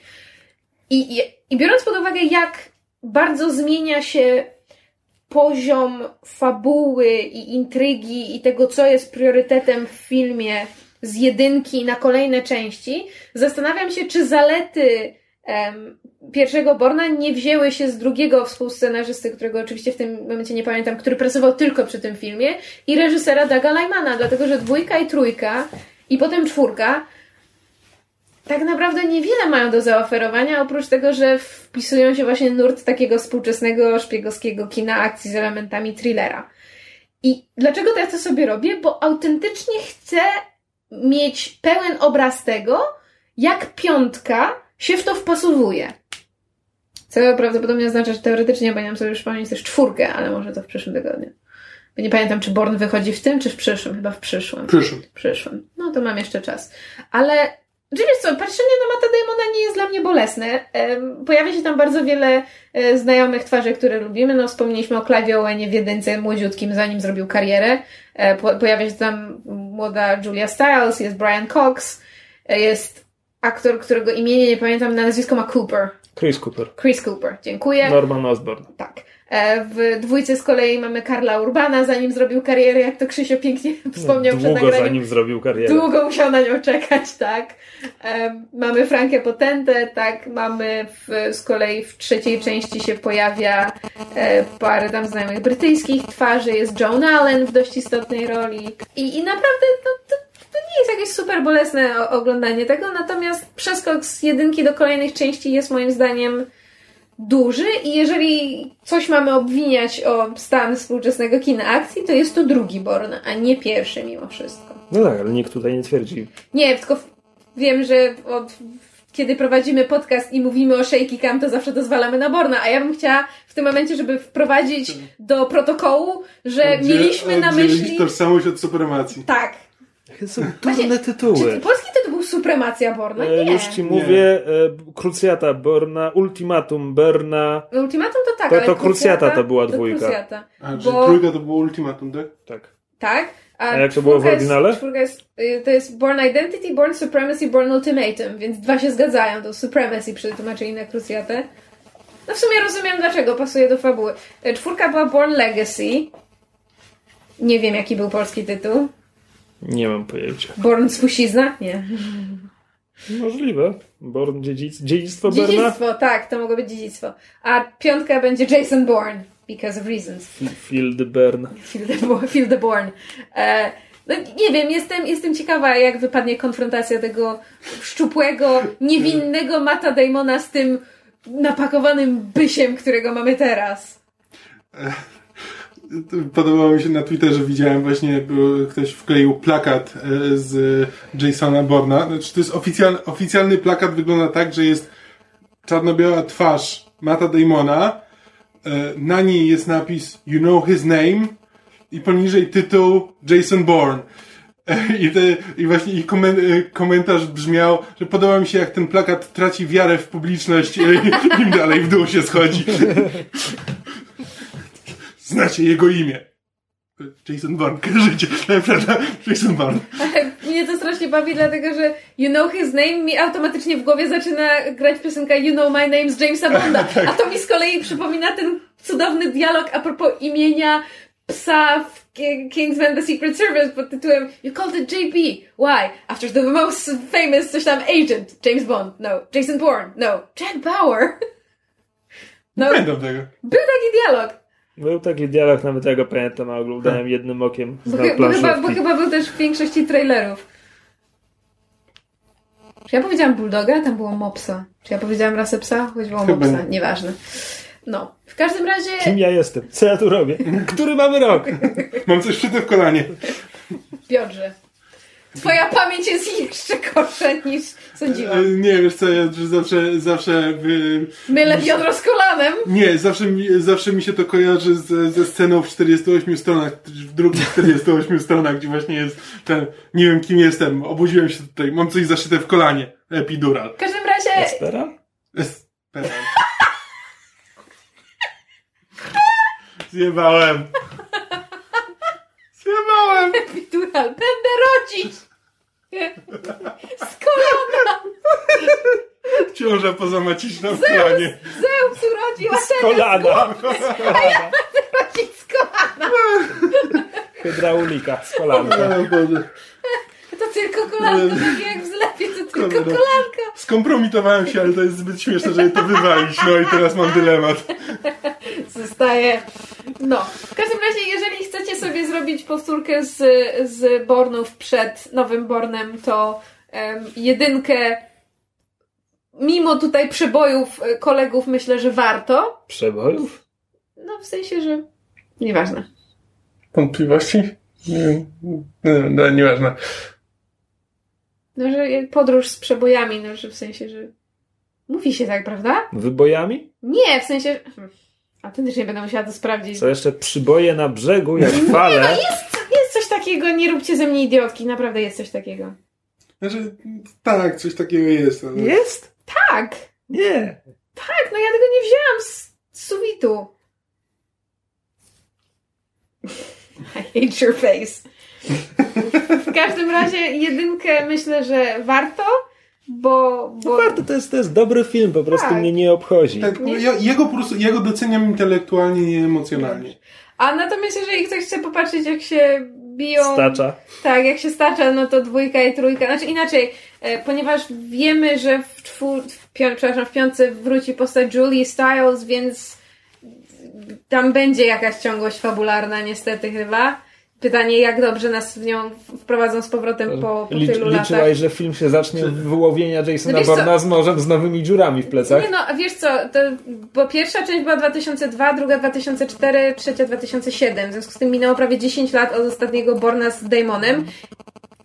I, i, I biorąc pod uwagę, jak bardzo zmienia się poziom fabuły i intrygi i tego, co jest priorytetem w filmie z jedynki na kolejne części, zastanawiam się, czy zalety um, pierwszego Bourna nie wzięły się z drugiego współscenarzysty, którego oczywiście w tym momencie nie pamiętam, który pracował tylko przy tym filmie, i reżysera Douga Limana, dlatego że dwójka i trójka i potem czwórka tak naprawdę niewiele mają do zaoferowania, oprócz tego, że wpisują się właśnie nurt takiego współczesnego szpiegowskiego kina akcji z elementami thrillera. I dlaczego to ja to sobie robię? Bo autentycznie chcę mieć pełen obraz tego, jak piątka się w to wpasowuje. Co prawdopodobnie oznacza, że teoretycznie powinnam sobie już przypomnieć też czwórkę, ale może to w przyszłym tygodniu. Bo nie pamiętam, czy Bourne wychodzi w tym, czy w przyszłym. Chyba w przyszłym. Przyszłym. W przyszłym. No to mam jeszcze czas. Ale... Czy wiesz co, patrzenie na Matta Damona nie jest dla mnie bolesne. Pojawia się tam bardzo wiele znajomych twarzy, które lubimy. No, wspomnieliśmy o Clive'ie Owenie w jedynce, młodziutkim, zanim zrobił karierę. Pojawia się tam młoda Julia Stiles, jest Brian Cox, jest aktor, którego imienia nie pamiętam, na nazwisko ma Cooper. Chris Cooper. Chris Cooper, dziękuję. Norman Osborn. Tak. W dwójce z kolei mamy Karla Urbana, zanim zrobił karierę, jak to Krzysio pięknie wspomniał przed Długo nagraniem. zanim zrobił karierę. Długo musiał na nią czekać, tak. Um, mamy Frankę Potentę, tak. Mamy w, z kolei w trzeciej części się pojawia e, parę tam znajomych brytyjskich twarzy. Jest Joan Allen w dość istotnej roli. I, i naprawdę no, to, to nie jest jakieś super bolesne o, oglądanie tego, natomiast przeskok z jedynki do kolejnych części jest moim zdaniem duży i jeżeli coś mamy obwiniać o stan współczesnego kina akcji, to jest to drugi Bourne, a nie pierwszy mimo wszystko. No tak, ale nikt tutaj nie twierdzi. Nie, tylko wiem, że od kiedy prowadzimy podcast i mówimy o shaky cam, to zawsze to zwalamy na Bourna, a ja bym chciała w tym momencie, żeby wprowadzić do protokołu, że Oddziel, mieliśmy na myśli... tożsamość od supremacji. Tak. Jakie są durne tytuły. Czy polski tytuł był Supremacja Borna? Nie. E, już ci mówię, e, Cruciata Borna, Ultimatum Berna. Ultimatum to tak, to, ale to Cruciata Cruciata to była dwójka. Cruciata. A, Bo... że trójka to było Ultimatum, tak? Tak. Tak. A, A jak to było w oryginale? Jest, jest, to jest Born Identity, Born Supremacy, Born Ultimatum, więc dwa się zgadzają. To Supremacy przetłumaczyli na Cruciatę. No w sumie rozumiem dlaczego, pasuje do fabuły. Czwórka była Born Legacy. Nie wiem jaki był polski tytuł. Nie mam pojęcia. Born Spuścizna? Nie. Możliwe. Born dziedzic... Dziedzictwo Berna? Dziedzictwo, tak, to mogło być dziedzictwo. A piątka będzie Jason Bourne, because of reasons. Feel the Burn. Feel the, feel the Bourne. E, no nie wiem, jestem, jestem ciekawa jak wypadnie konfrontacja tego szczupłego, niewinnego Matta Damona z tym napakowanym bysiem, którego mamy teraz. Podobało mi się na Twitterze, widziałem właśnie, był, ktoś wkleił plakat z Jasona Bourna. Znaczy, to jest oficjalny, oficjalny plakat, wygląda tak, że jest czarno-biała twarz Matta Damona, na niej jest napis You know his name i poniżej tytuł Jason Bourne. I, te, i właśnie ich komentarz brzmiał, że podoba mi się jak ten plakat traci wiarę w publiczność im dalej w dół się schodzi. Znacie jego imię. Jason Bourne, kojarzycie. Naprawdę, Jason Bourne. Mnie to strasznie bawi, dlatego że You know his name mi automatycznie w głowie zaczyna grać piosenka You know my name z Jamesa Bonda. A to mi z kolei przypomina ten cudowny dialog a propos imienia psa w Kingsman The Secret Service pod tytułem You called it J P. Why? After the most famous coś tam agent. James Bond. No. Jason Bourne. No. Jack Bauer. No. Nie pamiętam tego. Był taki dialog. Był taki dialog, nawet ja go pamiętam, a oglądałem jednym okiem z bo, bo, chyba, bo chyba był też w większości trailerów. Czy ja powiedziałam bulldoga? Tam było mopsa. Czy ja powiedziałam rasę psa? Chodziło o mopsa. Nie. Nieważne. No. W każdym razie... Kim ja jestem? Co ja tu robię? Który mamy rok? Mam coś szyte w kolanie. Piotrze. Twoja pamięć jest jeszcze gorsza niż sądziłam. Nie, wiesz co, ja zawsze... zawsze wy... Mylę biodro z kolanem? Nie, zawsze mi, zawsze mi się to kojarzy z, ze sceną w czterdziestu ośmiu stronach, w drugich czterdziestu ośmiu stronach, gdzie właśnie jest ten, nie wiem kim jestem, obudziłem się tutaj, mam coś zaszyte w kolanie, epidural. W każdym razie... Espera? Espera. Zjebałem. Zjebałem. Epidural, będę rodzić. Z kolana. Ciąża pozamaciczna w kolanie. Zeus urodził, a Z kolana. A ja będę rodzić z kolana. Hydraulika z kolana. O Boże. To tylko kolanko, tak jak w zlepie, to tylko kolanka. Skompromitowałem się, ale to jest zbyt śmieszne, żeby to wywalić. No i teraz mam dylemat. Zostaje. No. W każdym razie, jeżeli chcecie sobie zrobić powtórkę z, z Bornów przed nowym Bornem, to um, jedynkę mimo tutaj przebojów kolegów myślę, że warto. Przebojów? No w sensie, że nieważne. Wątpliwości? Nie, nie, no, nieważne. No, że podróż z przebojami, no, że w sensie, że mówi się tak, prawda? Wybojami? Nie, w sensie... Autentycznie będę musiała to sprawdzić. Co jeszcze przyboje na brzegu, jak fale? Nie, no jest, jest coś takiego, nie róbcie ze mnie idiotki, naprawdę jest coś takiego. Znaczy, tak, coś takiego jest. Ale... Jest? Tak! Nie. Tak, no ja tego nie wzięłam z, z suwitu. I hate your face. W każdym razie jedynkę myślę, że warto, bo... bo... No warto, to jest, to jest dobry film, po prostu tak. mnie nie obchodzi. Tak, no, ja, jego po prostu, ja go doceniam intelektualnie, nie emocjonalnie. A natomiast jeżeli ktoś chce popatrzeć, jak się biją... Stacza. Tak, jak się stacza, no to dwójka i trójka. Znaczy inaczej, e, ponieważ wiemy, że w, czwór... w, pią... przepraszam, w piątce wróci postać Julie Stiles, więc tam będzie jakaś ciągłość fabularna niestety chyba. Pytanie, jak dobrze nas w nią wprowadzą z powrotem po, po Licz, tylu latach. Liczyłaś, że film się zacznie w wyłowienia Jasona no Bourna z morzem z nowymi dziurami w plecach? Nie no, a wiesz co, to, bo pierwsza część była dwa tysiące dwa, druga dwa tysiące cztery, trzecia dwa tysiące siedem. W związku z tym minęło prawie dziesięć lat od ostatniego Bourna z Damonem.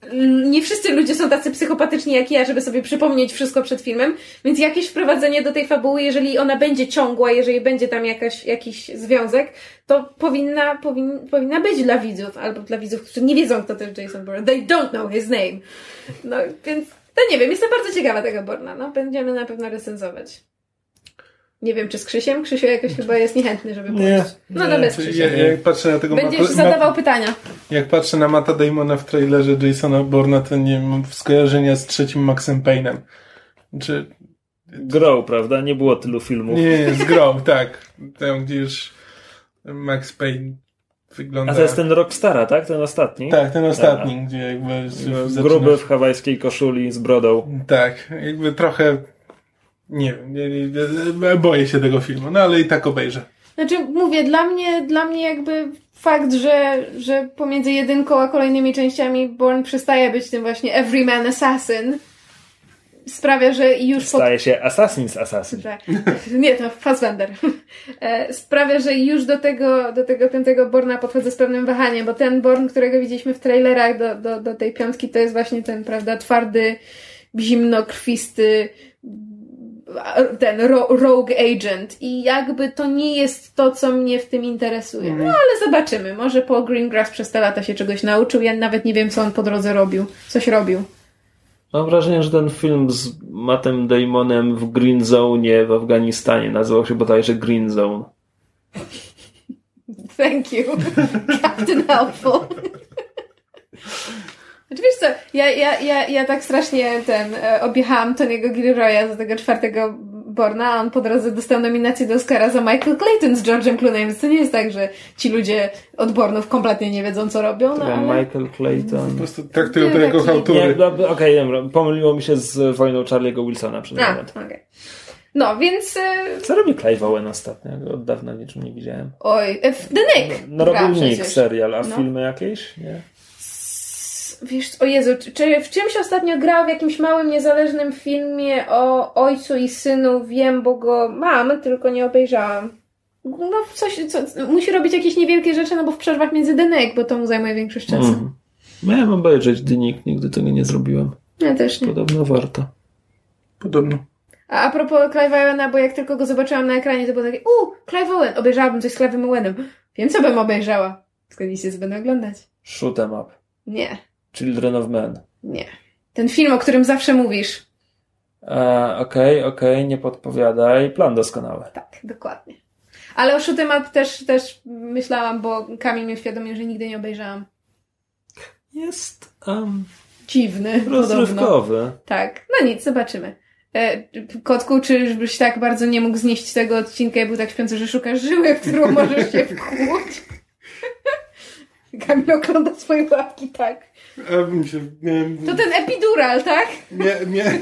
nie wszyscy ludzie są tacy psychopatyczni jak ja, żeby sobie przypomnieć wszystko przed filmem, więc jakieś wprowadzenie do tej fabuły, jeżeli ona będzie ciągła, jeżeli będzie tam jakaś, jakiś związek, to powinna, powin, powinna być dla widzów, albo dla widzów, którzy nie wiedzą, kto to jest Jason Bourne. They don't know his name. No, więc, to nie wiem, jestem bardzo ciekawa tego Bourna, no, będziemy na pewno recenzować. Nie wiem, czy z Krzysiem? Krzysiu jakoś chyba jest niechętny, żeby pójść. Nie, no to bez Krzysia. Ja, jak patrzę na tego Będziesz Mata, zadawał Ma, pytania. Jak patrzę na Matta Damona w trailerze Jasona Bourna, to nie mam skojarzenia z trzecim Maxem Payne'em. Czy... Grow, prawda? Nie było tylu filmów. Nie, nie, z Grow, tak. Tam, gdzie już Max Payne wygląda... A to jest ten Rockstara, tak? Ten ostatni? Tak, ten ostatni, A. gdzie jakby... Zaczynasz... Gruby w hawajskiej koszuli z brodą. Tak, jakby trochę... Nie wiem, nie, nie, nie, boję się tego filmu, no ale i tak obejrzę. Znaczy, mówię, dla mnie, dla mnie jakby fakt, że, że pomiędzy jedynką a kolejnymi częściami Bourne przestaje być tym właśnie everyman assassin, sprawia, że już... Staje pod... się Assassin's Assassin. Nie, to Fassbender. Sprawia, że już do tego, do tego piątego Bourna podchodzę z pewnym wahaniem, bo ten Bourne, którego widzieliśmy w trailerach do, do, do tej piątki, to jest właśnie ten, prawda, twardy, zimnokrwisty, ten ro- rogue agent i jakby to nie jest to, co mnie w tym interesuje. No ale zobaczymy. Może Paul Greengrass przez te lata się czegoś nauczył. Ja nawet nie wiem, co on po drodze robił. Coś robił. Mam wrażenie, że ten film z Mattem Damonem w Green Zone w Afganistanie nazywał się bodajże Green Zone. Thank you. Captain Helpful. Wiesz co, ja, ja, ja, ja tak strasznie ten e, objechałam Tony'ego Gilroya za tego czwartego Bourna, a on po drodze dostał nominację do Oscara za Michael Clayton z George'em Clooneyem, więc to nie jest tak, że ci ludzie od Bournów kompletnie nie wiedzą, co robią. No, ale... Michael Clayton... Po prostu traktują to jako hałtury. Okej, okay, dobra, pomyliło mi się z wojną Charlie'ego Wilsona przez moment. Okay. No, więc... E... Co robi Clive Owen ostatnio? Od dawna niczym nie widziałem. Oj, e, The Nick! No, no robił Nick przecież. serial, a no. filmy jakieś? Nie? Wiesz, o Jezu, czy w czymś ostatnio grał w jakimś małym, niezależnym filmie o ojcu i synu? Wiem, bo go mam, tylko nie obejrzałam. No coś, co, musi robić jakieś niewielkie rzeczy, no bo w przerwach między The Nick, bo to mu zajmuje większość czasu. Mm. Miałem obejrzeć The Nick, nigdy tego nie zrobiłem. Ja też nie. Podobno warto. Podobno. A a propos Clive'a Owena, bo jak tylko go zobaczyłam na ekranie, to było takie, uuu, Clive Owen, obejrzałabym coś z Clive'em Owenem. Wiem, co bym obejrzała. Zgodnie się będę oglądać. Shoot 'em up. Nie. Children of Men. Nie. Ten film, o którym zawsze mówisz. Okej, okej, okay, okay, nie podpowiadaj. Plan doskonały. Tak, dokładnie. Ale o Shoot 'em up też, też myślałam, bo Kamil mnie uświadomił, że nigdy nie obejrzałam. Jest um, dziwny. rozrywkowy. Podobno. Tak. No nic, zobaczymy. E, kotku, czyżbyś tak bardzo nie mógł znieść tego odcinka i był tak śpiący, że szukasz żyły, w którą możesz się wkłuć? Kamil ogląda swoje łapki, tak. Ja się, miałem... To ten epidural, tak? Nie, nie.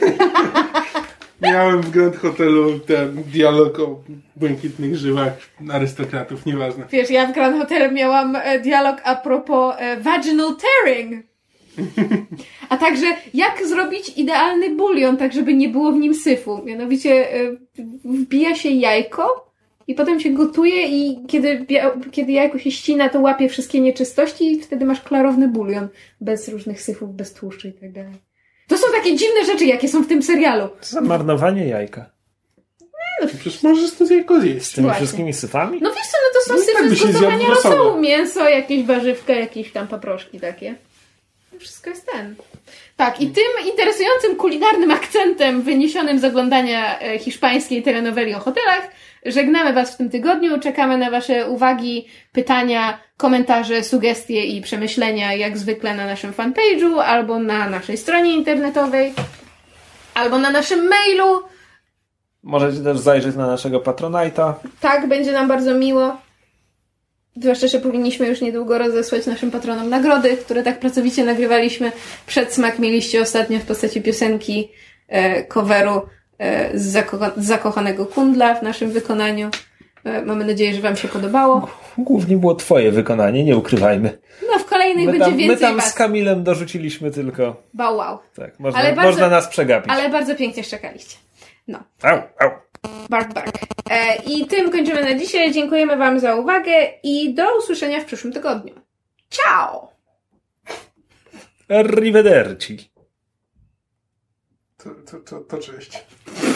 Miałem w Grand Hotelu ten dialog o błękitnych żyłach arystokratów, nieważne. Wiesz, ja w Grand Hotel miałam e, dialog a propos e, vaginal tearing. A także jak zrobić idealny bulion, tak żeby nie było w nim syfu. Mianowicie e, wbija się jajko i potem się gotuje i kiedy, kiedy jajko się ścina, to łapie wszystkie nieczystości i wtedy masz klarowny bulion. Bez różnych syfów, bez tłuszczu i tak dalej. To są takie dziwne rzeczy, jakie są w tym serialu. To za marnowanie jajka. Nie, no, przecież możesz to jajko zjeść. Z tymi Właśnie. wszystkimi syfami? No wiesz co, no to są no syfy tak z gotowania rosołu. Mięso, jakieś warzywka, jakieś tam paproszki takie. Wszystko jest ten. Tak, i tym interesującym kulinarnym akcentem wyniesionym z oglądania e, hiszpańskiej telenoweli o hotelach żegnamy Was w tym tygodniu. Czekamy na Wasze uwagi, pytania, komentarze, sugestie i przemyślenia jak zwykle na naszym fanpage'u, albo na naszej stronie internetowej, albo na naszym mailu. Możecie też zajrzeć na naszego Patronite'a. Tak, będzie nam bardzo miło. Zwłaszcza, że powinniśmy już niedługo rozesłać naszym patronom nagrody, które tak pracowicie nagrywaliśmy. Przedsmak mieliście ostatnio w postaci piosenki, e, coveru e, z, zako- z zakochanego kundla w naszym wykonaniu. E, mamy nadzieję, że Wam się podobało. Głównie było Twoje wykonanie, nie ukrywajmy. No w kolejnej my będzie tam, więcej My tam was. z Kamilem dorzuciliśmy tylko... Bał wow. Tak, można, ale bardzo, można nas przegapić. Ale bardzo pięknie szczekaliście. No. Au, au. Bark, bark. E, I tym kończymy na dzisiaj. Dziękujemy Wam za uwagę i do usłyszenia w przyszłym tygodniu. Ciao! Arrivederci. To, to, to, to cześć.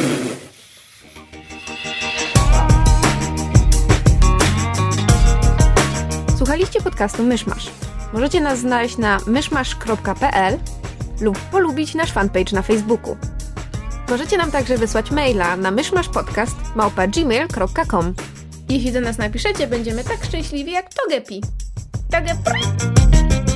Słuchaliście podcastu Myszmasz. Możecie nas znaleźć na myszmasz kropka p l lub polubić nasz fanpage na Facebooku. Możecie nam także wysłać maila na myszmaszpodcast małpa gmail kropka com. Jeśli do nas napiszecie, będziemy tak szczęśliwi jak Togepi. Togepi!